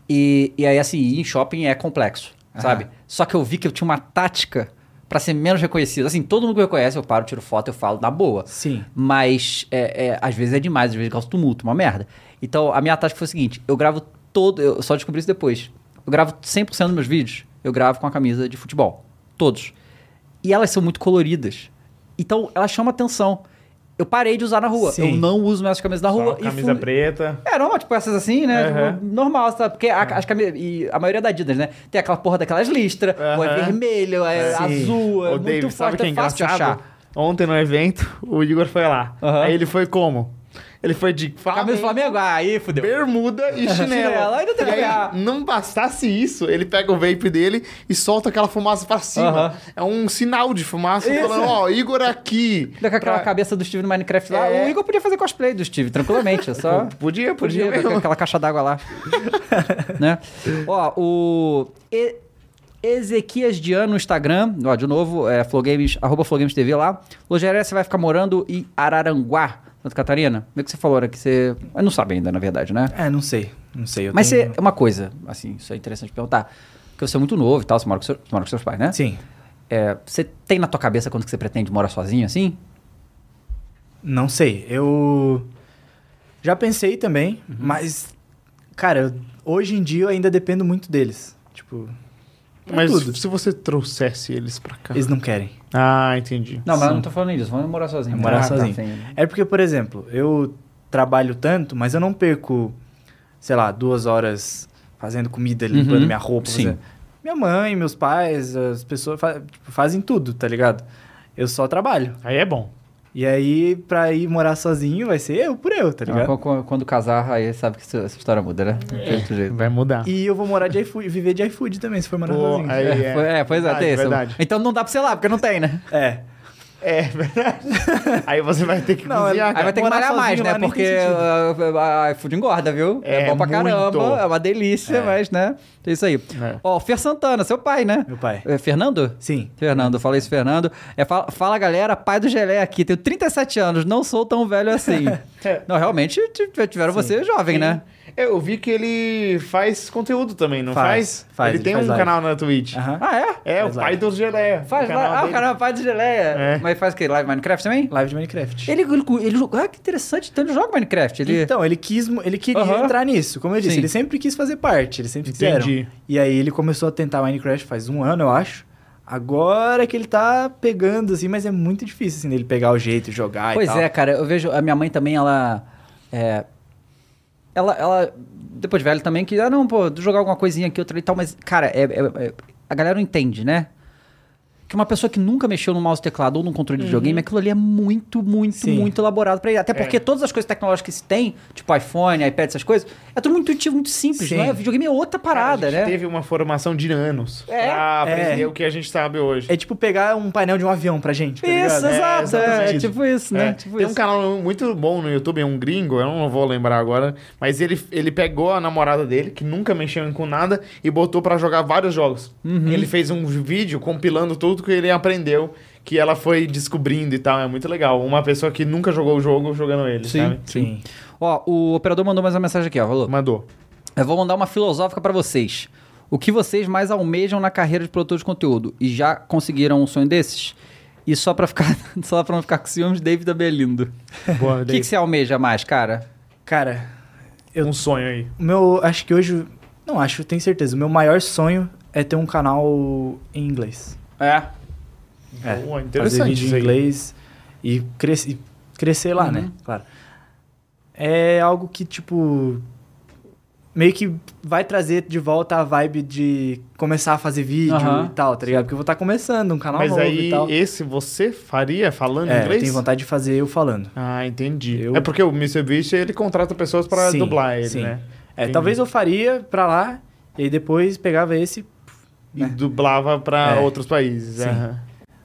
E, e aí, assim, ir em shopping é complexo, sabe? Só que eu vi que eu tinha uma tática pra ser menos reconhecido. Assim, todo mundo que me conhece, eu paro, tiro foto, eu falo na boa. Sim. Mas, é, é, às vezes é demais, às vezes causa tumulto, uma merda. Então, a minha tática foi o seguinte, eu gravo todo, eu só descobri isso depois, eu gravo cem por cento dos meus vídeos, eu gravo com a camisa de futebol. Todos. E elas são muito coloridas. Então, elas chamam atenção. Eu parei de usar na rua. Sim. Eu não uso mais as camisas na só rua. camisa fui... preta. É, não, tipo essas assim, né? Aham. Tipo, normal, sabe? Porque a, as camisas... E a maioria da Adidas, né? Tem aquela porra daquelas listras, ou é Aham. vermelho, é Sim. azul, é Ô, muito David, sabe forte, o que é é fácil de achar. engraçado? Ontem no evento, o Igor foi lá. Aham. Aí ele foi como? Ele foi de Camisa do Flamengo, aí fudeu. bermuda e chinelo. Chinelo, aí não tem E como errar. não bastasse isso, ele pega o vape dele e solta aquela fumaça pra cima. Aham. É um sinal de fumaça Isso. falando, ó, Igor aqui. Com aquela Pra- cabeça do Steve no Minecraft lá, É. o Igor podia fazer cosplay do Steve, tranquilamente. É só... Podia, podia, Podia, com mesmo. aquela caixa d'água lá. Né? Ó, o e- Ezequias Diano no Instagram, ó, de novo, é Flowgames, arroba Flowgames T V lá. Logéria, você vai ficar morando em Araranguá, Santa Catarina? Como é que você falou, né? Que você... Eu não sabe ainda, na verdade, né? É, não sei. Não sei. Eu Mas tenho... você... Uma coisa, assim, isso é interessante perguntar. Porque você é muito novo e tal, você mora com, seu, você mora com seus pais, né? Sim. É, você tem na tua cabeça quando que você pretende morar sozinho, assim? Não sei. Eu já pensei também, Uhum. mas, cara, eu- hoje em dia eu ainda dependo muito deles. Tipo, pra Mas tudo. se você trouxesse eles pra cá? Eles não querem. Ah, entendi. Não, mas eu Sim. não tô falando disso, vamos morar sozinho. É morar Ah, tá, sozinho. sim. É porque, por exemplo, eu trabalho tanto, mas eu não perco, sei lá, duas horas fazendo comida, limpando Uhum. minha roupa. Sim. fazendo- Minha mãe, meus pais, as pessoas fa- tipo, fazem tudo, tá ligado? Eu só trabalho. Aí é bom. E aí, pra ir morar sozinho, vai ser eu por eu, tá ligado? Ah, quando, quando casar, aí sabe que isso- essa história muda, né? Não tem outro jeito. Vai mudar. E eu vou morar de iFood, viver de iFood também, se for morar Pô, sozinho. aí- É, foi- é, pois é, Verdade, tem isso. verdade. Então não dá pra ser lá, porque não tem, né? É. É verdade. Aí você vai ter que Não, cozinhar, Aí vai cara. ter que Morar malhar mais, sozinho né? lá nem Porque tem sentido. uh, a iFood engorda, viu? É, É, bom pra caramba, muito. é uma delícia, mas, né? É isso aí. É. Ó, o Fer Santana, seu pai, né? Meu pai. É, Fernando? Sim. Fernando, falei isso, Fernando. É, fala, fala, galera, pai do Gelé aqui, tenho trinta e sete anos, não sou tão velho assim. É. Não, realmente t- tiveram você jovem, Sim. né? Eu vi que ele faz conteúdo também, não faz? Faz, faz, Ele ele tem faz um live. canal na Twitch. Aham. Ah, é? É, o Faz pai live. dos Geleia. Faz o lá. canal Ah, o dele. canal pai do Geleia. É. Mas faz o quê? Live Minecraft também? Live de Minecraft. Ele, ele, ele, joga- ah, que interessante, então ele joga Minecraft. Ele... Então, ele quis, ele queria Aham. entrar nisso. Como eu disse, Sim. ele sempre quis fazer parte, ele sempre Entendi. quiseram. E aí ele começou a tentar Minecraft faz um ano, eu acho. Agora que ele tá pegando, assim, mas é muito difícil, assim, dele pegar o jeito, jogar Pois e tal. é, cara, eu vejo a minha mãe também, ela. É, ela, ela. Depois de velho também, que, ah, não, pô, jogar alguma coisinha aqui, outra e tal, mas, cara, é, é- é- a galera não entende, né? Que uma pessoa que nunca mexeu no mouse e teclado ou num controle de videogame, aquilo ali é muito, muito, Sim. muito elaborado pra ele. Até porque É. todas as coisas tecnológicas que se tem, tipo iPhone, iPad, essas coisas, é tudo muito intuitivo, muito simples, Sim. não é? Videogame é outra Cara, parada, a gente né? teve uma formação de anos É. pra aprender É. o que a gente sabe hoje. É tipo pegar um painel de um avião pra gente, tá ligado? Isso, É, exato. É, exatamente. tipo isso, né? É, Tipo tem isso. um canal muito bom no YouTube, é um gringo, eu não vou lembrar agora, mas ele, ele pegou a namorada dele, que nunca mexeu com nada, e botou pra jogar vários jogos. Uhum. Ele fez um vídeo compilando tudo que ele aprendeu, que ela foi descobrindo e tal, é muito legal. Uma pessoa que nunca jogou o jogo jogando ele, Sim. sabe? Sim. Ó, o operador mandou mais uma mensagem aqui, ó. Falou. Mandou. Eu vou mandar uma filosófica pra vocês. O que vocês mais almejam na carreira de produtor de conteúdo? E já conseguiram um sonho desses? E só pra ficar, só pra não ficar com ciúmes, David Abelindo. Boa, O que, que você almeja mais, cara? Cara, Um sonho aí. o meu, acho que hoje, não acho, tenho certeza, o meu maior sonho é ter um canal em inglês. É. É, Boa, fazer interessante vídeo isso em aí. inglês e, cres e crescer lá, Uhum. né? Claro. É algo que, tipo, meio que vai trazer de volta a vibe de começar a fazer vídeo Aham. e tal, tá ligado? Porque eu vou estar começando um canal Mas novo aí, e tal. esse você faria falando É, eu inglês? tenho vontade de fazer eu falando. Ah, entendi. Eu- É porque o MrBeast, ele contrata pessoas pra Sim, dublar ele, sim. né? É, Entendi. talvez eu faria pra lá e aí depois pegava esse, E né? dublava pra É. outros países. Sim. aham.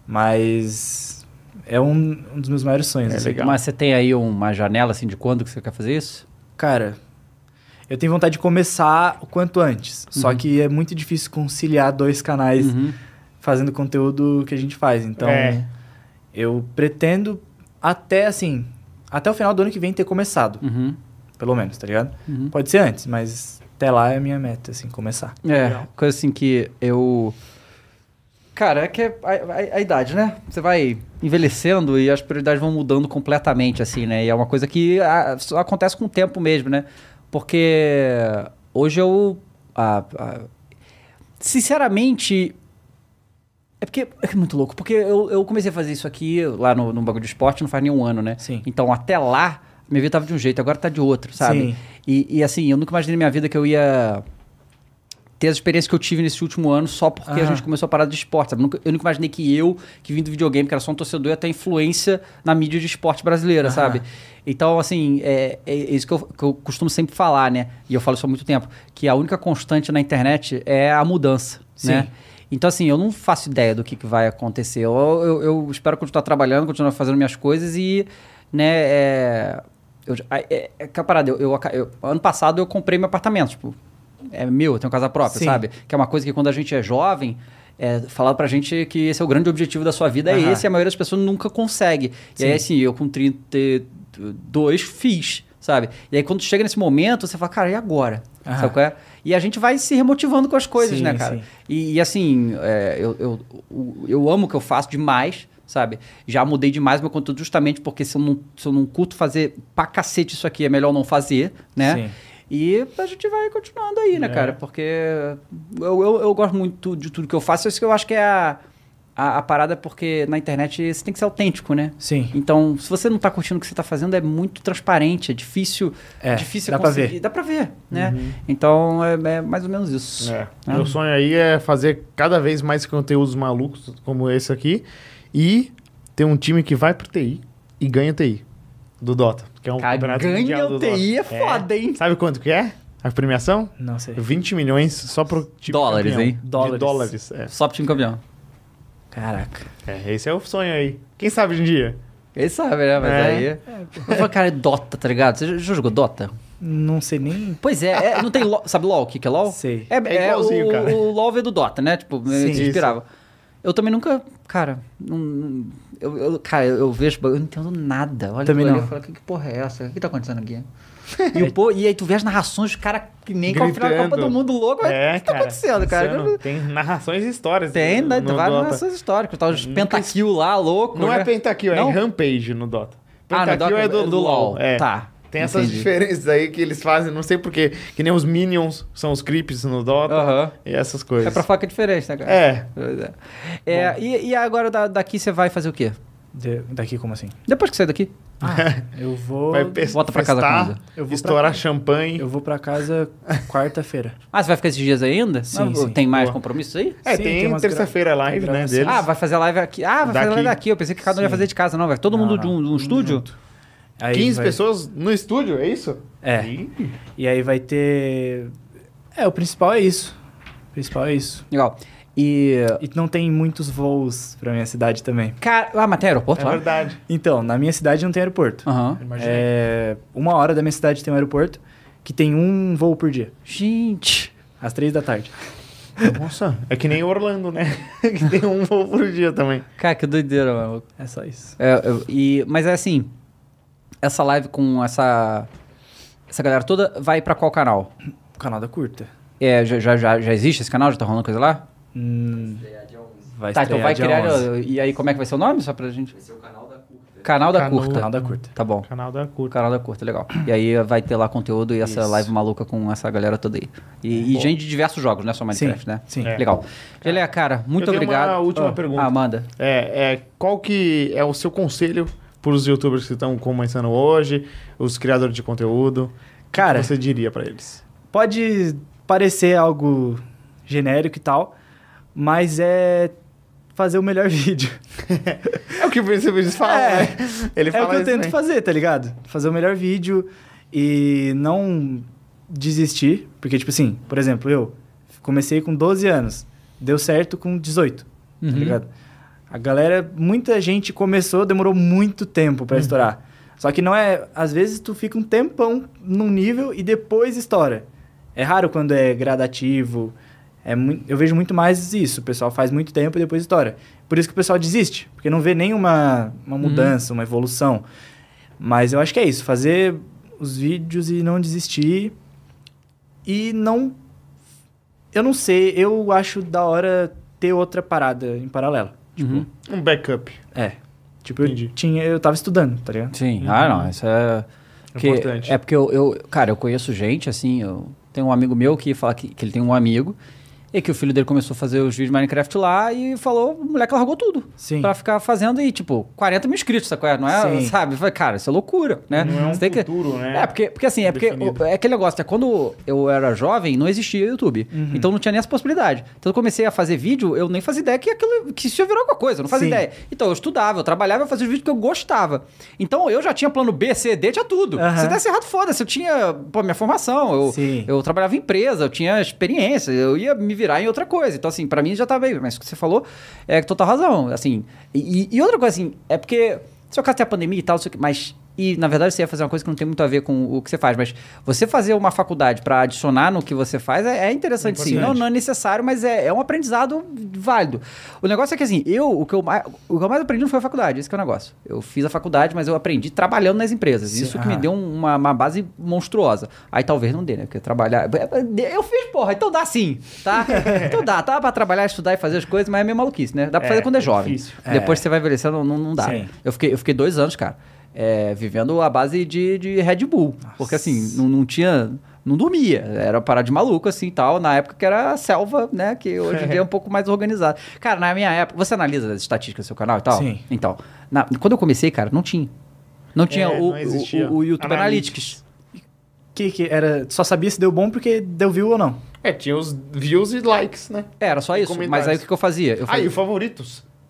mas é um, um dos meus maiores sonhos. É assim. legal. Mas você tem aí uma janela assim de quando que você quer fazer isso? Cara, eu tenho vontade de começar o quanto antes. Só Uhum. que é muito difícil conciliar dois canais Uhum. fazendo conteúdo que a gente faz. Então, É. eu pretendo até assim, até o final do ano que vem ter começado, Uhum. pelo menos, tá ligado? Uhum. Pode ser antes, mas até lá é a minha meta, assim, começar. É, Legal. coisa assim que eu... Cara, é que é a, a- a idade, né? Você vai envelhecendo e as prioridades vão mudando completamente, assim, né? E é uma coisa que ah, só acontece com o tempo mesmo, né? Porque hoje eu... ah, ah, sinceramente... É porque é muito louco, porque eu, eu comecei a fazer isso aqui lá no, no bagulho de esporte não faz nem um ano, né? Sim. Então até lá, minha vida tava de um jeito, agora tá de outro, sabe? Sim. E, e assim, eu nunca imaginei na minha vida que eu ia ter as experiências que eu tive nesse último ano só porque a Aham. gente começou a parar de esporte, sabe? Nunca- Eu nunca imaginei que eu, que vim do videogame, que era só um torcedor, ia ter influência na mídia de esporte brasileira, Aham. sabe? Então, assim, é, é isso que eu, que eu costumo sempre falar, né? E eu falo isso há muito tempo, que a única constante na internet é a mudança, Sim. né? Então, assim, eu não faço ideia do que, que vai acontecer. Eu, eu, eu espero continuar trabalhando, continuar fazendo minhas coisas e, né, é... Eu, é, é que a parada, eu, eu, eu- ano passado eu comprei meu apartamento, tipo, é meu, eu tenho casa própria, Sim. sabe? Que é uma coisa que quando a gente é jovem, é falado pra gente que esse é o grande objetivo da sua vida, é Aham. esse, e a maioria das pessoas nunca consegue. E aí, Sim. assim, eu com trinta e dois fiz, sabe? E aí quando chega nesse momento, você fala, cara, e agora? Aham. Sabe qual é? E a gente vai se remotivando com as coisas, Sim, né, cara? sim. E, e, assim, é, eu, eu, eu, eu amo o que eu faço demais, sabe? Já mudei demais meu conteúdo justamente porque se eu não, se eu não curto fazer pra cacete isso aqui, é melhor não fazer, né? Sim. E a gente vai continuando aí, né, É. cara? Porque eu, eu, eu gosto muito de tudo que eu faço. Isso que eu acho que é a, a, a parada, porque na internet você tem que ser autêntico, né? Sim. Então, se você não tá curtindo o que você tá fazendo, é muito transparente, é difícil, É, difícil dá pra conseguir. ver. Dá pra ver, né? Então, é, é mais ou menos isso. É. Ah. Meu sonho aí é fazer cada vez mais conteúdos malucos como esse aqui e ter um time que vai pro T I e ganha T I do Dota, que é um Cara, campeonato ganha mundial do o T I Dota. é foda, hein? Sabe quanto que é a premiação? Não sei. vinte milhões só pro time Dólares, campeão. hein? De Dólares. dólares, é. Só pro time campeão. Caraca. É, esse é o sonho aí. Quem sabe hoje em dia? Ele sabe, né? Mas É. aí... Eu falo, cara, é Dota, tá ligado? Você já já jogou Dota? Não sei nem... Pois é, é, não tem LOL. Sabe LOL? O que, que é LOL? Sei. É, É é igualzinho, o, cara. o LOL veio do Dota, né? Tipo, Sim, se inspirava. Eu também nunca, cara, não, não- eu, eu- cara, eu, eu vejo, eu não entendo nada. Olha, Também eu olho não. e falo, que, que porra é essa? O que tá acontecendo aqui? E, o, pô, e aí tu vê as narrações dos caras que nem com a final da Copa Gritando. do Mundo louco. É, o que tá cara, acontecendo, cara? acontecendo. Tem narrações e histórias. Tem, no, né? no Várias Dota. narrações históricas. Tá, os Nunca pentakill lá, louco. Não né? é pentakill, é Não? rampage no Dota. Ah, no Pentakill Dota é do, é do LoL. É. Tá. Tem essas Entendi. diferenças aí que eles fazem, não sei porquê. Que nem os minions são os creeps no Dota Aham. e essas coisas. É pra falar que é diferente, né, cara? É. Pois é. É, e, e agora da- daqui você vai fazer o quê? De- daqui como assim? Depois que sair daqui? Eu vou... Vai pe- Volta pra casa festar, quando? Eu vou pra estourar casa. champanhe. Eu vou pra casa quarta-feira. Ah, você vai ficar esses dias aí ainda? Sim, Ah, sim. Tem mais Boa. compromissos aí? É, Sim, tem, tem umas terça-feira gra- live, tem né, gravação. deles. Ah, vai fazer a live aqui. Ah, vai fazer a live Daqui. daqui. Eu pensei que cada um ia Sim. fazer de casa. Não, vai todo Não, mundo não. de um, de um Tudo estúdio? junto. Aí quinze vai- pessoas no estúdio, é isso? É. Ih, E aí vai ter... É, o principal é isso. O principal é isso. Legal. E... E não tem muitos voos pra minha cidade também. Cara... Ah, mas tem aeroporto é lá? verdade. Então, na minha cidade não tem aeroporto. Aham. Imaginei. É, uma hora da minha cidade tem um aeroporto que tem um voo por dia, Gente... às três da tarde. Nossa, é que nem Orlando, né? que tem um voo por dia também. Cara, que doideira, mano. É só isso. É, eu- e, mas é assim... Essa live com essa... Essa galera toda vai pra qual canal? O canal da curta. É, já, já, já, já existe esse canal? Já tá rolando coisa lá? Hum, Estrear dia onze. vai Tá, então estrear vai dia criar... onze. E aí como é que vai ser o nome? Só pra gente... Vai ser o canal da curta. Canal da Canal- Curta. Canal da curta. Tá bom. Canal da O curta. canal da Curta, legal. E aí vai ter lá conteúdo e essa Isso. live maluca com essa galera toda aí. E, e gente de diversos jogos, não é só Minecraft, Sim, né? sim. É. Legal. Gelé, cara, muito Eu tenho obrigado. uma última Ah, pergunta. Ah, manda. É, é, qual que é o seu conselho para os youtubers que estão começando hoje, os criadores de conteúdo? Cara, O que você diria para eles? pode parecer algo genérico e tal, mas é fazer o melhor vídeo. É o que você eles falam, É. né? Ele É fala o que eu isso tento também. fazer, tá ligado? Fazer o melhor vídeo e não desistir. Porque, tipo assim, por exemplo, eu comecei com doze anos, deu certo com dezoito, Uhum. tá ligado? A galera, muita gente começou, demorou muito tempo pra estourar. Só que não é... Às vezes tu fica um tempão num nível e depois estoura. É raro quando é gradativo. É mui- eu vejo muito mais isso. O pessoal faz muito tempo e depois estoura. Por isso que o pessoal desiste. Porque não vê nenhuma uma mudança, uma evolução. Mas eu acho que é isso. Fazer os vídeos e não desistir. E não... Eu não sei. Eu acho da hora ter outra parada em paralelo. Uhum. Um backup. É. Tipo, eu, Entendi. tinha, eu tava estudando, tá ligado? Sim. Ah, não, isso é... que- Importante. É porque eu, eu... Cara, eu conheço gente, assim, eu tenho um amigo meu que fala que, que ele tem um amigo e que o filho dele começou a fazer os vídeos de Minecraft lá e falou, o moleque largou tudo. Sim. Pra ficar fazendo e, tipo, quarenta mil inscritos, sabe qual é? Não é, Sim. sabe? Eu falei, cara, isso é loucura, né? Não é um Você tem que- futuro, né? É, porque, porque assim, é porque definido. o- é aquele negócio, é quando eu era jovem, não existia YouTube. Uhum. Então não tinha nem essa possibilidade. Então eu comecei a fazer vídeo, eu nem fazia ideia que aquilo que isso ia virar alguma coisa, eu não fazia Sim. ideia. Então eu estudava, eu trabalhava, eu fazia os vídeos que eu gostava. Então eu já tinha plano B, C, D, tinha tudo. Aham. Se desse errado, foda-se. Eu tinha, pô, minha formação, eu, Sim. eu trabalhava em empresa, eu tinha experiência, eu ia me virar em outra coisa. Então, assim, pra mim já tava bem. Mas o que você falou é total razão. Assim, e, e outra coisa, assim, é porque, se o caso tem a pandemia e tal, não sei o que, mas. E, na verdade, você ia fazer uma coisa que não tem muito a ver com o que você faz, mas você fazer uma faculdade pra adicionar no que você faz é, é interessante, sim. Importante. Não, não é necessário, mas é, é um aprendizado válido. O negócio é que, assim, eu, o que eu, mais, o que eu mais aprendi não foi a faculdade, esse que é o negócio. Eu fiz a faculdade, mas eu aprendi trabalhando nas empresas. Sim, Isso que me aham. deu um- uma, uma base monstruosa. Aí talvez não dê, né? Porque trabalhar. Eu fiz, porra, então dá sim, tá? Então dá, tá? Pra trabalhar, estudar e fazer as coisas, mas é meio maluquice, né? Dá pra É, fazer quando é, é jovem. difícil. Depois É. que você vai envelhecendo, não, não dá. Sim. Eu fiquei, eu fiquei dois anos, cara, é, vivendo a base de, de Red Bull. Porque assim, não, não tinha. Não dormia. Era parar de maluco, assim e tal. Na época que era selva, né? Que hoje em dia é um pouco mais organizado. Cara, na minha época. Você analisa as estatísticas do seu canal e tal? Sim. Então, na- quando eu comecei, cara, não tinha. Não tinha É, o, não existia. o, o YouTube Analytics. Analytics. Que, que era... Só sabia se deu bom porque deu view ou não. É, tinha os views e likes, né? Era só E isso. Mas comentários. aí o que, que eu fazia? Eu Ah, fazia... e favoritos?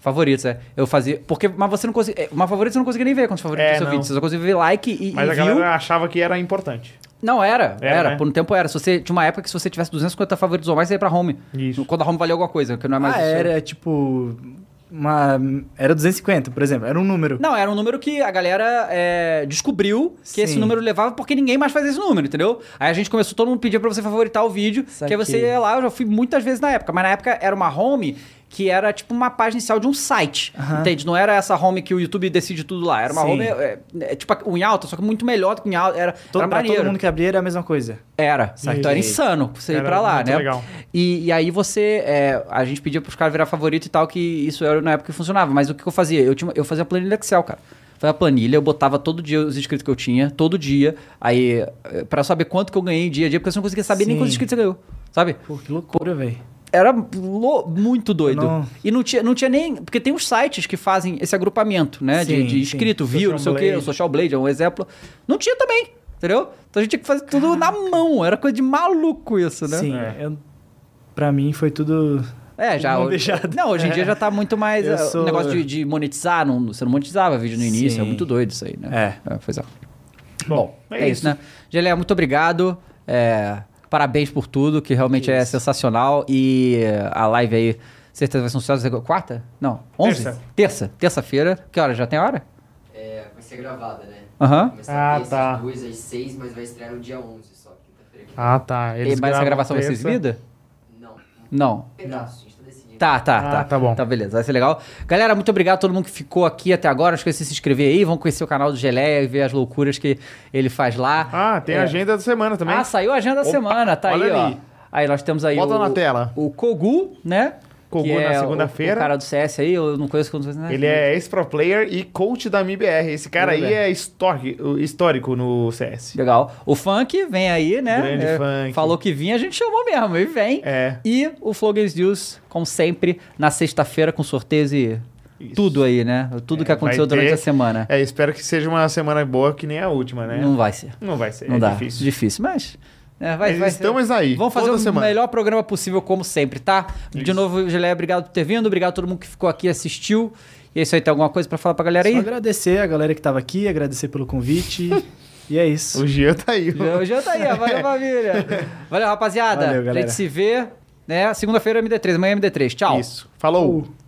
Favoritos, é. Eu fazia. Porque, mas você não conseguia. Uma favorita você não conseguia nem ver quando você favorita É, o seu não. vídeo. Você só conseguia ver like e, Mas e a view. galera achava que era importante. Não, era. Era, Era. né? Por um tempo era. Se você, tinha uma época que se você tivesse duzentos e cinquenta favoritos ou mais, você ia pra home. Isso. Quando a home valia alguma coisa, que não é mais. Ah, o seu- era tipo. Uma. Era duzentos e cinquenta, por exemplo. Era um número. Não, era um número que a galera é, descobriu que Sim. esse número levava porque ninguém mais fazia esse número, entendeu? Aí a gente começou, todo mundo pedia pra você favoritar o vídeo, que Saquei. aí você ia lá, eu já fui muitas vezes na época, mas na época era uma home que era tipo uma página inicial de um site, Aham. entende? Não era essa home que o YouTube decide tudo lá, era uma Sim. home, é, é, tipo o em alta, só que muito melhor do que o em alta, era, Todo, era pra maneiro. todo mundo que abria era a mesma coisa. Era, Saquei. então era insano você ir Era pra lá, muito né? legal. E, e aí você, é, a gente pedia pros caras virar favorito e tal, que isso era na época que funcionava. Mas o que eu fazia? Eu, tinha, eu fazia planilha Excel, cara. Fazia a planilha, eu botava todo dia os inscritos que eu tinha, todo dia, aí, é, pra saber quanto que eu ganhei dia a dia, porque você não conseguia saber nem Sim. quantos inscritos você ganhou, sabe? Pô, que loucura, velho. Era lo- muito doido. Não. E não tinha, não tinha nem. Porque tem uns sites que fazem esse agrupamento, né? de, Sim, de sim. inscrito, view, não sei o Social quê. O Blade. Social Blade é um exemplo. Não tinha também, entendeu? Então a gente tinha que fazer tudo na mão. Era coisa de maluco isso, né? Sim, É. eu, pra mim foi tudo. É, já. Mão o- beijada. Não, hoje em dia já tá muito mais. Eu é, O sou- negócio de, de monetizar, não, você não monetizava vídeo no início. Sim. É muito doido isso aí, né? É. Pois é. Bom, É, isso, né? Gelé, muito obrigado. É, parabéns por tudo, que realmente é sensacional. E é, a live aí, certeza vai ser um sucesso. Quarta? Não, onze? Terça. Terça. Terça-feira. Que hora? Já tem hora? É, vai ser gravada, né? Aham. Começar Ah, terça tá. às duas às seis, mas vai estrear no dia onze só, quinta-feira. que vem. Ah, tá. E- Eles Mas essa gravam gravação vai ser terça. exibida? Não, um Não. pedaço, a gente tá decidindo. Tá, tá, Ah, tá. tá bom. Tá, beleza. Vai ser legal. Galera, muito obrigado a todo mundo que ficou aqui até agora. Não esqueça de se inscrever aí. Vão conhecer o canal do Geleia e ver as loucuras que ele faz lá. Ah, tem É. a agenda da semana também. Ah, saiu a agenda da Opa, semana. Tá aí, olha ó. ali. Aí nós temos aí Bota o, na tela. o Kogu, né? Kogu Que na é o- segunda-feira. O cara do C S aí, eu não conheço quando né? Ele é ex-pro player e coach da M I B R. Esse cara aí M I B R. é histórico, histórico no C S. Legal. O Funk vem aí, né? Grande É, Funk. Falou que vinha, a gente chamou mesmo. E vem. É. E o Flow Games News, como sempre, na sexta-feira com sorteios e Isso. tudo aí, né? Tudo É, que aconteceu vai durante ter- a semana. É, espero que seja uma semana boa que nem a última, né? Não vai ser. Não vai ser, Não é dá. difícil. Difícil, mas... né, vai, Mas vai estamos ser. aí, Vamos fazer toda o semana. melhor programa possível, como sempre, tá? De Isso. novo, Geleia, obrigado por ter vindo. Obrigado a todo mundo que ficou aqui e assistiu. E é isso aí. Tem alguma coisa pra falar pra galera Só aí? agradecer a galera que tava aqui, agradecer pelo convite. E é isso. O Gia tá aí. O Jean tá aí, ó. Valeu, família. Valeu, rapaziada. Valeu, A galera. gente se vê, né? Segunda-feira, M D três. Amanhã, M D três. Tchau. Isso. Falou. Uh.